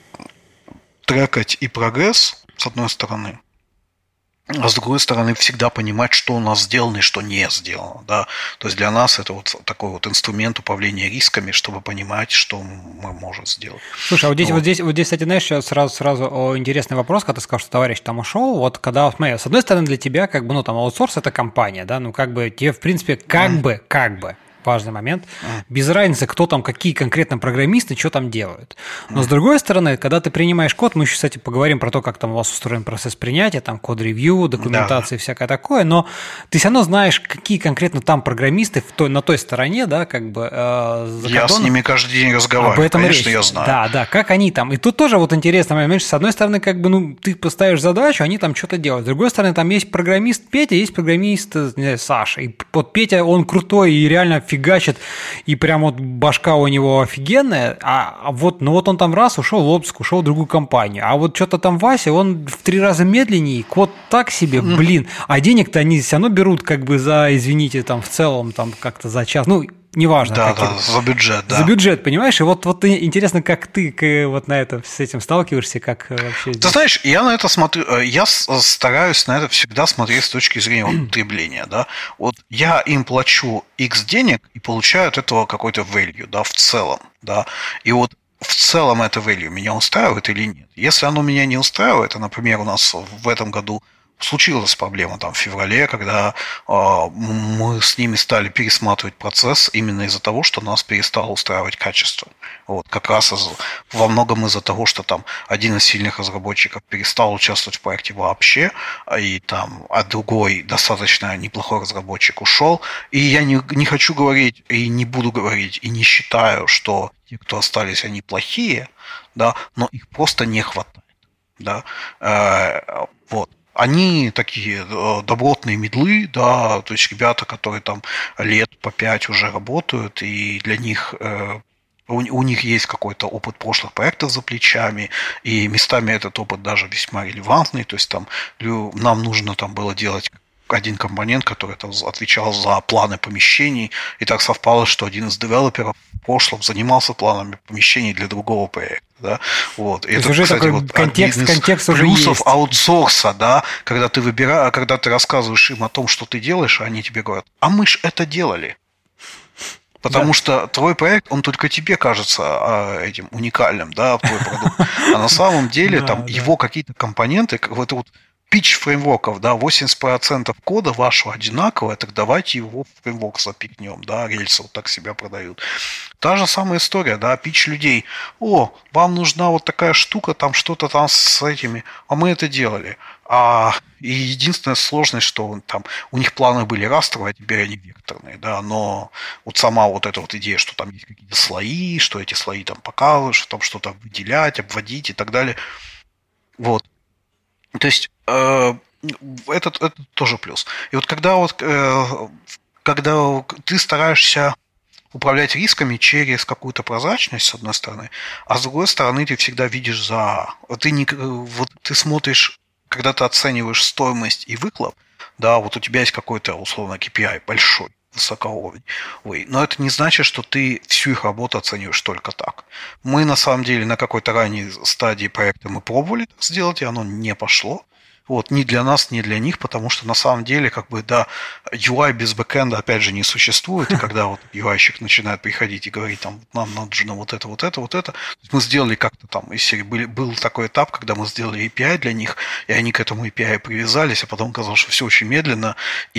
трекать и прогресс, с одной стороны, а с другой стороны, всегда понимать, что у нас сделано и что не сделано. Да? То есть для нас это вот такой вот инструмент управления рисками, чтобы понимать, что мы можем сделать. Слушай, а вот здесь, вот. Вот здесь, вот здесь, кстати, знаешь, сразу, сразу интересный вопрос, когда ты сказал, что товарищ там ушел. Вот когда, смотри, с одной стороны, для тебя, как бы, ну, там, аутсорс – это компания, да, ну, как бы, тебе, в принципе, как mm. бы, как бы, важный момент. Без разницы, кто там, какие конкретно программисты, что там делают. Но, с другой стороны, когда ты принимаешь код, мы еще, кстати, поговорим про то, как там у вас устроен процесс принятия, там код-ревью, документация и да. всякое такое, но ты все равно знаешь, какие конкретно там программисты в той, на той стороне, да, как бы э, за Я кордоном. с ними каждый день разговариваю, об этом конечно, речь. я знаю. Да, да, как они там. И тут тоже вот интересно, понимаешь, с одной стороны, как бы, ну, ты поставишь задачу, они там что-то делают. С другой стороны, там есть программист Петя, есть программист, не знаю, Саша. И вот Петя, он крутой и реально фигачит, и прям вот башка у него офигенная, а, а вот, ну вот он там раз ушел в отпуск, ушел в другую компанию, а вот что-то там Вася, он в три раза медленнее, код так себе, блин, а денег-то они все равно берут как бы за, извините, там в целом там как-то за час, ну, неважно. Да, да, за бюджет, да. За бюджет, понимаешь? И вот, вот интересно, как ты вот на это, с этим сталкиваешься, как вообще... Ты знаешь, я на это смотрю, я стараюсь на это всегда смотреть с точки зрения потребления, да. Вот я им плачу X денег и получаю от этого какой-то value, да, в целом, да. И вот в целом это value меня устраивает или нет? Если оно меня не устраивает, а, например, у нас в этом году случилась проблема там в феврале, когда э, мы с ними стали пересматривать процесс именно из-за того, что нас перестало устраивать качество. Вот, как раз из, во многом из-за того, что там один из сильных разработчиков перестал участвовать в проекте вообще, и там, а другой достаточно неплохой разработчик ушел. И я не, не хочу говорить, и не буду говорить, и не считаю, что те, кто остались, они плохие, да, но их просто не хватает. Да, э, вот. Они такие добротные медлы, да, то есть ребята, которые там лет по пять уже работают, и для них э, у, у них есть какой-то опыт прошлых проектов за плечами, и местами этот опыт даже весьма релевантный, то есть там нам нужно там было делать один компонент, который там отвечал за планы помещений, и так совпало, что один из девелоперов в прошлом занимался планами помещений для другого проекта. Да? Вот. И это, уже кстати, такой вот контекст, один из контекст уже плюсов есть. аутсорса, да, когда ты выбираешь, когда ты рассказываешь им о том, что ты делаешь, они тебе говорят, а мы ж это делали. Потому да. что твой проект, он только тебе кажется этим уникальным, да, твой продукт. А на самом деле там его какие-то компоненты, это вот питч фреймворков, да, восемьдесят процентов кода вашего одинаковое, так давайте его в фреймворк запихнем, да, рельсы вот так себя продают. Та же самая история, да, питч людей. О, вам нужна вот такая штука, там что-то там с этими, а мы это делали. А, и единственная сложность, что там у них планы были растровые, а теперь они векторные, да, но вот сама вот эта вот идея, что там есть какие-то слои, что эти слои там показывают, что там что-то выделять, обводить и так далее. Вот. То есть э, это, это тоже плюс. И вот когда вот э, когда ты стараешься управлять рисками через какую-то прозрачность, с одной стороны, а с другой стороны ты всегда видишь за... Ты, не, вот, ты смотришь, когда ты оцениваешь стоимость и выхлоп, да, вот у тебя есть какой-то, условно, кей пи ай большой, высокоуровневый, но это не значит, что ты всю их работу оцениваешь только так. Мы, на самом деле, на какой-то ранней стадии проекта мы пробовали так сделать, и оно не пошло. Вот, ни для нас, ни для них, потому что на самом деле, как бы, да, ю ай без бэкэнда, опять же, не существует, и когда вот ю ай-щик начинает приходить и говорить, там, нам нужно вот это, вот это, вот это, мы сделали как-то там, из серии, были, был такой этап, когда мы сделали эй пи ай для них, и они к этому эй пи ай привязались, а потом оказалось, что все очень медленно,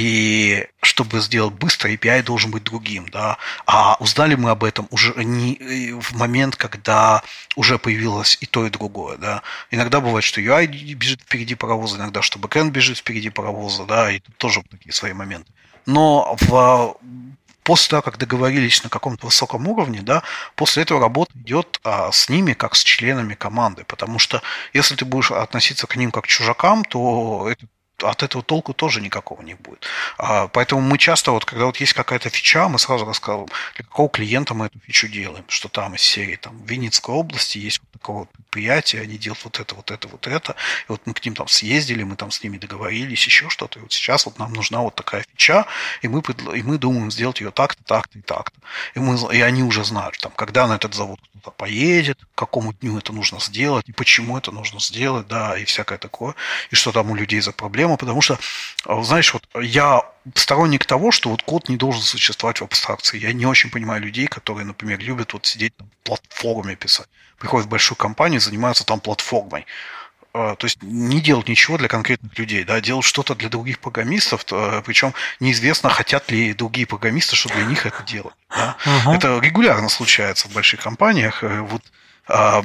и чтобы сделать быстро, эй пи ай должен быть другим, да, а узнали мы об этом уже не в момент, когда уже появилось и то, и другое, да. Иногда бывает, что ю ай бежит впереди паровоза, иногда, что бэкэнд бежит впереди паровоза, да, и тут тоже такие свои моменты. Но в, после того, как договорились на каком-то высоком уровне, да, после этого работа идет а, с ними, как с членами команды. Потому что если ты будешь относиться к ним как к чужакам, то это от этого толку тоже никакого не будет. А, поэтому мы часто, вот, когда вот есть какая-то фича, мы сразу рассказываем, для какого клиента мы эту фичу делаем, что там из серии там, в Винницкой области есть вот такое вот предприятие, они делают вот это, вот это, вот это, и вот мы к ним там съездили, мы там с ними договорились, еще что-то, и вот сейчас вот нам нужна вот такая фича, и мы, и мы думаем сделать ее так-то, так-то и так-то. И, мы, и они уже знают, там, когда на этот завод кто-то поедет, к какому дню это нужно сделать, и почему это нужно сделать, да, и всякое такое, и что там у людей за проблемы. Потому что, знаешь, вот я сторонник того, что вот код не должен существовать в абстракции. Я не очень понимаю людей, которые, например, любят вот сидеть там, в платформе писать. Приходят в большую компанию, занимаются там платформой. То есть не делать ничего для конкретных людей, да, делать что-то для других программистов, причем неизвестно, хотят ли другие программисты, что для них это делать. Да. Uh-huh. Это регулярно случается в больших компаниях. Вот, а,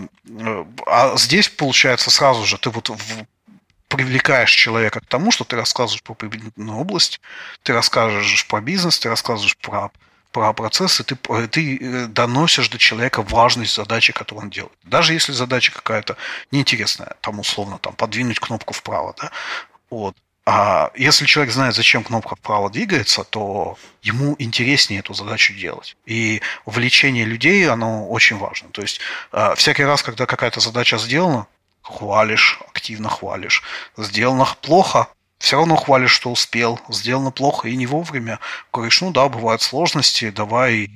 а здесь, получается, сразу же ты вот в привлекаешь человека к тому, что ты рассказываешь про применительную область, ты расскажешь про бизнес, ты рассказываешь про, про процессы, ты, ты доносишь до человека важность задачи, которую он делает. Даже если задача какая-то неинтересная, там условно там, подвинуть кнопку вправо, да, вот. А если человек знает, зачем кнопка вправо двигается, то ему интереснее эту задачу делать. И влечение людей, оно очень важно. То есть всякий раз, когда какая-то задача сделана, хвалишь, активно хвалишь. Сделано плохо, все равно хвалишь, что успел. Сделано плохо и не вовремя. Говоришь, ну да, бывают сложности, давай,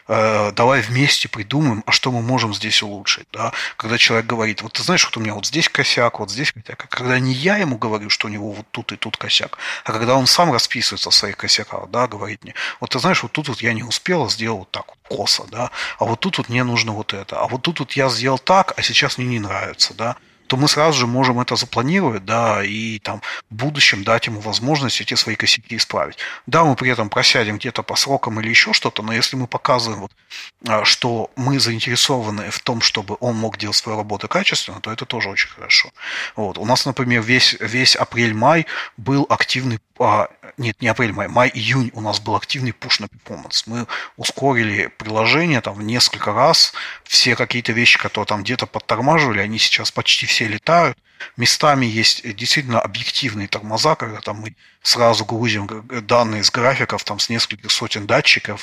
э, давай вместе придумаем, а что мы можем здесь улучшить. Да? Когда человек говорит, вот ты знаешь, вот у меня вот здесь косяк, вот здесь косяк. А когда не я ему говорю, что у него вот тут и тут косяк, а когда он сам расписывается в своих косяках, да, говорит мне, вот ты знаешь, вот тут вот я не успел, сделал вот так вот косо, да, а вот тут вот мне нужно вот это, а вот тут вот я сделал так, а сейчас мне не нравится, да, то мы сразу же можем это запланировать, да, и там в будущем дать ему возможность эти свои косяки исправить. Да, мы при этом просядем где-то по срокам или еще что-то, но если мы показываем, вот, что мы заинтересованы в том, чтобы он мог делать свою работу качественно, то это тоже очень хорошо. Вот. У нас, например, весь, весь апрель-май был активный, а, нет, не апрель-май, май-июнь у нас был активный пуш на перформанс. Мы ускорили приложение там в несколько раз, все какие-то вещи, которые там где-то подтормаживали, они сейчас почти все все летают. Местами есть действительно объективные тормоза, когда там мы сразу грузим данные с графиков там, с нескольких сотен датчиков,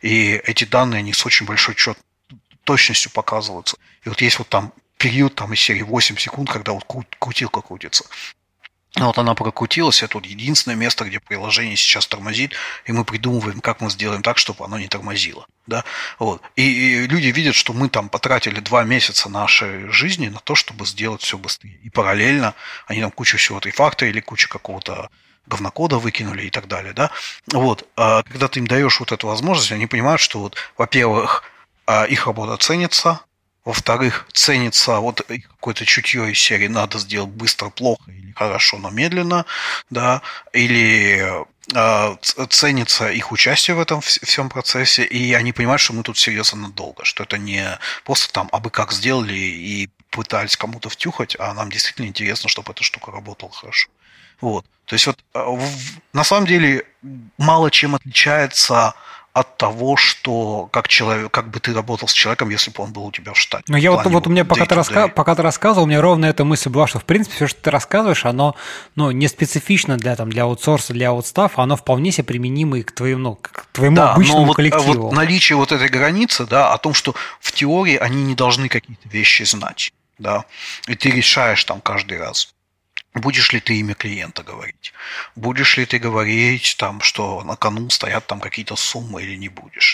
и эти данные они с очень большой чет, точностью показываются. И вот есть вот там период там, из серии восемь секунд, когда вот крутилка крутится. Вот она прокрутилась, это вот единственное место, где приложение сейчас тормозит, и мы придумываем, как мы сделаем так, чтобы оно не тормозило. Да? Вот. И, и люди видят, что мы там потратили два месяца нашей жизни на то, чтобы сделать все быстрее. И параллельно они там кучу всего трифактора или кучу какого-то говнокода выкинули и так далее. Да? Вот. А когда ты им даешь вот эту возможность, они понимают, что, вот, во-первых, их работа ценится, во-вторых, ценится вот какое-то чутье из серии «надо сделать быстро, плохо» или «хорошо, но медленно», да, или э, ценится их участие в этом всем процессе, и они понимают, что мы тут серьезно надолго, что это не просто там абы как сделали и пытались кому-то втюхать, а нам действительно интересно, чтобы эта штука работала хорошо. Вот. То есть вот на самом деле мало чем отличается от того, что как человек, как бы ты работал с человеком, если бы он был у тебя в штате. Ну, я вот, вот у меня, пока ты, раска... пока ты рассказывал, у меня ровно эта мысль была, что, в принципе, все, что ты рассказываешь, оно, ну, не специфично для, там, для аутсорса, для аутстаффа, оно вполне себе применимо и к твоему, ну, к твоему да, обычному но коллективу. Вот, вот наличие вот этой границы, да, о том, что в теории они не должны какие-то вещи знать, да, и ты решаешь там каждый раз. Будешь ли ты имя клиента говорить? Будешь ли ты говорить, там, что на кону стоят там какие-то суммы или не будешь?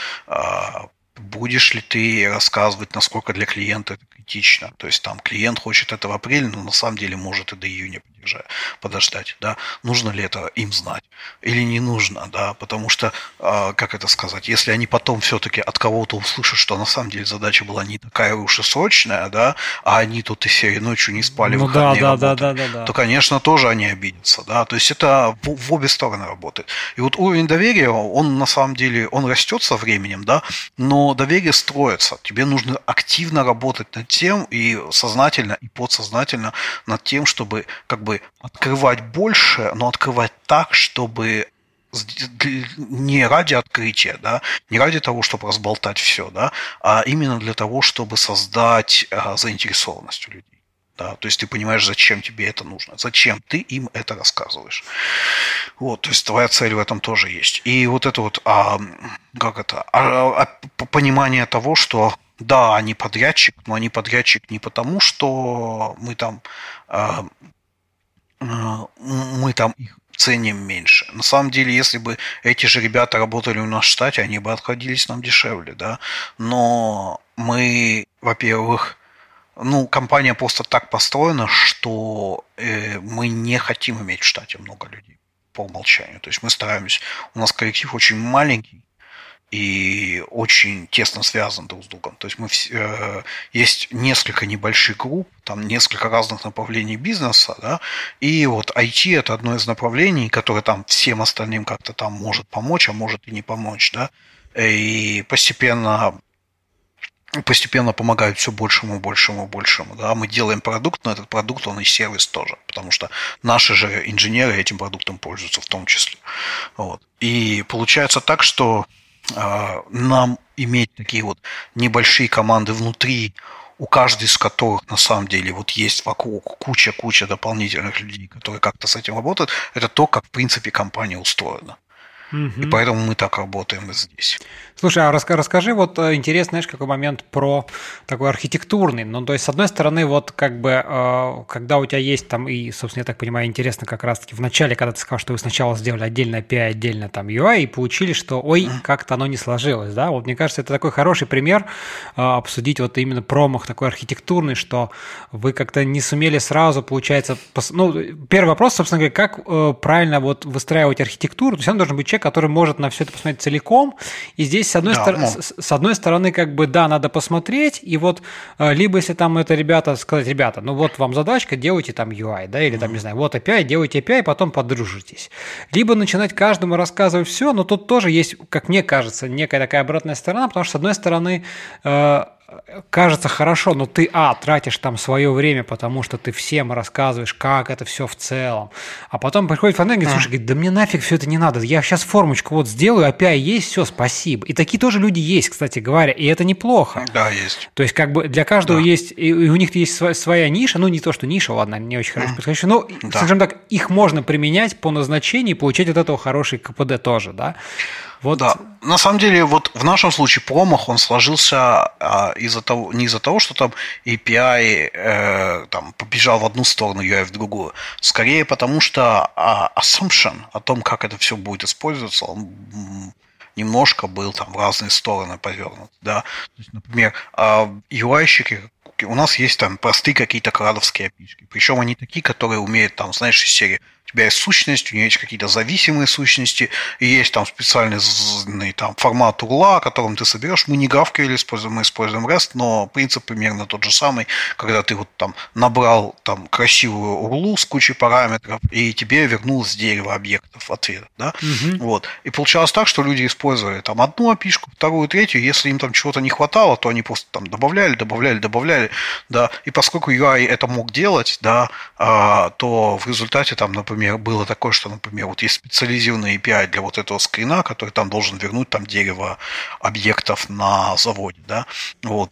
Да? Будешь ли ты рассказывать, насколько для клиента это критично? То есть там клиент хочет это в апреле, но на самом деле может и до июня подождать. Да? Нужно ли это им знать? Или не нужно? Да? Потому что, как это сказать, если они потом все-таки от кого-то услышат, что на самом деле задача была не такая уж и срочная, да, а они тут и серии ночью не спали, ну, выходные да, да, да, да, да. то, конечно, тоже они обидятся. Да? То есть это в, в обе стороны работает. И вот уровень доверия, он на самом деле, он растет со временем, да, но доверие строится. Тебе нужно активно работать над тем и сознательно, и подсознательно над тем, чтобы как бы бы открывать больше, но открывать так, чтобы не ради открытия, да, не ради того, чтобы разболтать все, да, а именно для того, чтобы создать а, заинтересованность у людей. Да, то есть ты понимаешь, зачем тебе это нужно, зачем ты им это рассказываешь. Вот, то есть твоя цель в этом тоже есть. И вот это вот, а, как это, а, а, понимание того, что да, они подрядчик, но они подрядчик не потому, что мы там, а, мы там их ценим меньше. На самом деле, если бы эти же ребята работали у нас в штате, они бы отходились нам дешевле, да. Но мы, во-первых, ну, компания просто так построена, что э, мы не хотим иметь в штате много людей по умолчанию. То есть мы стараемся, у нас коллектив очень маленький и очень тесно связан друг с другом. То есть мы э, есть несколько небольших групп, там несколько разных направлений бизнеса, да, и вот ай ти это одно из направлений, которое там всем остальным как-то там может помочь, а может и не помочь, да, и постепенно постепенно помогают все большему, большему, большему. Да? Мы делаем продукт, но этот продукт, он и сервис тоже, потому что наши же инженеры этим продуктом пользуются в том числе. Вот. И получается так, что э, нам иметь такие вот небольшие команды внутри, у каждой из которых на самом деле вот есть вокруг куча-куча дополнительных людей, которые как-то с этим работают, это то, как в принципе компания устроена. И поэтому мы так работаем и здесь. Слушай, а расскажи, вот интересный, знаешь, какой момент про такой архитектурный. Ну, то есть, с одной стороны, вот как бы, когда у тебя есть там, и, собственно, я так понимаю, интересно как раз-таки в начале, когда ты сказал, что вы сначала сделали отдельно эй пи ай, отдельно там ю ай, и получили, что, ой, как-то оно не сложилось, да? Вот мне кажется, это такой хороший пример обсудить вот именно промах такой архитектурный, что вы как-то не сумели сразу, получается, пос... ну, первый вопрос, собственно говоря, как правильно вот выстраивать архитектуру, то есть, он должен быть человек, который может на все это посмотреть целиком, и здесь, с одной, да, стор... ну. с, с одной стороны, как бы, да, надо посмотреть, и вот, либо если там это ребята, сказать, ребята, ну вот вам задачка, делайте там ю ай, да, или там, не знаю, вот эй пи ай, делайте эй пи ай, потом подружитесь. Либо начинать каждому рассказывать все, но тут тоже есть, как мне кажется, некая такая обратная сторона, потому что, с одной стороны, э- кажется хорошо, но ты, а, тратишь там свое время, потому что ты всем рассказываешь, как это все в целом, а потом приходит фонтан и говорит, слушай, говорит, да мне нафиг все это не надо, я сейчас формочку вот сделаю, эй пи ай есть, все, спасибо. И такие тоже люди есть, кстати говоря, и это неплохо. Да, есть. То есть как бы для каждого да. есть, и у них есть своя ниша, ну не то, что ниша, ладно, не очень хорошо подходящая, но, да. скажем так, их можно применять по назначению и получать от этого хороший ка пэ дэ тоже, да. Вот. Да, на самом деле, вот в нашем случае промах, он сложился а, из-за того, не из-за того, что там эй пи ай э, там, побежал в одну сторону, ю ай в другую. Скорее потому, что а, assumption о том, как это все будет использоваться, он немножко был там в разные стороны повернут. Да? То есть, например, ю ай-щики, у нас есть там простые какие-то крадовские эй пи ай-шки. Причем они такие, которые умеют, там, знаешь, из серии у тебя есть сущность, у нее есть какие-то зависимые сущности, и есть там специальный там, формат урла, которым ты соберешь. Мы не GraphQL используем, мы используем REST, но принцип примерно тот же самый, когда ты вот там набрал там красивую урлу с кучей параметров, и тебе вернулось дерево объектов ответ, да? Угу. Вот. И получалось так, что люди использовали там одну эй пи ай-шку, вторую, третью, если им там чего-то не хватало, то они просто там добавляли, добавляли, добавляли, да, и поскольку ю ай это мог делать, да, то в результате там, например, было такое, что, например, вот есть специализированный эй пи ай для вот этого скрина, который там должен вернуть там дерево объектов на заводе, да, вот.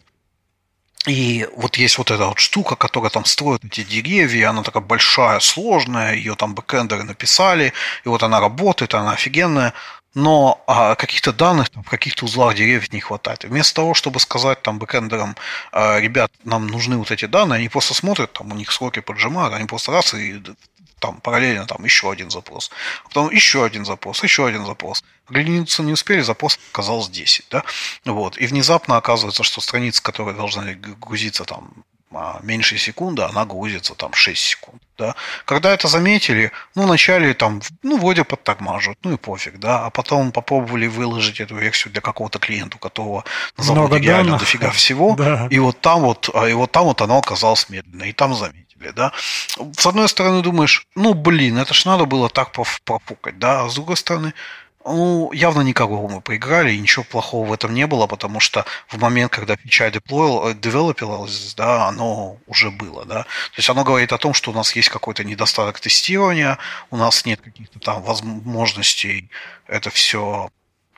И вот есть вот эта вот штука, которая там строит эти деревья, она такая большая, сложная, ее там бэкэндеры написали, и вот она работает, она офигенная, но а, каких-то данных там, в каких-то узлах деревьев не хватает. И вместо того, чтобы сказать там бэкэндерам, а, ребят, нам нужны вот эти данные, они просто смотрят, там у них сроки поджимают, они просто раз и там параллельно там еще один запрос, а потом еще один запрос, еще один запрос. Оглянуться не успели, запрос оказалось десять, да, вот, и внезапно оказывается, что страница, которая должна грузиться там меньше секунды, она грузится там шесть секунд, да. Когда это заметили, ну, вначале там, ну, вроде подтормаживают, ну и пофиг, да, а потом попробовали выложить эту версию для какого-то клиента, у которого на заводе реально дофига всего, да. и вот там вот, и вот там вот оно оказалось медленно, и там заметили. Да? С одной стороны думаешь, ну блин, это ж надо было так профукать, да, а с другой стороны, Ну, явно никакого мы проиграли, и ничего плохого в этом не было, потому что в момент, когда фича девелопилась, да, оно уже было, да. То есть оно говорит о том, что у нас есть какой-то недостаток тестирования, у нас нет каких-то там возможностей это все,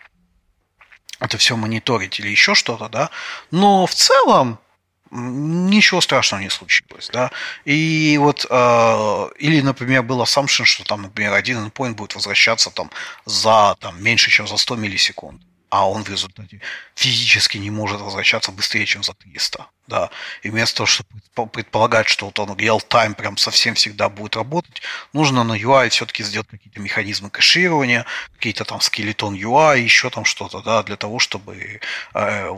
это все мониторить или еще что-то, да. Но в целом ничего страшного не случилось, да. И вот, э, или, например, был assumption, что там, например, один endpoint будет возвращаться там за там, меньше, чем за сто миллисекунд, а он в результате физически не может возвращаться быстрее, чем за триста, да. И вместо того, чтобы предполагать, что вот он real-time прям совсем всегда будет работать, нужно на ю ай все-таки сделать какие-то механизмы кэширования, какие-то там скелетон ю ай, еще там что-то, да, для того, чтобы э,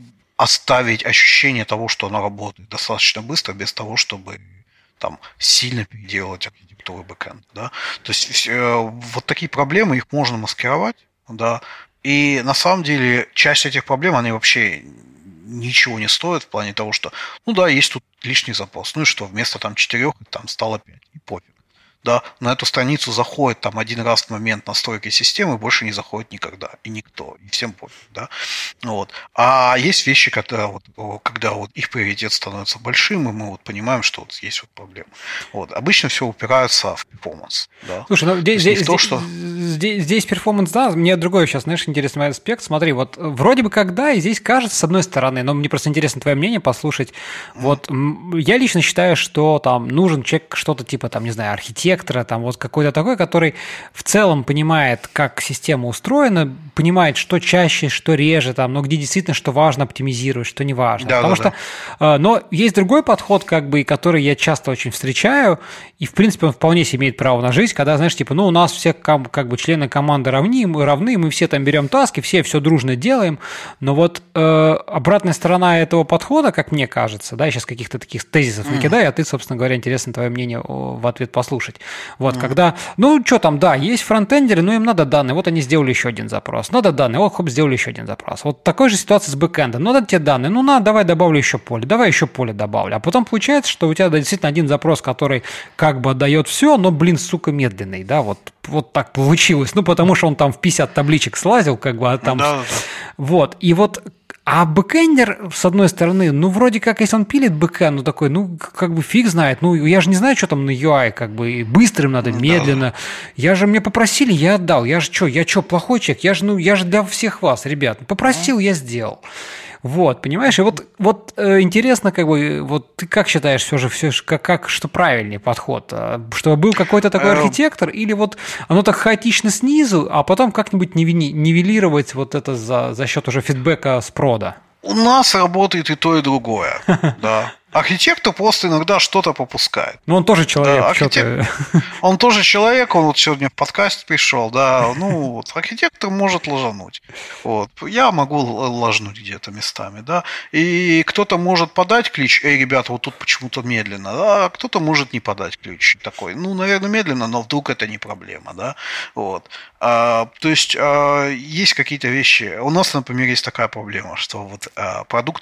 оставить ощущение того, что оно работает достаточно быстро, без того, чтобы там сильно переделывать архитектуру бэкэнда, да. То есть э, вот такие проблемы, их можно маскировать, да, и на самом деле часть этих проблем, они вообще ничего не стоят в плане того, что, ну да, есть тут лишний запрос, ну и что, вместо там четырех там стало пять, и пофиг. Да, на эту страницу заходит там один раз в момент настройки системы, больше не заходит никогда, и никто, и всем пофиг, да, вот. А есть вещи, когда вот, когда вот их приоритет становится большим, и мы вот понимаем, что вот есть вот проблема. Вот. Обычно все упирается в перформанс, да. Слушай, ну здесь, здесь, то, что... здесь, здесь перформанс, да, мне другой сейчас, знаешь, интересный аспект, смотри, вот вроде бы когда, и здесь кажется, с одной стороны, но мне просто интересно твое мнение послушать, mm. вот я лично считаю, что там нужен человек что-то типа, там, не знаю, архитектора, там вот какой-то такой, который в целом понимает, как система устроена, понимает, что чаще, что реже, там, но где действительно что важно оптимизировать, что не важно. Да, Потому да, что, да. Но есть другой подход, как бы, который я часто очень встречаю, и, в принципе, он вполне себе имеет право на жизнь, когда, знаешь, типа, ну, у нас все как бы члены команды равны, мы равны, мы все там берем таски, все все дружно делаем, но вот э, обратная сторона этого подхода, как мне кажется, да, я сейчас каких-то таких тезисов mm. накидаю, а ты, собственно говоря, интересно твое мнение в ответ послушать. Вот, mm. когда, ну, что там, да, есть фронтендеры, но им надо данные, вот они сделали еще один запрос, надо данные, вот, хоп, сделали еще один запрос. Вот такой же ситуация с бэкэндом, ну, надо тебе данные, ну, на, давай добавлю еще поле, давай еще поле добавлю. А потом получается, что у тебя действительно один запрос, который как бы отдает все, но, блин, сука, медленный, да, вот, вот так получилось, ну, потому что он там в пятьдесят табличек слазил, как бы, а там... Да, да. Вот, и вот... А бэкэндер, с одной стороны, ну, вроде как, если он пилит бэкэнд, ну, такой, ну, как бы фиг знает, ну, я же не знаю, что там на ю ай, как бы, быстрым надо, медленно. Да. Я же, мне попросили, я отдал, я же что, я что, плохой человек? Я же, ну, я же для всех вас, ребят, попросил, я сделал. Вот, понимаешь, и вот, вот э, интересно, как бы, вот ты как считаешь, все же, все же как, как, что правильный подход? Чтобы был какой-то такой архитектор, или вот оно так хаотично снизу, а потом как-нибудь нивелировать вот это за, за счет уже фидбэка с прода? У нас работает и то, и другое, да. Архитектор просто иногда что-то попускает. Ну, он тоже человек. Да, архитектор, он тоже человек, он вот сегодня в подкаст пришел, да, ну, вот, архитектор может ложануть. Вот. Я могу ложнуть где-то местами, да, и кто-то может подать ключ, эй, ребята, вот тут почему-то медленно, да, а кто-то может не подать ключ такой, ну, наверное, медленно, но вдруг это не проблема, да, вот. А, то есть, а, есть какие-то вещи, у нас, например, есть такая проблема, что вот а, продукт,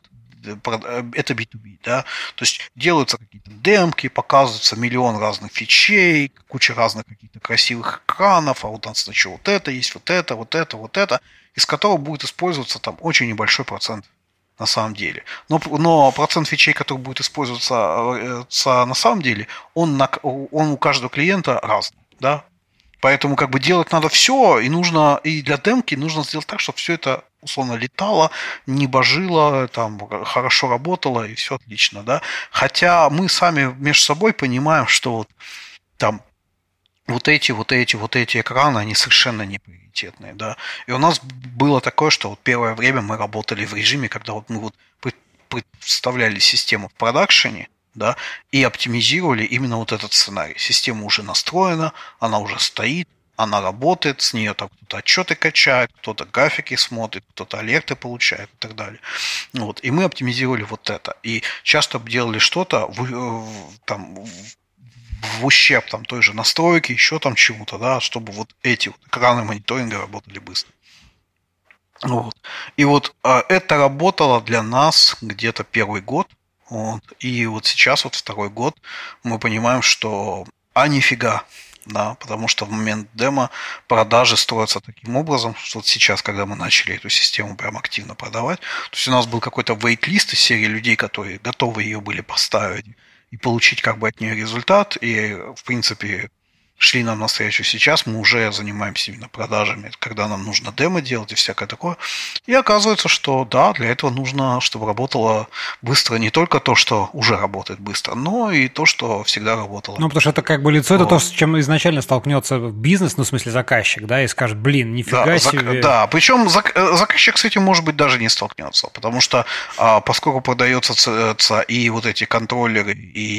это би ту би, да, то есть делаются какие-то демки, показываются миллион разных фичей, куча разных каких-то красивых экранов, а вот у нас значит, вот это есть, вот это, вот это, вот это, из которого будет использоваться там очень небольшой процент на самом деле. Но, но процент фичей, который будет использоваться на самом деле, он, на, он у каждого клиента разный, да. Поэтому как бы делать надо все, и нужно, и для демки нужно сделать так, чтобы все это условно летало, не божило, там, хорошо работало, и все отлично, да. Хотя мы сами между собой понимаем, что вот там вот эти, вот эти, вот эти экраны, они совершенно не приоритетные, да. И у нас было такое, что вот первое время мы работали в режиме, когда вот мы вот представляли систему в продакшене, да, и оптимизировали именно вот этот сценарий. Система уже настроена, она уже стоит, она работает, с нее там кто-то отчеты качает, кто-то графики смотрит, кто-то алерты получает и так далее. Вот. И мы оптимизировали вот это. И часто делали что-то в, там, в ущерб там, той же настройки, еще там чему-то, да, чтобы вот эти вот экраны мониторинга работали быстро. Вот. И вот а, это работало для нас где-то первый год. Вот. И вот сейчас, вот второй год, мы понимаем, что а нифига, Да, потому что в момент демо продажи строятся таким образом, что вот сейчас, когда мы начали эту систему прям активно продавать, то есть у нас был какой-то вейт-лист из серии людей, которые готовы ее были поставить и получить как бы от нее результат, и в принципе шли нам навстречу. Сейчас мы уже занимаемся именно продажами, когда нам нужно демо делать и всякое такое. И оказывается, что да, для этого нужно, чтобы работало быстро не только то, что уже работает быстро, но и то, что всегда работало. Ну, потому что это как бы лицо, вот. Это то, с чем изначально столкнется бизнес, ну, в смысле заказчик, да, и скажет, блин, нифига да, себе. Зак- да, причем зак- заказчик с этим, может быть, даже не столкнется, потому что а, поскольку продается ц- ц- и вот эти контроллеры,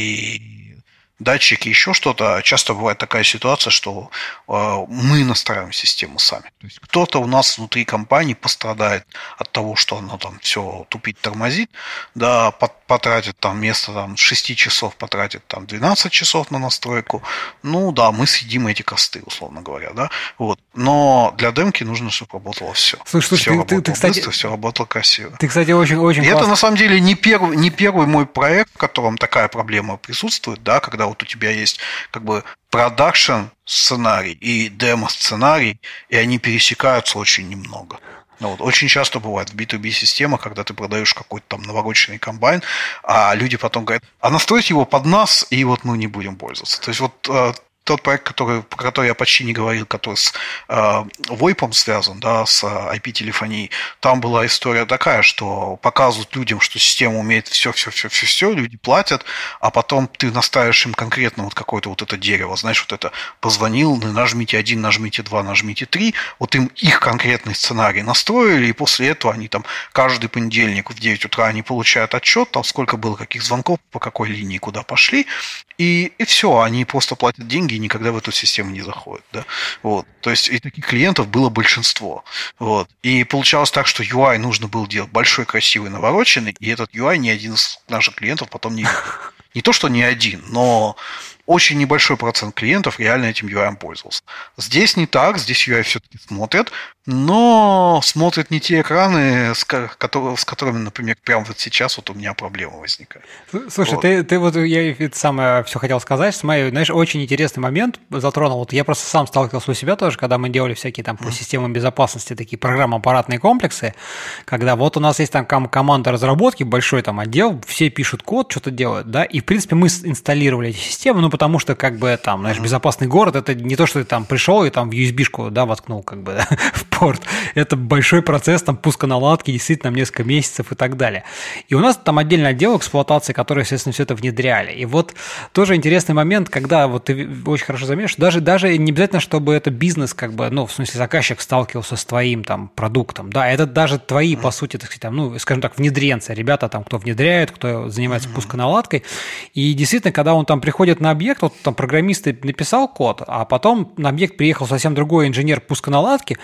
и датчики, еще что-то, часто бывает такая ситуация, что э, мы настраиваем систему сами. То есть кто-то у нас внутри компании пострадает от того, что оно там все тупит, тормозит, да, потратит там вместо там, шести часов, потратит там двенадцать часов на настройку. Ну да, мы съедим эти косты, условно говоря, да. Вот. Но для демки нужно, чтобы работало все. Слушай, слушай, все ты, работало ты, ты, кстати, быстро, все работало красиво. Ты, кстати, очень, очень И классно. это на самом деле не первый, не первый мой проект, в котором такая проблема присутствует, да, когда вот у тебя есть как бы продакшн сценарий и демо сценарий, и они пересекаются очень немного. Ну, вот, очень часто бывает в би ту би системах, когда ты продаешь какой-то там навороченный комбайн, а люди потом говорят, а настройте его под нас, и вот мы не будем пользоваться. То есть вот тот проект, который, про который я почти не говорил, который с э, войпом связан, да, с ай пи-телефонией, там была история такая, что показывают людям, что система умеет все-все-все-все-все, люди платят, а потом ты настраиваешь им конкретно вот какое-то вот это дерево, знаешь, вот это позвонил, нажмите один, нажмите два, нажмите три, вот им их конкретный сценарий настроили, и после этого они там каждый понедельник в девять утра они получают отчет, там сколько было каких звонков, по какой линии, куда пошли, и, и все, они просто платят деньги и никогда в эту систему не заходят. Да? Вот. То есть и таких клиентов было большинство. Вот. И получалось так, что ю ай нужно было делать большой, красивый, навороченный, и этот ю ай ни один из наших клиентов потом не видел. Не то, что ни один, но очень небольшой процент клиентов реально этим ю ай пользовался. Здесь не так, здесь ю ай все-таки смотрят, но смотрят не те экраны, с, которые, с которыми, например, прямо вот сейчас вот у меня проблема возникает. Слушай, вот. ты, ты вот, я это самое все хотел сказать, смотри, знаешь, очень интересный момент затронул. Вот я просто сам сталкивался у себя тоже, когда мы делали всякие там по mm. системам безопасности такие программно-аппаратные комплексы, когда вот у нас есть там команда разработки, большой там отдел, все пишут код, что-то делают, да, и в принципе мы инсталлировали эти системы, ну потому что как бы там, знаешь, mm. безопасный город, это не то, что ты там пришел и там в ю эс би-шку, да, воткнул как бы, да, в порт. Это большой процесс там пуска наладки, действительно, там несколько месяцев и так далее. И у нас там отдельный отдел эксплуатации, который, естественно, все это внедряли. И вот тоже интересный момент, когда вот ты очень хорошо заметишь, даже, даже не обязательно, чтобы это бизнес, как бы, ну, в смысле, заказчик сталкивался с твоим там продуктом, да, это даже твои, по сути, так сказать, там, ну, скажем так, внедренцы, ребята там, кто внедряет, кто занимается пусконаладкой. И действительно, когда он там приходит на объект, вот там программист написал код, а потом на объект приехал совсем другой инженер пусконаладки,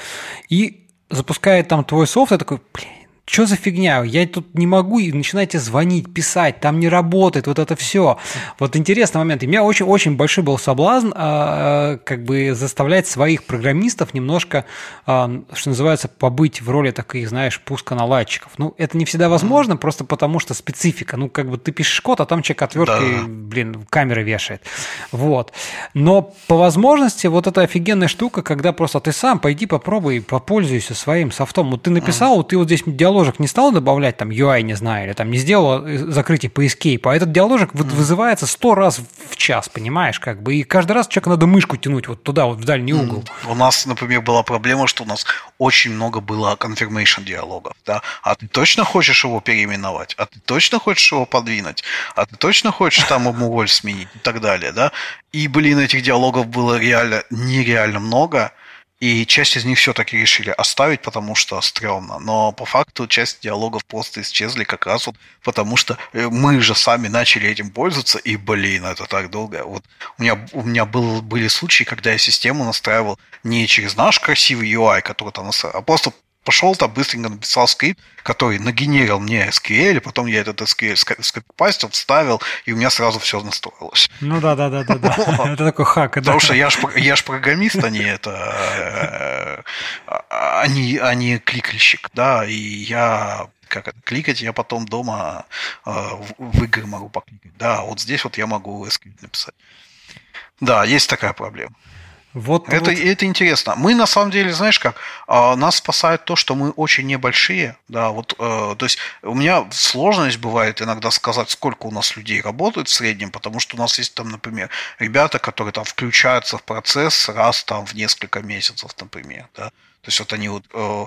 и запускает там твой софт, и такой, блин, что за фигня? Я тут не могу, и начинаете звонить, писать, там не работает, вот это все. Вот интересный момент. И у меня очень-очень большой был соблазн э, как бы заставлять своих программистов немножко, э, что называется, побыть в роли таких, знаешь, пусконаладчиков. Ну, это не всегда возможно, просто потому что специфика. Ну, как бы ты пишешь код, а там человек отверткой, да. блин, камеры вешает. Вот. Но по возможности вот эта офигенная штука, когда просто ты сам пойди попробуй, попользуйся своим софтом. Вот ты написал, вот ты вот здесь диалог не стал добавлять, там, ю ай, не знаю, или там не сделал закрытие по escape, а этот диаложик mm. вызывается сто раз в час, понимаешь, как бы, и каждый раз человеку надо мышку тянуть вот туда, вот в дальний mm. угол. У нас, например, была проблема, что у нас очень много было confirmation диалогов, да, а ты точно хочешь его переименовать, а ты точно хочешь его подвинуть, а ты точно хочешь там ему роль сменить и так далее, да, и, блин, этих диалогов было реально, нереально много. И часть из них все-таки решили оставить, потому что стрёмно. Но по факту часть диалогов просто исчезли как раз вот потому, что мы же сами начали этим пользоваться, и, блин, это так долго. Вот у меня, у меня был, были случаи, когда я систему настраивал не через наш красивый ю ай, который там настраивал, а просто пошел там, быстренько написал скрипт, который нагенерил мне эс кью эль, и потом я этот эс кью эль скопипастил, вставил, и у меня сразу все настроилось. Ну да, да, да, да, да. Это такой хак. Потому что я ж я ж программист, а не это, а не, а не кликальщик, да, и я как это, кликать я потом дома в игры могу покликать. Да, вот здесь вот я могу эс кью эль написать. Да, есть такая проблема. Вот, это, вот. это интересно. Мы на самом деле, знаешь как, нас спасает то, что мы очень небольшие. Да, вот, то есть у меня сложность бывает иногда сказать, сколько у нас людей работает в среднем, потому что у нас есть там, например, ребята, которые там включаются в процесс раз там в несколько месяцев, например, да. То есть вот они вот,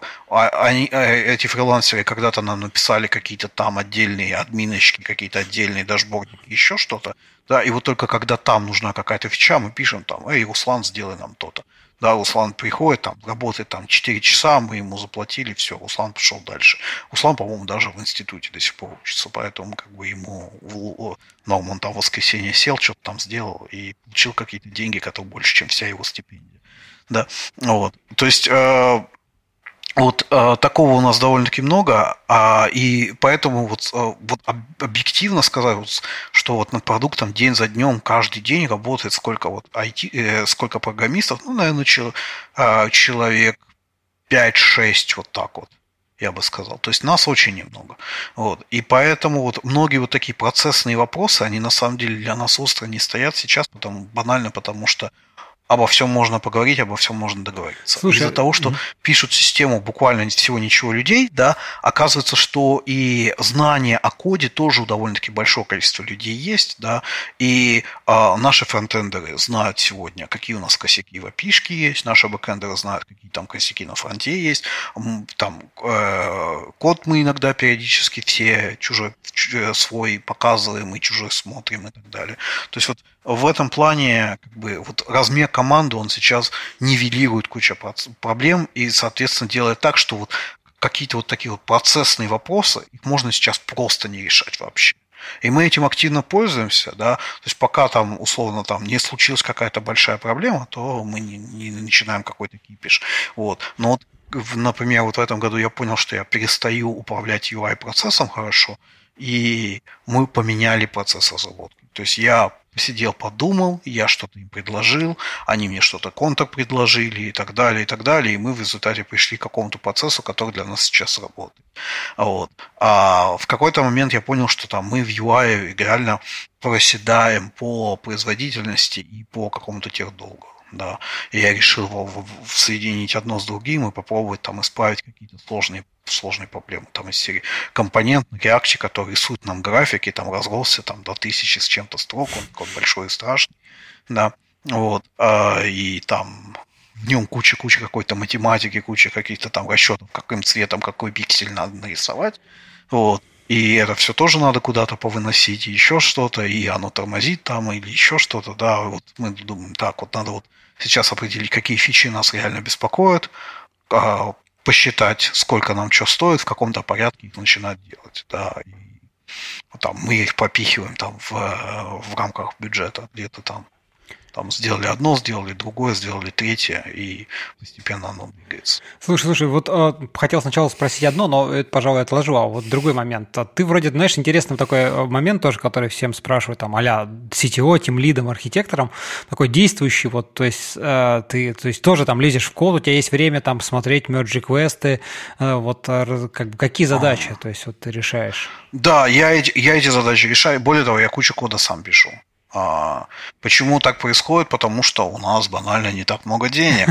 они, эти фрилансеры когда-то нам написали какие-то там отдельные админочки, какие-то отдельные дашбордики, еще что-то, да, и вот только когда там нужна какая-то фича, мы пишем там, эй, Руслан, сделай нам то-то. Да, Руслан приходит, там, работает там четыре часа, мы ему заплатили, все, Руслан пошел дальше. Руслан, по-моему, даже в институте до сих пор учится, поэтому как бы ему, ну, он там в воскресенье сел, что-то там сделал и получил какие-то деньги, которые больше, чем вся его стипендия. Да, вот. То есть э, вот э, такого у нас довольно-таки много, а, и поэтому вот, э, вот объективно сказать, вот, что вот над продуктом день за днем, каждый день работает сколько вот ай ти, э, сколько программистов, ну, наверное, чел, э, человек пять-шесть, вот так вот, я бы сказал. То есть нас очень немного. Вот. И поэтому вот многие вот такие процессные вопросы, они на самом деле для нас остро не стоят сейчас, потому, банально потому что обо всем можно поговорить, обо всем можно договориться. Слушай, из-за того, что mm-hmm. пишут систему буквально всего ничего людей, да, оказывается, что и знание о коде тоже у довольно-таки большого количества людей есть, да, и э, наши фронтендеры знают сегодня, какие у нас косяки в эй пи ай-шке есть, наши бэкэндеры знают, какие там косяки на фронте есть, там э, код мы иногда периодически все чужой, свой показываем и чужой смотрим и так далее. То есть вот в этом плане как бы, вот размер команды, он сейчас нивелирует кучу проблем и, соответственно, делает так, что вот какие-то вот такие вот процессные вопросы, их можно сейчас просто не решать вообще. И мы этим активно пользуемся, да, то есть пока там, условно, там не случилась какая-то большая проблема, то мы не, не начинаем какой-то кипиш. Вот. Но вот, например, вот в этом году я понял, что я перестаю управлять ю ай-процессом хорошо, и мы поменяли процесс разработки. То есть я сидел, подумал, я что-то им предложил, они мне что-то контр предложили и так далее, и так далее, и мы в результате пришли к какому-то процессу, который для нас сейчас работает. Вот. А в какой-то момент я понял, что там мы в ю ай реально проседаем по производительности и по какому-то техдолгу. Да. И я решил соединить одно с другим и попробовать там исправить какие-то сложные, сложные проблемы. Там из серии компонент на React, который рисует нам графики, там разросся там, до тысячи с чем-то строк, он такой большой и страшный. Да. Вот. И там в нем куча-куча какой-то математики, куча каких-то там расчетов, каким цветом, какой пиксель надо нарисовать. Вот. И это все тоже надо куда-то повыносить, и еще что-то, и оно тормозит там, или еще что-то, да, вот мы думаем, так, вот надо вот сейчас определить, какие фичи нас реально беспокоят, посчитать, сколько нам что стоит, в каком-то порядке их начинать делать, да, и там мы их попихиваем там в, в рамках бюджета, где-то там. Там сделали одно, сделали другое, сделали третье, и постепенно оно двигается. Слушай, слушай, вот э, хотел сначала спросить одно, но это, пожалуй, отложу. А вот другой момент. Ты вроде, знаешь, интересный такой момент тоже, который всем спрашивают, там, а-ля си ти о, тимлидом, архитектором, такой действующий, вот, то есть э, ты то есть, тоже там лезешь в код, у тебя есть время там смотреть мерджи-квесты, э, вот э, как бы, какие задачи, а. то есть вот ты решаешь? Да, я эти, я эти задачи решаю, более того, я кучу кода сам пишу. А, почему так происходит? Потому что у нас банально не так много денег.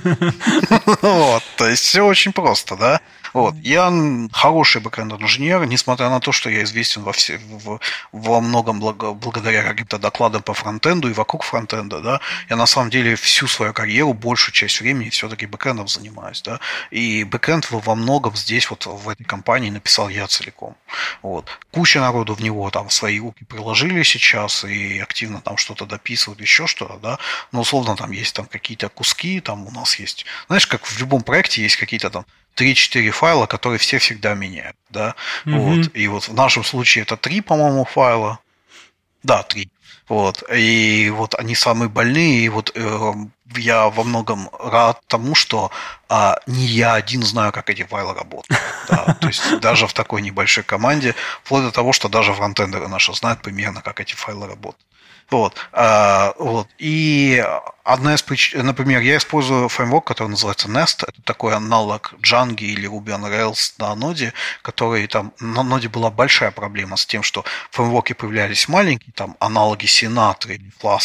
Вот, то есть все очень просто, да. Вот. Я хороший бэкэнд-инженер, несмотря на то, что я известен во, все, в, во многом благо, благодаря каким-то докладам по фронтенду и вокруг фронтенда, да, я на самом деле всю свою карьеру, большую часть времени все-таки бэкэндом занимаюсь, да, и бэкэнд во многом здесь вот в этой компании написал я целиком. Вот. Куча народу в него там свои руки приложили сейчас и активно там что-то дописывают, еще что-то, да, но условно там есть там какие-то куски, там у нас есть, знаешь, как в любом проекте есть какие-то там три-четыре файла, которые все всегда меняют, да, mm-hmm. вот, и вот в нашем случае это три, по-моему, файла, да, три, вот, и вот они самые больные, и вот э, я во многом рад тому, что а, не я один знаю, как эти файлы работают, да, то есть даже в такой небольшой команде, вплоть до того, что даже фронтендеры наши знают примерно, как эти файлы работают. Вот, а, вот. И одна из причин, например, я использую фреймворк, который называется Nest. Это такой аналог Django или Ruby on Rails на ноде, который там на ноде была большая проблема с тем, что фреймворки появлялись маленькие, там аналоги Sinatra или Flask или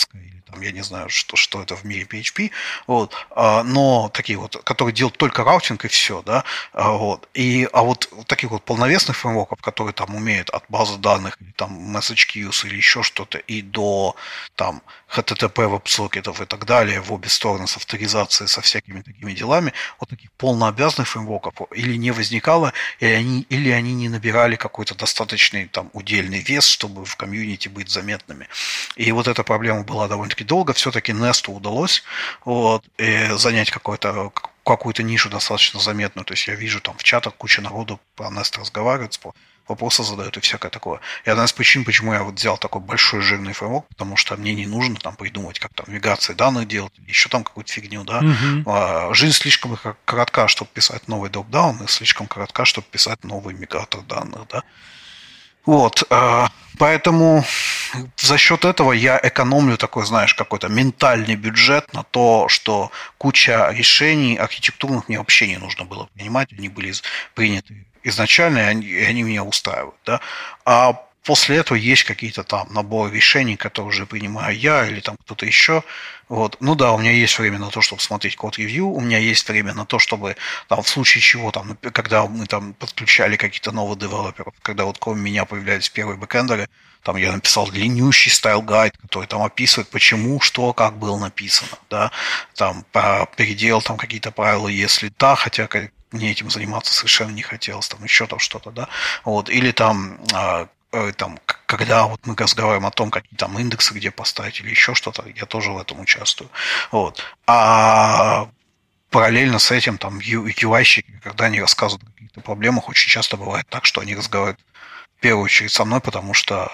там, я не знаю, что, что это в мире пи эйч пи, вот, а, но такие вот, которые делают только раутинг и все, да, а, вот, и, а вот таких вот полновесных фреймворков, которые там умеют от базы данных, или там месседж queues или еще что-то, и до там эйч ти ти пи веб-сокетов и так далее, в обе стороны с авторизацией, со всякими такими делами, вот таких полнообязанных фреймворков или не возникало, или они, или они не набирали какой-то достаточный там удельный вес, чтобы в комьюнити быть заметными. И вот эта проблема была довольно-таки долго. Все-таки Nest удалось вот, занять какой-то, какую-то нишу достаточно заметную. То есть я вижу там в чатах куча народу про Nest разговаривает, вопросы задают и всякое такое. И одна из причин, почему я вот взял такой большой жирный фреймворк, потому что мне не нужно там придумать, как там миграции данных делать, или еще там какую-то фигню, да. Mm-hmm. Жизнь слишком коротка, чтобы писать новый дропдаун, и слишком коротка, чтобы писать новый мигратор данных, да. Вот, поэтому за счет этого я экономлю такой, знаешь, какой-то ментальный бюджет на то, что куча решений архитектурных мне вообще не нужно было принимать, они были приняты изначально, и они, и они меня устраивают, да. А после этого есть какие-то там наборы решений, которые уже принимаю я или там кто-то еще. Вот. Ну да, у меня есть время на то, чтобы смотреть код-ревью, у меня есть время на то, чтобы там, в случае чего, там, когда мы там подключали какие-то новые девелоперов, когда вот кроме меня появлялись первые бэкэндеры, там я написал длиннющий стайл-гайд, который там описывает, почему, что, как было написано, да, там переделал там какие-то правила, если да, хотя мне этим заниматься совершенно не хотелось, там еще там что-то, да, вот, или там там, когда вот мы разговариваем о том, какие там индексы где поставить или еще что-то, я тоже в этом участвую. Вот. А параллельно с этим там ю ай-щики, когда они рассказывают о каких-то проблемах, очень часто бывает так, что они разговаривают в первую очередь со мной, потому что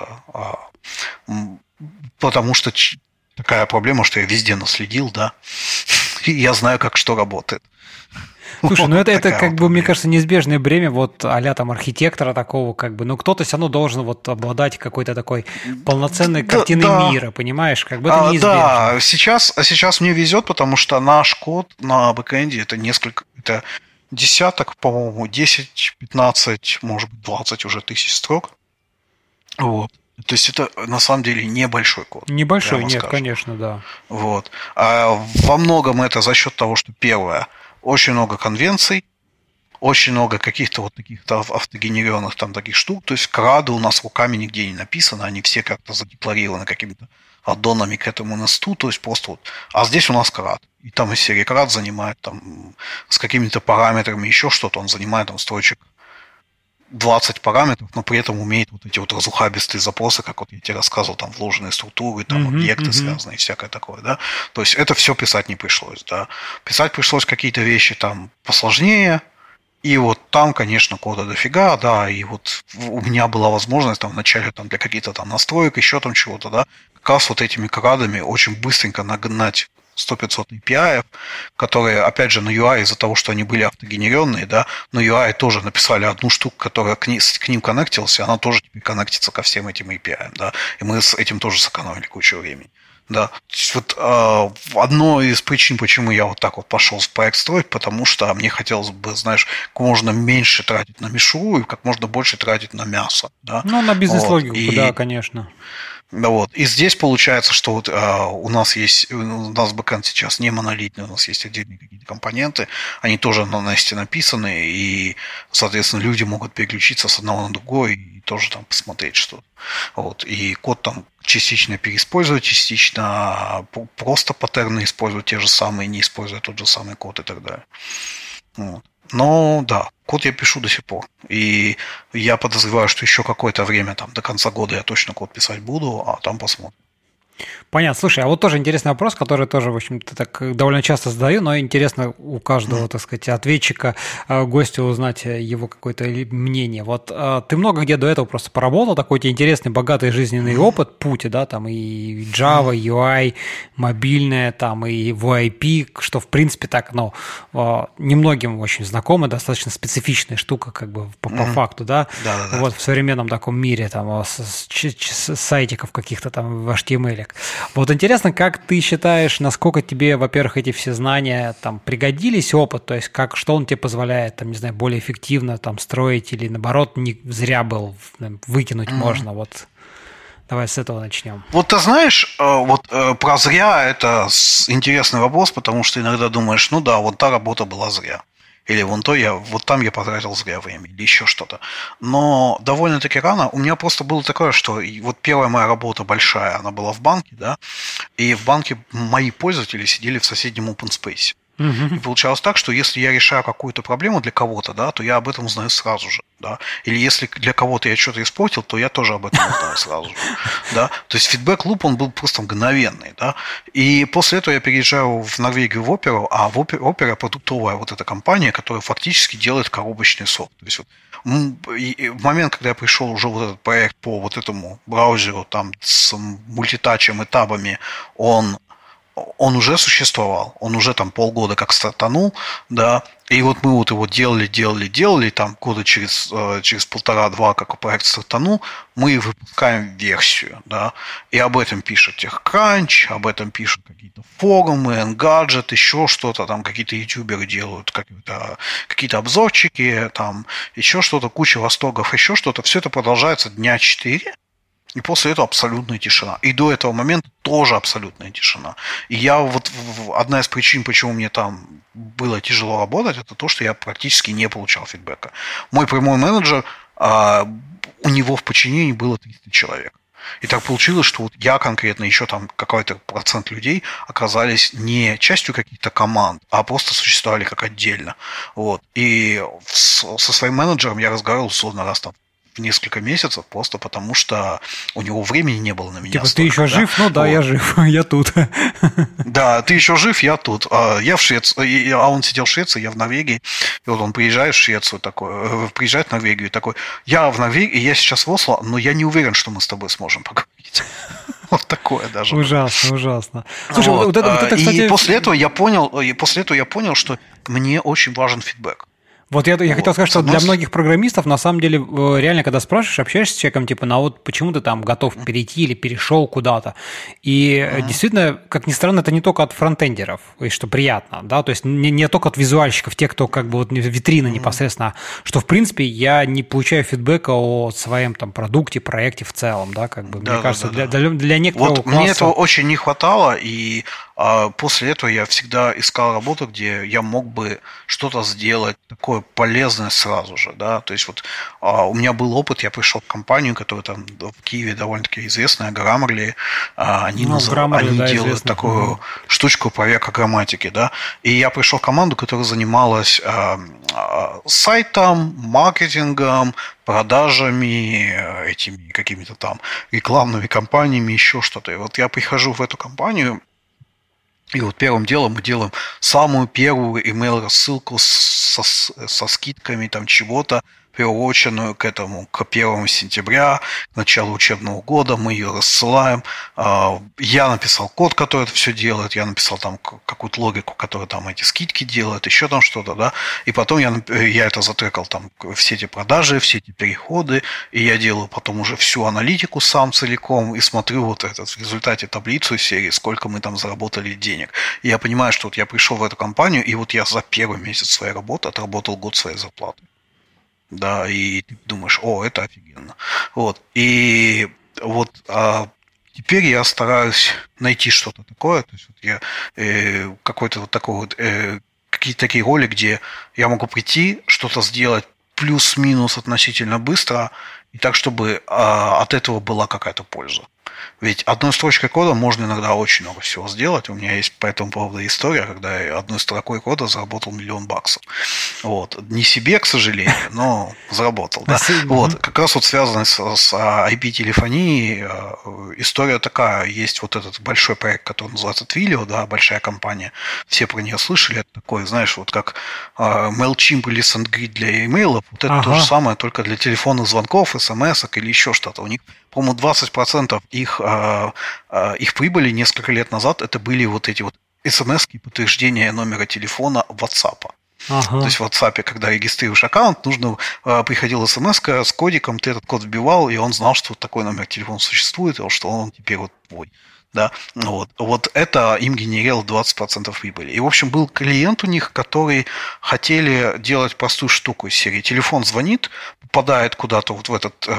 потому что такая проблема, что я везде наследил, да, и я знаю, как что работает. Слушай, вот ну это, это как вот бы, мне кажется, неизбежное бремя вот а-ля там архитектора такого, как бы, ну кто-то все равно должен вот обладать какой-то такой полноценной да, картиной да. мира, понимаешь, как бы это неизбежно. А, да, сейчас, сейчас мне везет, потому что наш код на бэкэнде это несколько, это десяток, по-моему, десять, пятнадцать, может быть, двадцать уже тысяч строк. Вот. То есть это на самом деле небольшой код. Небольшой, нет, скажем. Конечно, да. Вот. А во многом это за счет того, что первое, очень много конвенций, очень много каких-то вот таких автогенерированных там таких штук. То есть крады у нас руками нигде не написаны, они все как-то задекларированы какими-то аддонами к этому несту, то есть просто вот. А здесь у нас крад. И там из серии крад занимает там с какими-то параметрами еще что-то, он занимает там строчек двадцать параметров, но при этом умеет вот эти вот разухабистые запросы, как вот я тебе рассказывал, там вложенные структуры, там uh-huh, объекты uh-huh. связанные, всякое такое, да. То есть это все писать не пришлось, да. Писать пришлось какие-то вещи там посложнее, и вот там, конечно, кода дофига, да, и вот у меня была возможность там вначале там для каких-то там настроек, еще там чего-то, да, как раз вот этими крадами очень быстренько нагнать сто-пятьсот эй пи ай, которые, опять же, на ю ай из-за того, что они были автогенеренные, да, на ю ай тоже написали одну штуку, которая к, ним, к ним коннектилась, и она тоже теперь коннектится ко всем этим эй пи ай, да, и мы с этим тоже сэкономили кучу времени. Да, то есть вот э, одно из причин, почему я вот так вот пошел в проект строить, потому что мне хотелось бы, знаешь, как можно меньше тратить на мишуру и как можно больше тратить на мясо. Да? Ну, на бизнес-логику, вот. И, да, конечно. Вот. И здесь получается, что вот, а, у нас есть, у нас бэкэнд сейчас не монолитный, у нас есть отдельные какие-то компоненты, они тоже на Nest написаны, и, соответственно, люди могут переключиться с одного на другой и тоже там посмотреть что-то. Вот. И код там частично переиспользовать, частично просто паттерны использовать те же самые, не используя тот же самый код и так далее. Вот. Но да, код я пишу до сих пор. И я подозреваю, что еще какое-то время, там, до конца года я точно код писать буду, а там посмотрим. Понятно. Слушай, а вот тоже интересный вопрос, который тоже, в общем-то, так довольно часто задаю, но интересно у каждого, так сказать, ответчика, гостя узнать его какое-то мнение. Вот ты много где до этого просто поработал, такой у тебя интересный, богатый жизненный опыт, путь, да, там и Java, ю ай, мобильная, там и ви ай пи, что, в принципе, так, ну, немногим очень знакомо, достаточно специфичная штука, как бы, по, по факту, да, Да-да-да. Вот в современном таком мире, там, с, с, с сайтиков каких-то там в эйч ти эм эл. Вот интересно, как ты считаешь, насколько тебе, во-первых, эти все знания там пригодились, опыт, то есть как, что он тебе позволяет, там, не знаю, более эффективно там строить или, наоборот, не зря был, выкинуть mm-hmm. можно, вот Давай с этого начнем. Вот ты знаешь, вот про зря это интересный вопрос, потому что иногда думаешь, ну да, вот та работа была зря. Или вон то я, вот там я потратил зря время, или еще что-то. Но довольно-таки рано у меня просто было такое, что вот первая моя работа большая, она была в банке, да, и в банке мои пользователи сидели в соседнем open space. И получалось так, что если я решаю какую-то проблему для кого-то, да, то я об этом узнаю сразу же, да. Или если для кого-то я что-то испортил, то я тоже об этом узнаю сразу же, да. То есть фидбэк-луп, он был просто мгновенный, да. И после этого я переезжаю в Норвегию в Оперу, а в Опера продуктовая вот эта компания, которая фактически делает коробочный софт. То есть вот в момент, когда я пришел уже вот этот проект по вот этому браузеру, там с мультитачем и табами, он он уже существовал, он уже там полгода как стартанул, да, и вот мы вот его делали, делали, делали, там года через, через полтора-два, как проект стартанул, мы выпускаем версию, да, и об этом пишет TechCrunch, об этом пишут какие-то форумы, Engadget, еще что-то, там какие-то ютуберы делают какие-то, какие-то обзорчики, там еще что-то, куча восторгов, еще что-то, все это продолжается дня четыре. И после этого абсолютная тишина. И до этого момента тоже абсолютная тишина. И я вот одна из причин, почему мне там было тяжело работать, это то, что я практически не получал фидбэка. Мой прямой менеджер, у него в подчинении было триста человек. И так получилось, что вот я конкретно, еще там какой-то процент людей оказались не частью каких-то команд, а просто существовали как отдельно. Вот. И со своим менеджером я разговаривал условно раз там в несколько месяцев, просто потому что у него времени не было на меня. Типа, столько, ты еще да? жив? Ну да, вот. Я жив, я тут. Да, ты еще жив, я тут. Я в Швеции, а он сидел в Швеции, я в Норвегии. И вот он приезжает в Швецию такой, приезжает в Норвегию и такой, я в Норвегии, я сейчас в Осло, но я не уверен, что мы с тобой сможем поговорить. Вот такое даже. Ужасно, ужасно. Слушай, вот. Вот это, вот это, кстати... И после этого я понял, и после этого я понял, что мне очень важен фидбэк. Вот я, я вот. хотел сказать, что для многих программистов, на самом деле, реально, когда спрашиваешь, общаешься с человеком, типа, ну вот почему ты там готов перейти или перешел куда-то. И uh-huh. действительно, как ни странно, это не только от фронтендеров, и что приятно, да, то есть не, не только от визуальщиков, те, кто как бы вот витрина uh-huh. непосредственно, что, в принципе, я не получаю фидбэка о своем там продукте, проекте в целом, да, как бы, да, мне да, кажется, да, да. Для, для некоторого вот класса... Мне этого очень не хватало, и а, после этого я всегда искал работу, где я мог бы что-то сделать такое полезное сразу же, да, то есть вот а, у меня был опыт, я пришел в компанию, которая там в Киеве довольно-таки известная, Grammarly, а, они, ну, назов... Grammarly, они да, делают известно. такую угу. штучку проверка грамматики, да, и я пришел в команду, которая занималась а, а, сайтом, маркетингом, продажами, этими какими-то там рекламными кампаниями, еще что-то, и вот я прихожу в эту компанию, и вот первым делом мы делаем самую первую email-рассылку со, со скидками там чего-то, приуроченную к этому, к первому сентября, к началу учебного года, мы ее рассылаем. Я написал код, который это все делает, я написал там какую-то логику, которая там эти скидки делает, еще там что-то, да, и потом я, я это затрекал там все эти продажи, все эти переходы, и я делаю потом уже всю аналитику сам целиком и смотрю вот этот в результате таблицу серии, сколько мы там заработали денег. И я понимаю, что вот я пришел в эту компанию, и вот я за первый месяц своей работы отработал год своей зарплаты. Да, и ты думаешь, о, это офигенно. Вот. И вот а теперь я стараюсь найти что-то такое. То есть вот я э, какой-то вот такой вот э, какие-то такие роли, где я могу прийти, что-то сделать плюс-минус относительно быстро, и так, чтобы а, от этого была какая-то польза. Ведь одной строчкой кода можно иногда очень много всего сделать. У меня есть по этому поводу история, когда я одной строкой кода заработал миллион баксов. Вот. Не себе, к сожалению, но заработал. Да? Вот. Как раз вот связано с, с ай пи-телефонией история такая. Есть вот этот большой проект, который называется Twilio, да, большая компания. Все про нее слышали. Это такой, знаешь, вот как MailChimp или SendGrid для имейлов. Вот это ага. то же самое, только для телефонных звонков, смс-ок или еще что-то. У них, по-моему, двадцать процентов их, их прибыли несколько лет назад это были вот эти вот смс-ки подтверждения номера телефона WhatsApp. Ага. То есть в WhatsApp, когда регистрируешь аккаунт, нужно приходила смс-ка с кодиком, ты этот код вбивал, и он знал, что вот такой номер телефона существует, и что он теперь вот твой. да, вот, вот это им генерировало двадцать процентов прибыли. И, в общем, был клиент у них, который хотели делать простую штуку из серии. Телефон звонит, попадает куда-то вот в этот э,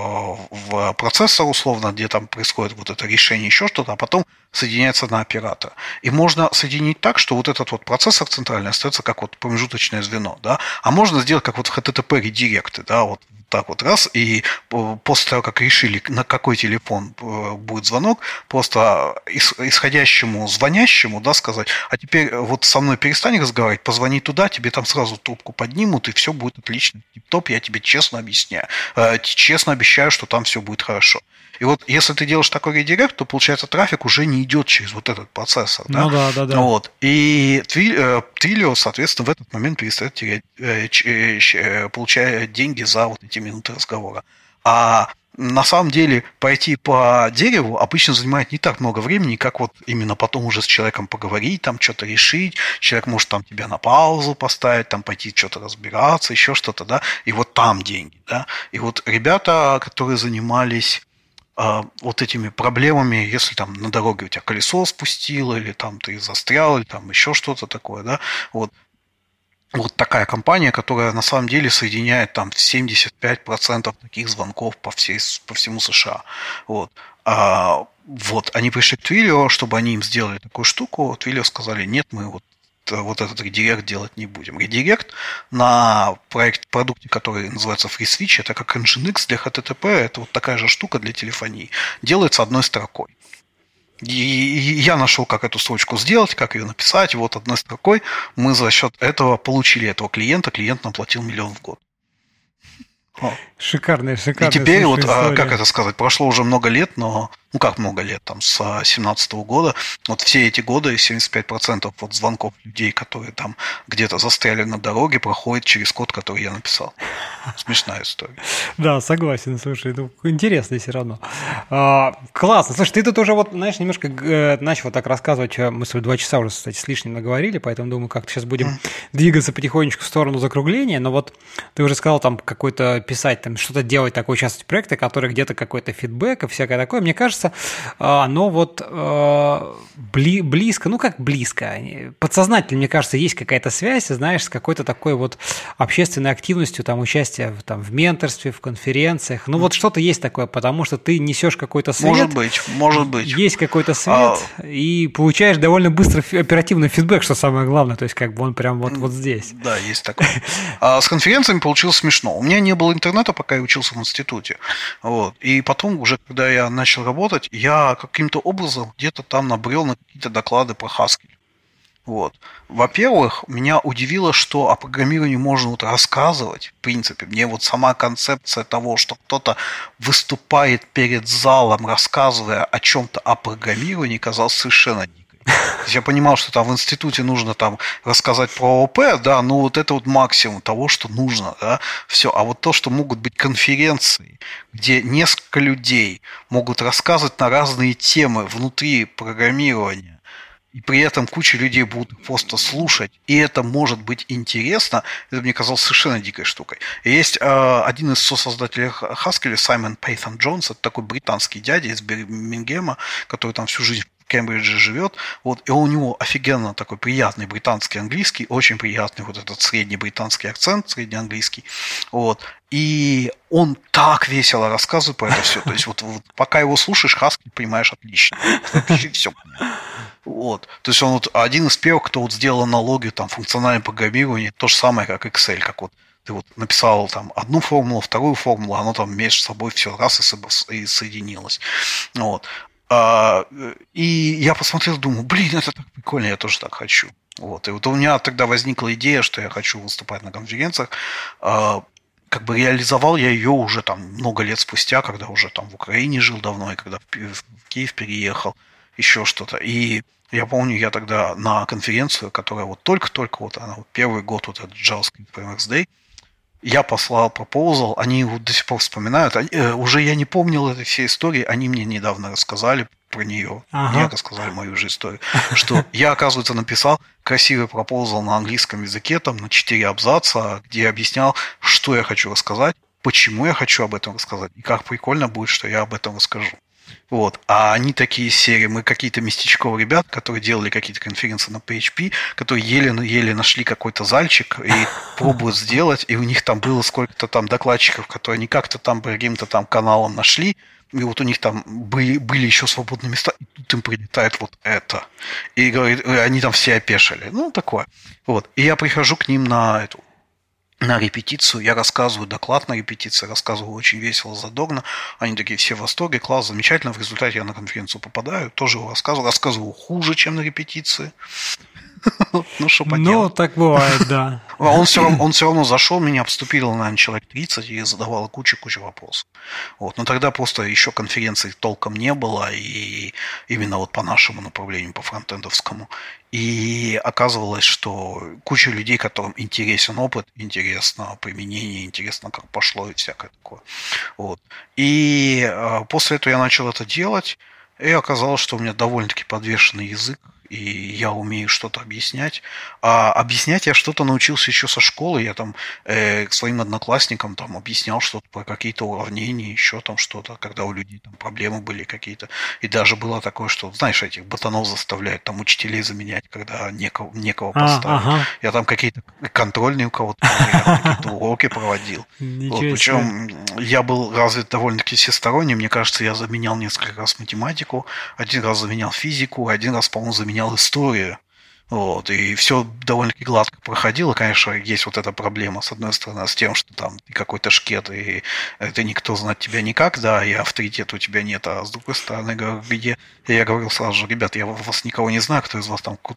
в процессор, условно, где там происходит вот это решение, еще что-то, а потом соединяется на оператора. И можно соединить так, что вот этот вот процессор центральный остается как вот промежуточное звено, да, а можно сделать как вот в эйч ти ти пи редиректы, да, вот так вот раз, и после того, как решили, на какой телефон будет звонок, просто исходящему, звонящему, да, сказать, а теперь вот со мной перестань разговаривать, позвони туда, тебе там сразу трубку поднимут, и все будет отлично, тип-топ, я тебе честно объясняю, честно обещаю, что там все будет хорошо. И вот если ты делаешь такой редирект, то, получается, трафик уже не идет через вот этот процессор. Да? Ну да, да, да. Вот. И Twilio, соответственно, в этот момент перестает терять, получая деньги за вот эти минуты разговора. А на самом деле пойти по дереву обычно занимает не так много времени, как вот именно потом уже с человеком поговорить, там что-то решить. Человек может там тебя на паузу поставить, там пойти что-то разбираться, еще что-то, да. И вот там деньги, да. И вот ребята, которые занимались вот этими проблемами, если там на дороге у тебя колесо спустило, или там ты застрял, или там еще что-то такое, да, вот, вот такая компания, которая на самом деле соединяет там семьдесят пять процентов таких звонков по, всей, по всему США, вот. А, вот, они пришли к Twilio, чтобы они им сделали такую штуку, Twilio сказали, нет, мы вот вот этот редирект делать не будем. Редирект на проект, продукте, который называется FreeSwitch, это как Nginx для эйч ти ти пи, это вот такая же штука для телефонии. Делается одной строкой. И я нашел, как эту строчку сделать, как ее написать. Вот одной строкой мы за счет этого получили этого клиента. Клиент нам платил миллион в год. Шикарная, шикарная. И теперь, вот, история. Как это сказать, прошло уже много лет, но, ну как много лет, там, с семнадцатого года, вот все эти годы, семьдесят пять процентов вот звонков людей, которые там где-то застряли на дороге, проходят через код, который я написал. Смешная история. Да, согласен, слушай, ну, интересно все равно. А, классно. Слушай, ты тут уже вот, знаешь, немножко э, начал вот так рассказывать, мы с тобой два часа уже, кстати, с лишним наговорили, поэтому думаю, как-то сейчас будем mm. двигаться потихонечку в сторону закругления, но вот ты уже сказал там какой-то писать, там что-то делать, такой участвовать в проекте, который где-то какой-то фидбэк и всякое такое. Мне кажется, оно вот бли, близко, ну как близко, подсознательно, мне кажется, есть какая-то связь, знаешь, с какой-то такой вот общественной активностью, там, участия там, в менторстве, в конференциях. Ну вот что-то есть такое, потому что ты несешь какой-то свет. Может быть, может быть. Есть какой-то свет, а... и получаешь довольно быстро оперативный фидбэк, что самое главное, то есть как бы он прям вот, вот здесь. Да, есть такое. А с конференциями получилось смешно. У меня не было интернета, пока я учился в институте. Вот. И потом, уже когда я начал работать, я каким-то образом где-то там набрел на какие-то доклады про Haskell. Вот. Во-первых, меня удивило, что о программировании можно вот рассказывать. В принципе, мне вот сама концепция того, что кто-то выступает перед залом, рассказывая о чем-то о программировании, казалась совершенно дикой. То есть я понимал, что там в институте нужно там рассказать про ООП, да, ну вот это вот максимум того, что нужно, да, все. А вот то, что могут быть конференции, где несколько людей могут рассказывать на разные темы внутри программирования, и при этом куча людей будут просто слушать, и это может быть интересно, это мне казалось совершенно дикой штукой. И есть э, один из сосоздателей Haskell, Саймон Пейтон Джонс, это такой британский дядя из Бирмингема, который там всю жизнь в Кембридже живет, вот, и у него офигенно такой приятный британский английский, очень приятный вот этот средний британский акцент, среднеанглийский, вот, и он так весело рассказывает про это все, то есть вот, вот пока его слушаешь, Haskell понимаешь отлично, вообще все понятно. Вот. То есть он вот один из первых, кто вот сделал аналогию там функциональное программирование, то же самое, как Excel, как вот ты вот написал там одну формулу, вторую формулу, оно там между собой все раз и соединилось. Вот. И я посмотрел, думаю, блин, это так прикольно, я тоже так хочу. Вот. И вот у меня тогда возникла идея, что я хочу выступать на конференциях. Как бы реализовал я ее уже там много лет спустя, когда уже там в Украине жил давно, и когда в Киев переехал, еще что-то. И я помню, я тогда на конференцию, которая вот только-только, вот она, вот первый год, вот этот JavaScript Frameworks Day, я послал пропозал, они его до сих пор вспоминают. Они, э, уже я не помнил этой всей истории, они мне недавно рассказали про нее. Ага. Мне рассказали мою же историю. Что я, оказывается, написал красивый пропозал на английском языке, там на четыре абзаца, где я объяснял, что я хочу рассказать, почему я хочу об этом рассказать, и как прикольно будет, что я об этом расскажу. Вот. А они такие серии, мы какие-то местечковые ребят, которые делали какие-то конференции на пи эйч пи, которые еле-еле нашли какой-то зальчик и пробуют сделать, и у них там было сколько-то там докладчиков, которые они как-то там по каким-то там каналам нашли, и вот у них там были, были еще свободные места, и тут им прилетает вот это. И говорит, они там все опешили. Ну, такое. Вот. И я прихожу к ним на эту на репетицию, я рассказываю доклад на репетиции, рассказываю очень весело, задорно, они такие все в восторге, класс, замечательно, в результате я на конференцию попадаю, тоже рассказываю, рассказываю хуже, чем на репетиции. Ну, что поделать. Ну, так бывает, да. Он все, равно, он все равно зашел, меня обступило, наверное, человек тридцать и задавал кучу-кучу вопросов. Вот. Но тогда просто еще конференций толком не было, и именно вот по нашему направлению, по фронтендовскому. И оказывалось, что куча людей, которым интересен опыт, интересно применение, интересно, как пошло и всякое такое. Вот. И э, после этого я начал это делать, и оказалось, что у меня довольно-таки подвешенный язык, и я умею что-то объяснять. А объяснять я что-то научился еще со школы. Я там э, своим одноклассникам там объяснял что-то про какие-то уравнения, еще там что-то, когда у людей там проблемы были какие-то. И даже было такое, что, знаешь, этих ботанов заставляют там учителей заменять, когда некого, некого поставить. А, ага. Я там какие-то контрольные у кого-то какие-то уроки проводил. Вот, причем я был развит довольно-таки всесторонне. Мне кажется, я заменял несколько раз математику, один раз заменял физику, один раз, по-моему, заменял историю. Вот, и все довольно-таки гладко проходило. Конечно, есть вот эта проблема, с одной стороны, с тем, что там ты какой-то шкет, и это никто знать тебя никак, да, и авторитета у тебя нет, а с другой стороны, где я говорил сразу же, ребят, я вас никого не знаю, кто из вас там,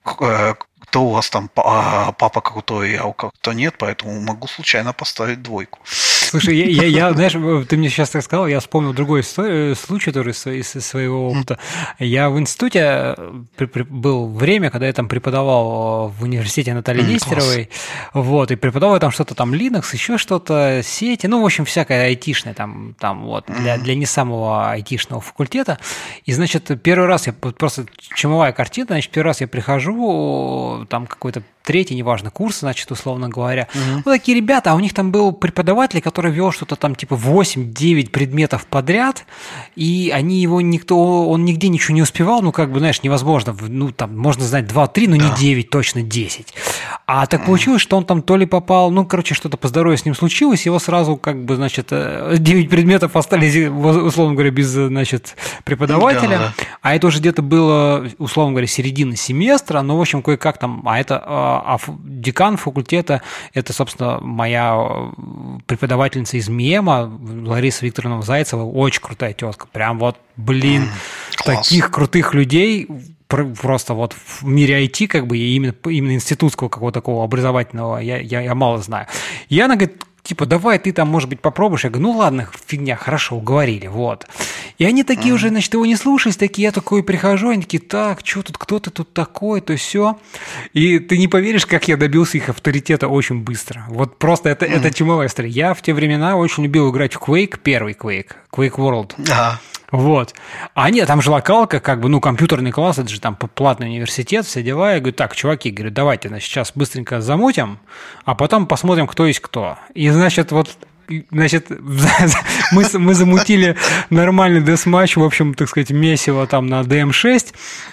кто у вас там папа крутой, а у кого-то нет, поэтому могу случайно поставить двойку. Слушай, я, я, я, знаешь, ты мне сейчас так сказал, я вспомнил другой историю, случай тоже из, из своего опыта. Я в институте при, при, был время, когда я там преподавал в университете Натальи mm, Нестеровой, вот, и преподавал я там что-то там Linux, еще что-то, сети, ну, в общем, всякое айтишное там, там вот, для, для не самого айтишного факультета. И, значит, первый раз я просто чумовая картина, значит, первый раз я прихожу, там какой-то третий, неважно, курс, значит, условно говоря. Uh-huh. Вот такие ребята, а у них там был преподаватель, который вел что-то там типа восемь-девять предметов подряд, и они его никто, он нигде ничего не успевал, ну, как бы, знаешь, невозможно, ну, там, можно знать два-три, но не девять, точно десять. А так получилось, что он там то ли попал, ну, короче, что-то по здоровью с ним случилось, его сразу, как бы, значит, девять предметов остались, условно говоря, без, значит, преподавателя, да, да. А это уже где-то было, условно говоря, середина семестра, ну, в общем, кое-как там, а это... А декан факультета – это, собственно, моя преподавательница из МИЭМа, Лариса Викторовна Зайцева, очень крутая тетка. Прям вот, блин, mm, таких крутых людей просто вот в мире ай ти, как бы, и именно, именно институтского какого-то такого образовательного я, я, я мало знаю. И она говорит, типа, давай ты там, может быть, попробуешь. Я говорю, ну ладно, фигня, хорошо, уговорили, вот. И они такие mm-hmm. уже, значит, его не слушались, такие, я такой прихожу, они такие, так, что тут, кто ты тут такой, то все. И ты не поверишь, как я добился их авторитета очень быстро. Вот просто это, mm-hmm. это чумовая история. Я в те времена очень любил играть в Quake, первый Quake, Quake World. Да. Вот. А нет, там же локалка, как бы, ну, компьютерный класс, это же там платный университет, все дела. Я говорю, так, чуваки, говорю, давайте, значит, сейчас быстренько замутим, а потом посмотрим, кто есть кто. И, значит, вот, значит, мы, мы замутили нормальный десматч, в общем, так сказать, месиво там на ди эм шесть.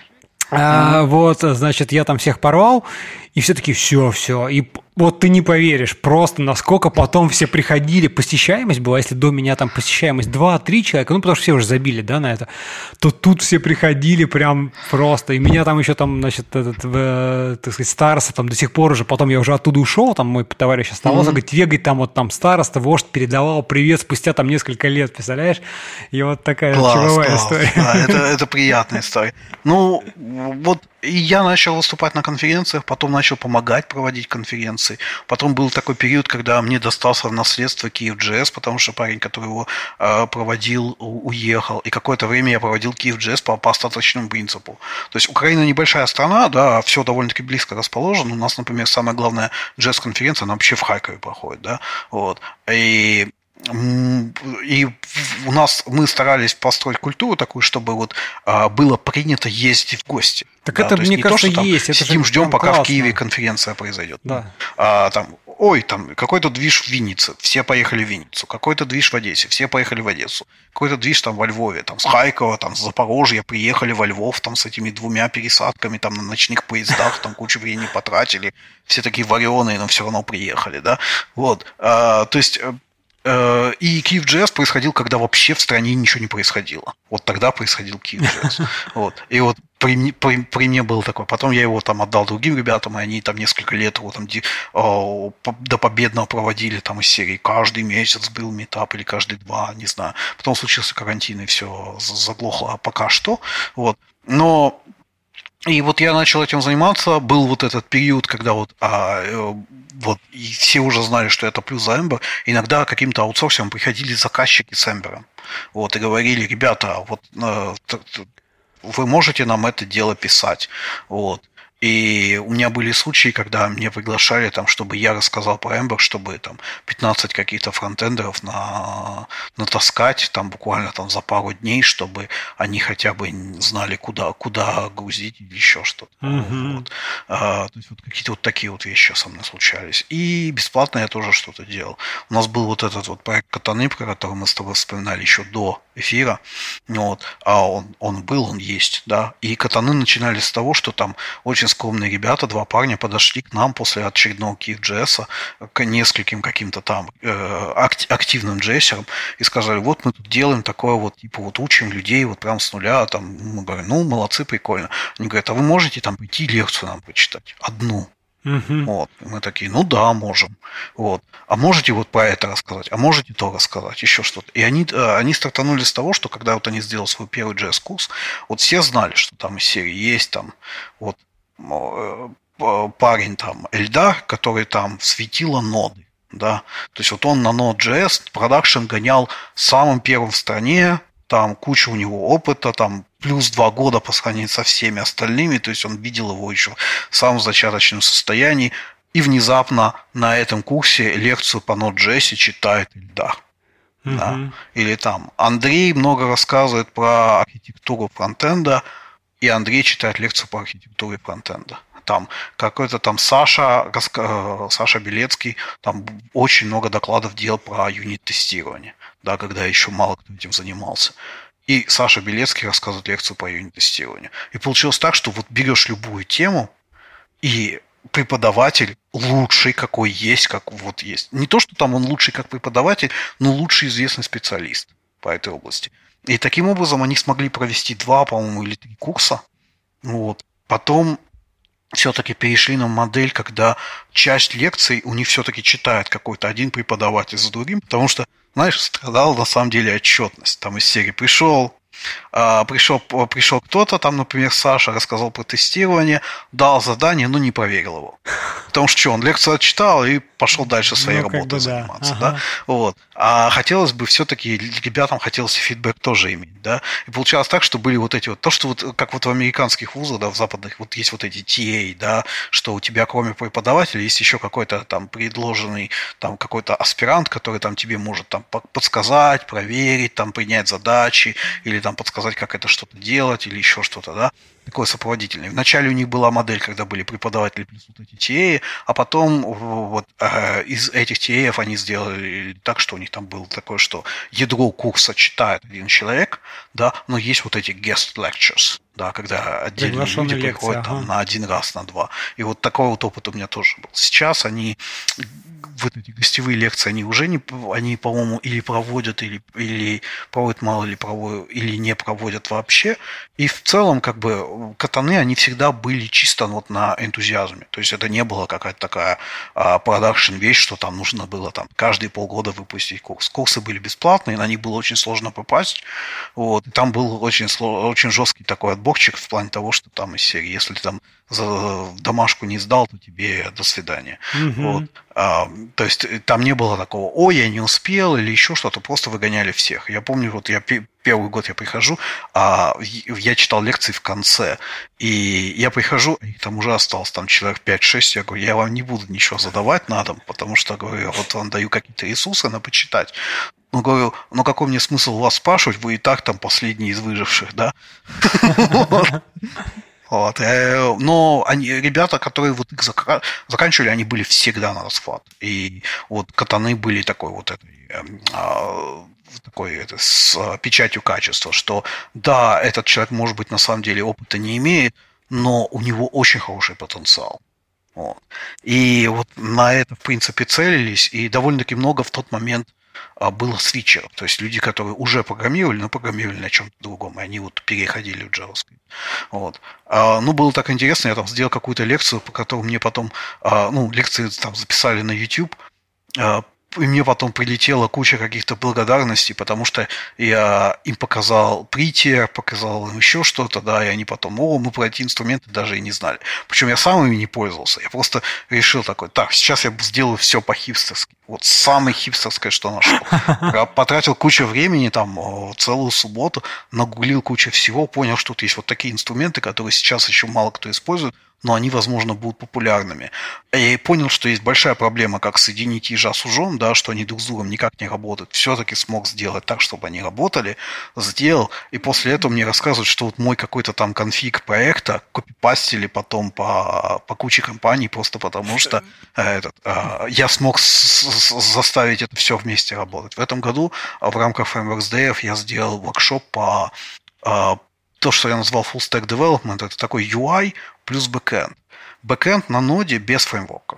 А, вот, значит, я там всех порвал, и все такие, все, все. И вот ты не поверишь, просто насколько потом все приходили, посещаемость была, если до меня там посещаемость два-три человека, ну, потому что все уже забили, да, на это, то тут все приходили прям просто. И меня там еще там, значит, этот, э, так сказать, староста там до сих пор уже, потом я уже оттуда ушел, там мой товарищ оставался, mm-hmm. говорит, вегай там вот там староста, вождь передавал привет спустя там несколько лет, представляешь? И вот такая чумовая история. Да, это, это приятная история. Ну, вот и я начал выступать на конференциях, потом начал помогать проводить конференции. Потом был такой период, когда мне достался в наследство Киев.джей эс, потому что парень, который его э, проводил, уехал. И какое-то время я проводил Киев.джей эс по, по остаточному принципу. То есть Украина небольшая страна, да, все довольно-таки близко расположено. У нас, например, самая главная джаз-конференция, она вообще в Харькове проходит, да. Вот. И И у нас мы старались построить культуру такую, чтобы вот а, было принято ездить в гости. Так да, это, мне кажется, то, есть. Это сидим, ждем, пока классно. В Киеве конференция произойдет. Да. А, там, ой, там какой-то движ в Виннице, все поехали в Винницу, какой-то движ в Одессе, все поехали в Одессу, какой-то движ там во Львове, там с Харькова, там с Запорожья приехали во Львов, там с этими двумя пересадками, там на ночных поездах, там кучу времени потратили, все такие вареные, но все равно приехали, да, вот, а, то есть... И Киев.джей эс происходил, когда вообще в стране ничего не происходило. Вот тогда происходил Киев.джей эс. Вот. И вот при, при, при мне был такой. Потом я его там отдал другим ребятам, и они там несколько лет его там о, до победного проводили там из серии. Каждый месяц был митап или каждый два, не знаю. Потом случился карантин, и все заглохло пока что. Вот. Но... И вот я начал этим заниматься, был вот этот период, когда вот, а, вот и все уже знали, что это плюс за Ember. Иногда каким-то аутсорсером приходили заказчики с Ember, вот, и говорили, ребята, вот э, вы можете нам это дело писать, вот. И у меня были случаи, когда меня приглашали, там, чтобы я рассказал про Ember, чтобы там пятнадцать каких-то фронтендеров на, натаскать там, буквально там, за пару дней, чтобы они хотя бы знали, куда, куда грузить или еще что-то. Mm-hmm. Вот. А, то есть вот какие-то вот такие вот вещи со мной случались. И бесплатно я тоже что-то делал. У нас был вот этот вот проект Катаны, про который мы с тобой вспоминали еще до эфира. Вот. А он, он был, он есть. Да? И Катаны начинались с того, что там очень скромные ребята, два парня подошли к нам после очередного Киев.джей эс к нескольким каким-то там э, активным джессерам и сказали, вот мы тут делаем такое вот, типа вот учим людей вот прям с нуля, там, мы говорим, ну, молодцы, прикольно. Они говорят, а вы можете там прийти лекцию нам прочитать? Одну. Uh-huh. Вот. И мы такие, ну да, можем. Вот. А можете вот про это рассказать? А можете то рассказать? Еще что-то. И они, они стартанули с того, что когда вот они сделали свой первый джей эс-курс, вот все знали, что там из серии есть там вот парень там Эльдар, который там светило ноды, да, то есть вот он на Node.js продакшн гонял самым первым в стране, там куча у него опыта, там плюс два года по сравнению со всеми остальными, то есть он видел его еще в самом зачаточном состоянии, и внезапно на этом курсе лекцию по Node.js читает Эльдар. Mm-hmm. Да. Или там Андрей много рассказывает про архитектуру фронтенда, и Андрей читает лекцию по архитектуре фронтенда. Там какой-то там Саша, Саша Белецкий, там очень много докладов делал про юнит-тестирование, да, когда еще мало кто этим занимался. И Саша Белецкий рассказывает лекцию по юнит-тестированию. И получилось так, что вот берешь любую тему, и преподаватель лучший, какой есть, как вот есть. Не то, что там он лучший как преподаватель, но лучший известный специалист по этой области. И таким образом они смогли провести два, по-моему, или три курса. Вот. Потом все-таки перешли на модель, когда часть лекций у них все-таки читает какой-то один преподаватель за другим, потому что, знаешь, страдала на самом деле отчетность. Там из серии пришел, а, пришел, пришел кто-то, там, например, Саша рассказал про тестирование, дал задание, но не проверил его. Потому что что, он лекцию отчитал и пошел дальше своей ну, работой заниматься. Да. Ага. Да? Вот. А хотелось бы все-таки, ребятам хотелось фидбэк тоже иметь. Да? И получалось так, что были вот эти вот, то, что вот, как вот в американских вузах, да, в западных, вот есть вот эти ти эй, да, что у тебя кроме преподавателя есть еще какой-то там предложенный там какой-то аспирант, который там тебе может там подсказать, проверить, там принять задачи, или там подсказать, как это что-то делать, или еще что-то, да. Такой сопроводительный. Вначале у них была модель, когда были преподаватели плюс вот эти ти эй, а потом вот э, из этих ти эй они сделали так, что у них там было такое, что ядро курса читает один человек, да, но есть вот эти guest lectures, да, когда отдельные люди лекции, приходят ага. там, на один раз, на два. И вот такой вот опыт у меня тоже был. Сейчас они вот эти гостевые лекции, они уже не, они, по-моему, или проводят, или, или проводят мало, или проводят, или не проводят вообще. И в целом, как бы, катаны, они всегда были чисто вот на энтузиазме. То есть это не было какая-то такая продакшн вещь, что там нужно было там каждые полгода выпустить курс. Курсы были бесплатные, на них было очень сложно попасть. Вот. И там был очень, очень жесткий такой отборчик в плане того, что там из серии, если ты там за домашку не сдал, то тебе до свидания. Mm-hmm. Вот. А, то есть там не было такого, ой, я не успел или еще что-то, просто выгоняли всех. Я помню, вот я первый год я прихожу, а я читал лекции в конце, и я прихожу, и там уже осталось там человек пять-шесть, я говорю, я вам не буду ничего задавать на дом, потому что, говорю, я вот вам даю какие-то ресурсы на почитать. Ну, говорю, ну какой мне смысл вас спрашивать, вы и так там последний из выживших, да? Вот. Но они, ребята, которые вот их закра... заканчивали, они были всегда на расхват. И вот катаны были такой вот этой, а, такой это, с печатью качества, что да, этот человек, может быть, на самом деле опыта не имеет, но у него очень хороший потенциал. Вот. И вот на это, в принципе, целились, и довольно-таки много в тот момент было свитчеров, то есть люди, которые уже программировали, но программировали на чем-то другом, и они вот переходили в JavaScript. Вот. А, ну, было так интересно, я там сделал какую-то лекцию, по которой мне потом, а, ну, лекции там записали на YouTube, а, и мне потом прилетела куча каких-то благодарностей, потому что я им показал притер, показал им еще что-то, да, и они потом, о, мы про эти инструменты даже и не знали. Причем я сам ими не пользовался. Я просто решил такой, так, сейчас я сделаю все по-хипстерски. Вот самое хипстерское, что нашел. Я потратил кучу времени, там, целую субботу, нагуглил кучу всего, понял, что тут есть вот такие инструменты, которые сейчас еще мало кто использует, но они, возможно, будут популярными. Я и понял, что есть большая проблема, как соединить ежа с ужом, да, что они друг с другом никак не работают. Все-таки смог сделать так, чтобы они работали, сделал, и после этого мне рассказывают, что вот мой какой-то там конфиг проекта копипастили потом по, по куче компаний, просто потому что этот, я смог заставить это все вместе работать. В этом году в рамках Frameworks ди эф я сделал воркшоп по то, что я назвал Full Stack Development, это такой ю ай плюс бэкэнд. Бэкэнд на ноде без фреймворков.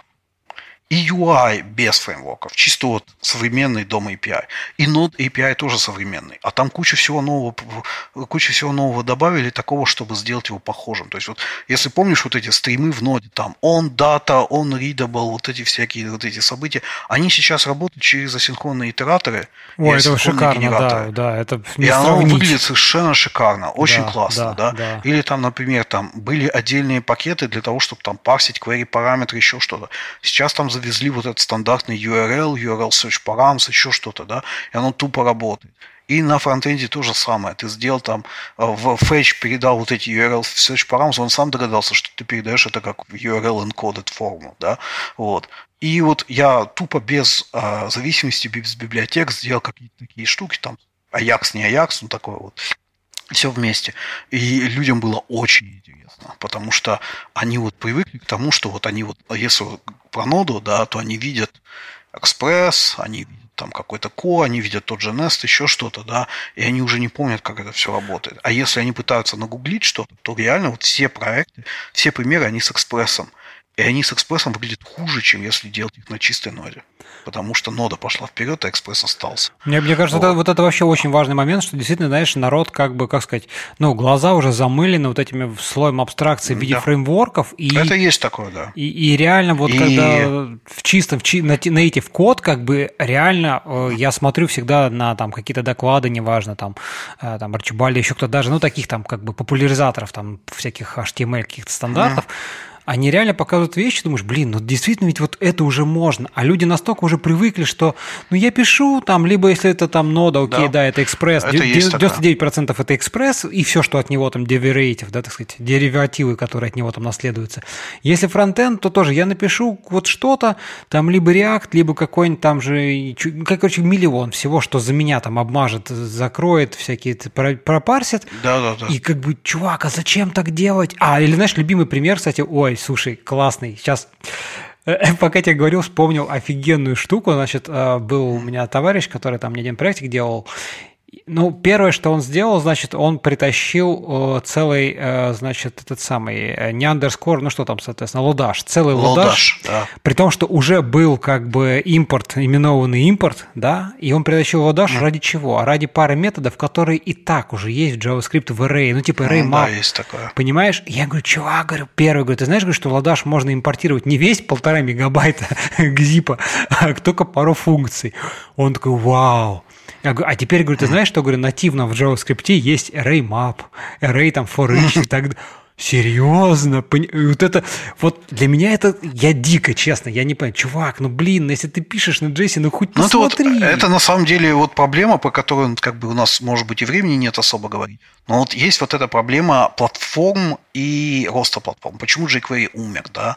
И ю ай без фреймворков, чисто вот современный дом эй пи ай. И Node эй пи ай тоже современный. А там куча всего нового, куча всего нового добавили, такого, чтобы сделать его похожим. То есть вот, если помнишь вот эти стримы в ноде, там on data, on readable, вот эти всякие вот эти события, они сейчас работают через асинхронные итераторы. Ой, это шикарно, да, да, это не И оно сравнить. выглядит совершенно шикарно, очень Да, классно, да, да? да. Или там, например, там были отдельные пакеты для того, чтобы там парсить query параметры, еще что-то. Сейчас там завезли вот этот стандартный ю ар эл, ю ар эл search params, еще что-то, да, и оно тупо работает. И на фронтенде то же самое. Ты сделал там, в fetch передал вот эти ю ар эл search params, он сам догадался, что ты передаешь это как ю ар эл encoded форму, да, вот. И вот я тупо без а, зависимости, без библиотек сделал какие-то такие штуки, там, Ajax, не Ajax, ну, такое вот. Все вместе. И людям было очень интересно, потому что они вот привыкли к тому, что вот они вот, если про ноду, да, то они видят Express, они видят там какой-то core, они видят тот же Nest, еще что-то, да, и они уже не помнят, как это все работает. А если они пытаются нагуглить что-то, то реально вот все проекты, все примеры, они с Express'ом. И они с экспрессом выглядят хуже, чем если делать их на чистой ноде. Потому что нода пошла вперед, а экспресс остался. Мне, мне кажется, вот. Это, вот это вообще очень важный момент, что действительно, знаешь, народ как бы, как сказать, ну, глаза уже замылены вот этими слоем абстракции в виде да. фреймворков. И, это есть такое, да. И, и реально вот и... когда в чистом, в чи, native код, как бы реально э, я смотрю всегда на там какие-то доклады, неважно, там, э, там Арчибальда, еще кто-то даже, ну, таких там как бы популяризаторов там всяких эйч ти эм эль каких-то стандартов, mm. Они реально показывают вещи, думаешь, блин, ну действительно ведь вот это уже можно. А люди настолько уже привыкли, что, ну я пишу там, либо если это там нода, окей, да, да это экспресс, это девяносто девять процентов это экспресс, и все, что от него там дериватив, да, так сказать, деривативы, которые от него там наследуются. Если фронтенд, то тоже я напишу вот что-то, там либо React, либо какой-нибудь там же, как, короче, миллион всего, что за меня там обмажет, закроет, всякие пропарсит. Да, да, да. И как бы, чувак, а зачем так делать? А, или знаешь, любимый пример, кстати, ой, слушай, классный. Сейчас, пока я тебе говорил, вспомнил офигенную штуку. Значит, был у меня товарищ, который там мне один проектик делал. Ну, первое, что он сделал, значит, он притащил целый, значит, этот самый, не андерскор, ну что там, соответственно, лодаш, целый лодаш, да. При том, что уже был как бы импорт, именованный импорт, да, и он притащил лодаш mm. ради чего? Ради пары методов, которые и так уже есть в JavaScript в array, ну типа array mm, map, да, есть такое. Понимаешь? Я говорю, чувак, говорю, первый, говорю, ты знаешь, говорю, что лодаш можно импортировать не весь полтора мегабайта гзипа, а только пару функций. Он такой, вау. Я говорю, а теперь, говорю, ты знаешь, что, говорю, нативно в JavaScript есть array map, array там for each и так далее. Серьезно? Вот это, вот для меня это, я дико, честно, я не понимаю, чувак, ну блин, если ты пишешь на Джесси, ну хоть ну, посмотри. Это, вот, это на самом деле вот проблема, по которой как бы у нас, может быть, и времени нет особо говорить, но вот есть вот эта проблема платформ и роста платформ. Почему jQuery умер, да?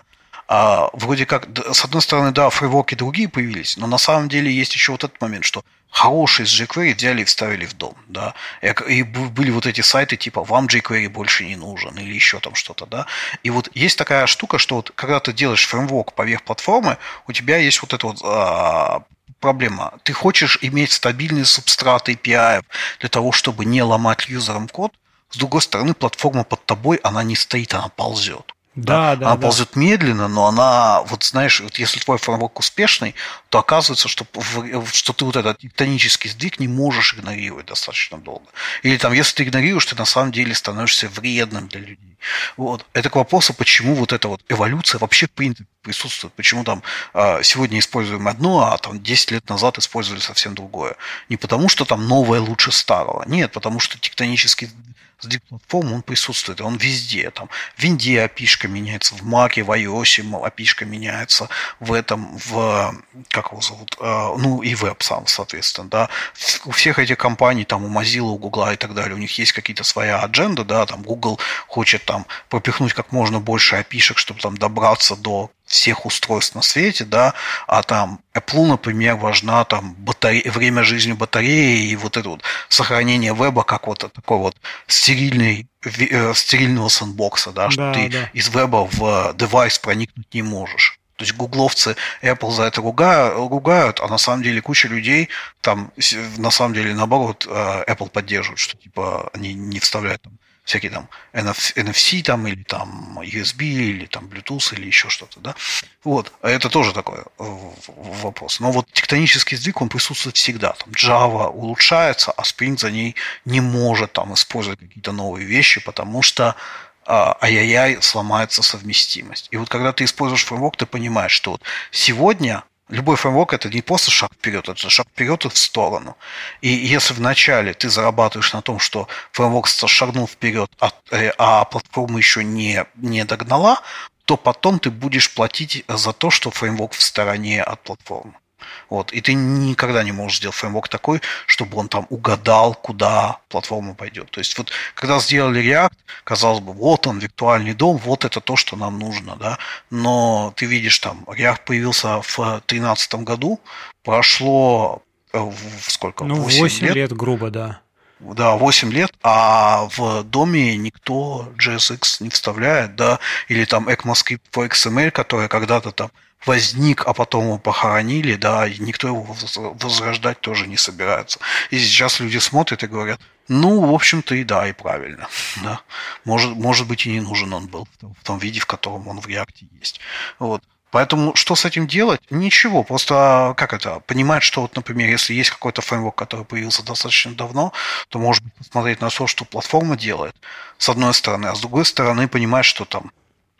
А, вроде как, с одной стороны, да, фреймворки другие появились, но на самом деле есть еще вот этот момент, что хороший с jQuery взяли и вставили в дом, да, и были вот эти сайты типа «Вам jQuery больше не нужен» или еще там что-то, да, и вот есть такая штука, что вот когда ты делаешь фреймворк поверх платформы, у тебя есть вот эта вот а, проблема. Ты хочешь иметь стабильный субстрат эй пи ай для того, чтобы не ломать юзерам код, с другой стороны, платформа под тобой, она не стоит, она ползет. Да, да, да, она да. ползет медленно, но она, вот знаешь, вот если твой фреймворк успешный, то оказывается, что, что ты вот этот тектонический сдвиг не можешь игнорировать достаточно долго. Или там, если ты игнорируешь, ты на самом деле становишься вредным для людей. Вот. Это к вопросу, почему вот эта вот эволюция вообще в принципе присутствует. Почему там сегодня используем одно, а там десять лет назад использовали совсем другое. Не потому, что там новое лучше старого. Нет, потому что тектонический сдвиг платформы, он присутствует, он везде. Там в Винде эй пи ай-шка меняется, в Маке, в iOS эй пи ай-шка меняется, в этом, в, как его зовут, ну и веб сам, соответственно, да. У всех этих компаний, там у Mozilla, у Google и так далее, у них есть какие-то своя адженда, да, там Google хочет там пропихнуть как можно больше эй пи ай-шек, чтобы там добраться до всех устройств на свете, да, а там Apple, например, важна там батаре... время жизни батареи и вот это вот сохранение веба как вот такой вот стерильный, э, стерильного сэндбокса, да, что да, ты да. из веба в девайс проникнуть не можешь. То есть гугловцы Apple за это ругают, ругают, а на самом деле куча людей там, на самом деле, наоборот, Apple поддерживают, что типа они не вставляют там всякие там эн эф си там, или там ю эс би, или там Bluetooth, или еще что-то, да. Вот. А это тоже такой вопрос. Но вот тектонический сдвиг, он присутствует всегда. Там Java улучшается, а Spring за ней не может там использовать какие-то новые вещи, потому что ай-яй-яй, сломается совместимость. И вот когда ты используешь фреймворк, ты понимаешь, что вот сегодня любой фреймворк – это не просто шаг вперед, это шаг вперед и в сторону. И если вначале ты зарабатываешь на том, что фреймворк шагнул вперед, а, а платформа еще не, не догнала, то потом ты будешь платить за то, что фреймворк в стороне от платформы. Вот. И ты никогда не можешь сделать фреймворк такой, чтобы он там угадал, куда платформа пойдет. То есть вот когда сделали React, казалось бы, вот он, виртуальный дом, вот это то, что нам нужно, да. Но ты видишь, там React появился в две тысячи тринадцатом году, прошло в сколько? Ну, восемь лет? лет, грубо, да. Да, восемь лет, а в доме никто джей эс икс не вставляет, да, или там ECMAScript по икс эм эль, который когда-то там возник, а потом его похоронили, да, и никто его возрождать тоже не собирается. И сейчас люди смотрят и говорят, ну, в общем-то, и да, и правильно, да. Может, может быть, и не нужен он был в том виде, в котором он в React есть. Вот. Поэтому что с этим делать? Ничего, просто как это, понимать, что вот, например, если есть какой-то фреймворк, который появился достаточно давно, то, может быть, посмотреть на то, что платформа делает, с одной стороны, а с другой стороны, понимать, что там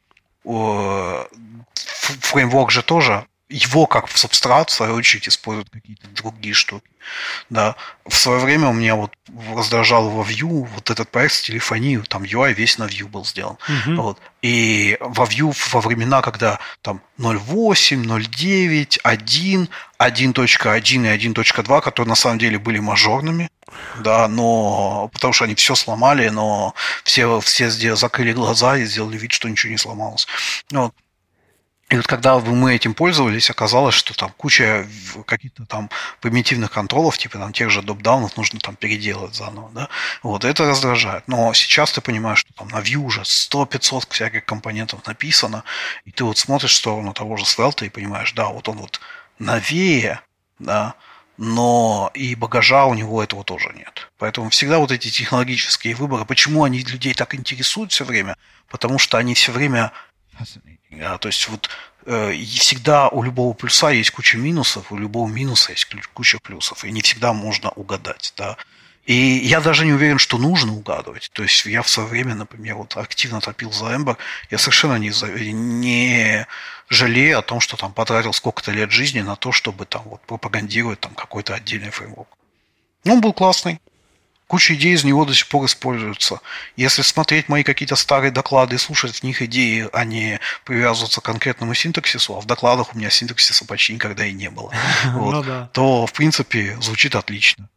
э, фреймворк же тоже, его как в субстрат, в свою очередь, используют какие-то другие штуки. Да. В свое время у меня вот раздражал во Vue вот этот проект с телефонией, там ю ай весь на Vue был сделан. Uh-huh. Вот. И во Vue во времена, когда там ноль восемь, ноль девять, один, один точка один и один точка два, которые на самом деле были мажорными, да, но потому что они все сломали, но все, все закрыли глаза и сделали вид, что ничего не сломалось. Вот. И вот когда мы этим пользовались, оказалось, что там куча каких-то там примитивных контролов, типа там тех же дропдаунов нужно там переделать заново, да. Вот, это раздражает. Но сейчас ты понимаешь, что там на Vue уже сто-пятьсот всяких компонентов написано, и ты вот смотришь в сторону того же Svelte и понимаешь, да, вот он вот новее, да, но и багажа у него этого тоже нет. Поэтому всегда вот эти технологические выборы, почему они людей так интересуют все время? Потому что они все время... Да, то есть вот э, всегда у любого плюса есть куча минусов, у любого минуса есть куча плюсов, и не всегда можно угадать, да. И я даже не уверен, что нужно угадывать. То есть я в свое время, например, вот активно топил за Ember, я совершенно не, не жалею о том, что там потратил сколько-то лет жизни на то, чтобы там вот пропагандировать там какой-то отдельный фреймворк. Ну, он был классный. Куча идей из него до сих пор используются. Если смотреть мои какие-то старые доклады и слушать в них идеи, а не привязываться к конкретному синтаксису, а в докладах у меня синтаксиса почти никогда и не было, вот, ну, да. то, в принципе, звучит отлично.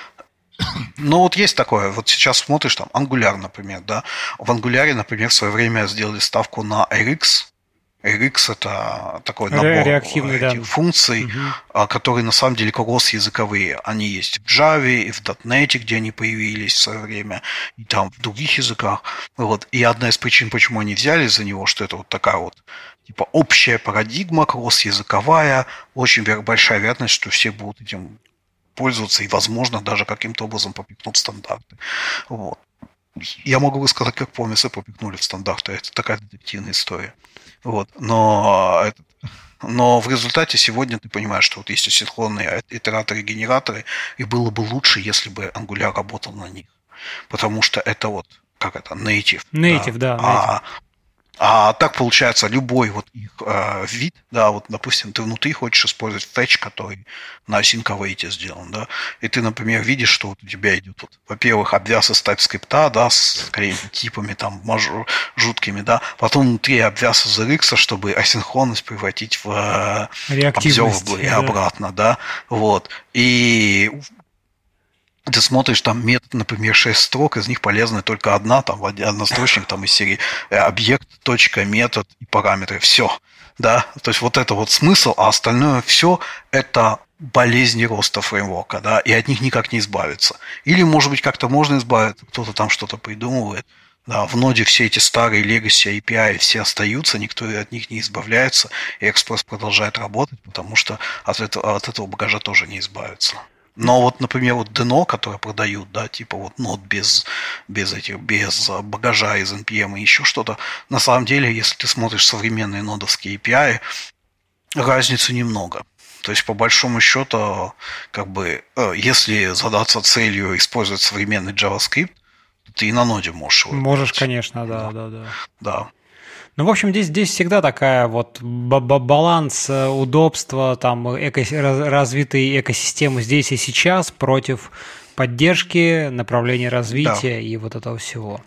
Но вот есть такое, вот сейчас смотришь там Angular, например, да, в Angular, например, в свое время сделали ставку на эр икс, эр икс это такой набор реактивный, этих да. функций, угу. которые на самом деле кросс-языковые. Они есть в Java и в .дот нет, где они появились в свое время, и там в других языках. Вот. И одна из причин, почему они взяли за него, что это вот такая вот типа общая парадигма, кросс-языковая, очень большая вероятность, что все будут этим пользоваться и, возможно, даже каким-то образом попикнут стандарты. Вот. Я могу высказать, как помесы попикнули в стандарты. Это такая детективная история. Вот. Но, это, но в результате сегодня ты понимаешь, что вот есть асинхронные итераторы и генераторы, и было бы лучше, если бы Angular работал на них. Потому что это вот, как это, native. Native, да. да а, а так получается, любой вот их э, вид, да, вот, допустим, ты внутри хочешь использовать fetch, который на async await сделан, да, и ты, например, видишь, что вот у тебя идет, вот, во-первых, обвяз из TypeScript, да, с какими-то типами там мажор, жуткими, да, потом внутри обвяз из эр икс, чтобы асинхронность превратить в observable и да. обратно, да, вот, и ты смотришь, там метод, например, шесть строк, из них полезна только одна, там, однострочник там из серии объект, точка, метод и параметры. Все. Да? То есть вот это вот смысл, а остальное все это болезни роста фреймворка, да, и от них никак не избавиться. Или, может быть, как-то можно избавиться, кто-то там что-то придумывает. Да, в ноде все эти старые legacy эй пи ай все остаются, никто от них не избавляется, и Express продолжает работать, потому что от этого, от этого багажа тоже не избавиться. Но вот, например, вот Deno, которые продают, да, типа вот нод без, без этих, без багажа из эн пи эм и еще что-то, на самом деле, если ты смотришь современные нодовские эй пи ай, разницы немного. То есть, по большому счету, как бы, если задаться целью использовать современный JavaScript, то ты и на ноде можешь его Можешь, делать. конечно, да, да, да. Да. Ну, в общем, здесь, здесь всегда такая вот баланс удобства, там, эко, развитой экосистемы здесь и сейчас против поддержки, направления развития да. и вот этого всего.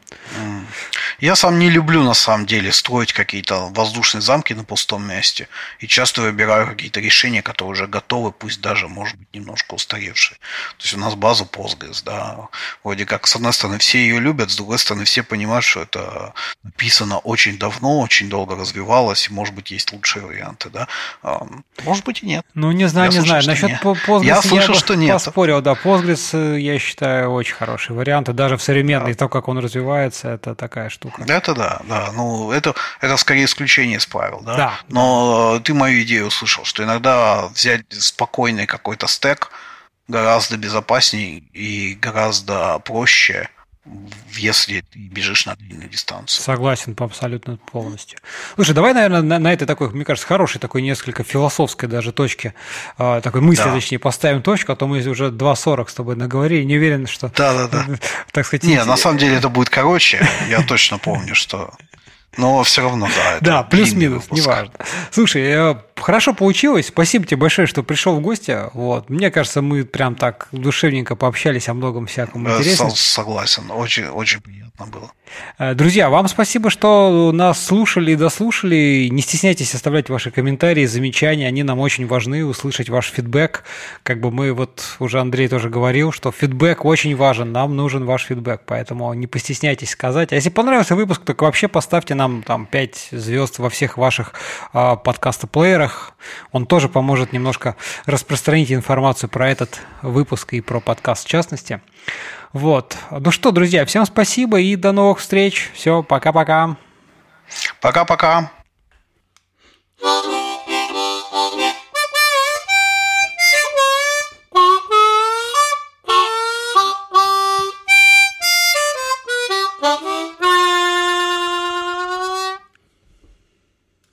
Я сам не люблю, на самом деле, строить какие-то воздушные замки на пустом месте. И часто выбираю какие-то решения, которые уже готовы, пусть даже, может быть, немножко устаревшие. То есть у нас база Postgres, да. Вроде как, с одной стороны, все ее любят, с другой стороны, все понимают, что это написано очень давно, очень долго развивалось, и, может быть, есть лучшие варианты, да. Может быть, и нет. Ну, не знаю, я не слышал, знаю. Насчет Postgres я, слышал, я что нет. поспорил, да. Postgres, я считаю, очень хороший вариант. И даже в современный, да. то, как он развивается, это такая штука. Это да, да. Ну, это, это скорее исключение из правил, да. да Но да. ты мою идею услышал, что иногда взять спокойный какой-то стэк гораздо безопаснее и гораздо проще, если ты бежишь на длинную дистанцию. Согласен абсолютно полностью. Слушай, давай, наверное, на, на этой такой, мне кажется, хорошей такой несколько философской даже точке, э, такой мысли, да. точнее, поставим точку, а то мы уже два сорок с тобой наговорили, не уверен, что... Да-да-да. Так сказать... Не, на самом деле это будет короче, я точно помню, что... Но все равно, да. Это да, плюс-минус, неважно. Слушай, хорошо получилось. Спасибо тебе большое, что пришел в гости. Вот. Мне кажется, мы прям так душевненько пообщались о многом всяком интересном. Согласен, очень, очень приятно было. Друзья, вам спасибо, что нас слушали и дослушали. Не стесняйтесь оставлять ваши комментарии, замечания. Они нам очень важны, услышать ваш фидбэк. Как бы мы вот, уже Андрей тоже говорил, что фидбэк очень важен. Нам нужен ваш фидбэк, поэтому не постесняйтесь сказать. А если понравился выпуск, так вообще поставьте нам там пять звезд во всех ваших э, подкаст-плеерах. Он тоже поможет немножко распространить информацию про этот выпуск и про подкаст в частности. Вот. Ну что, друзья, всем спасибо и до новых встреч. Все, пока-пока. Пока-пока. Bye.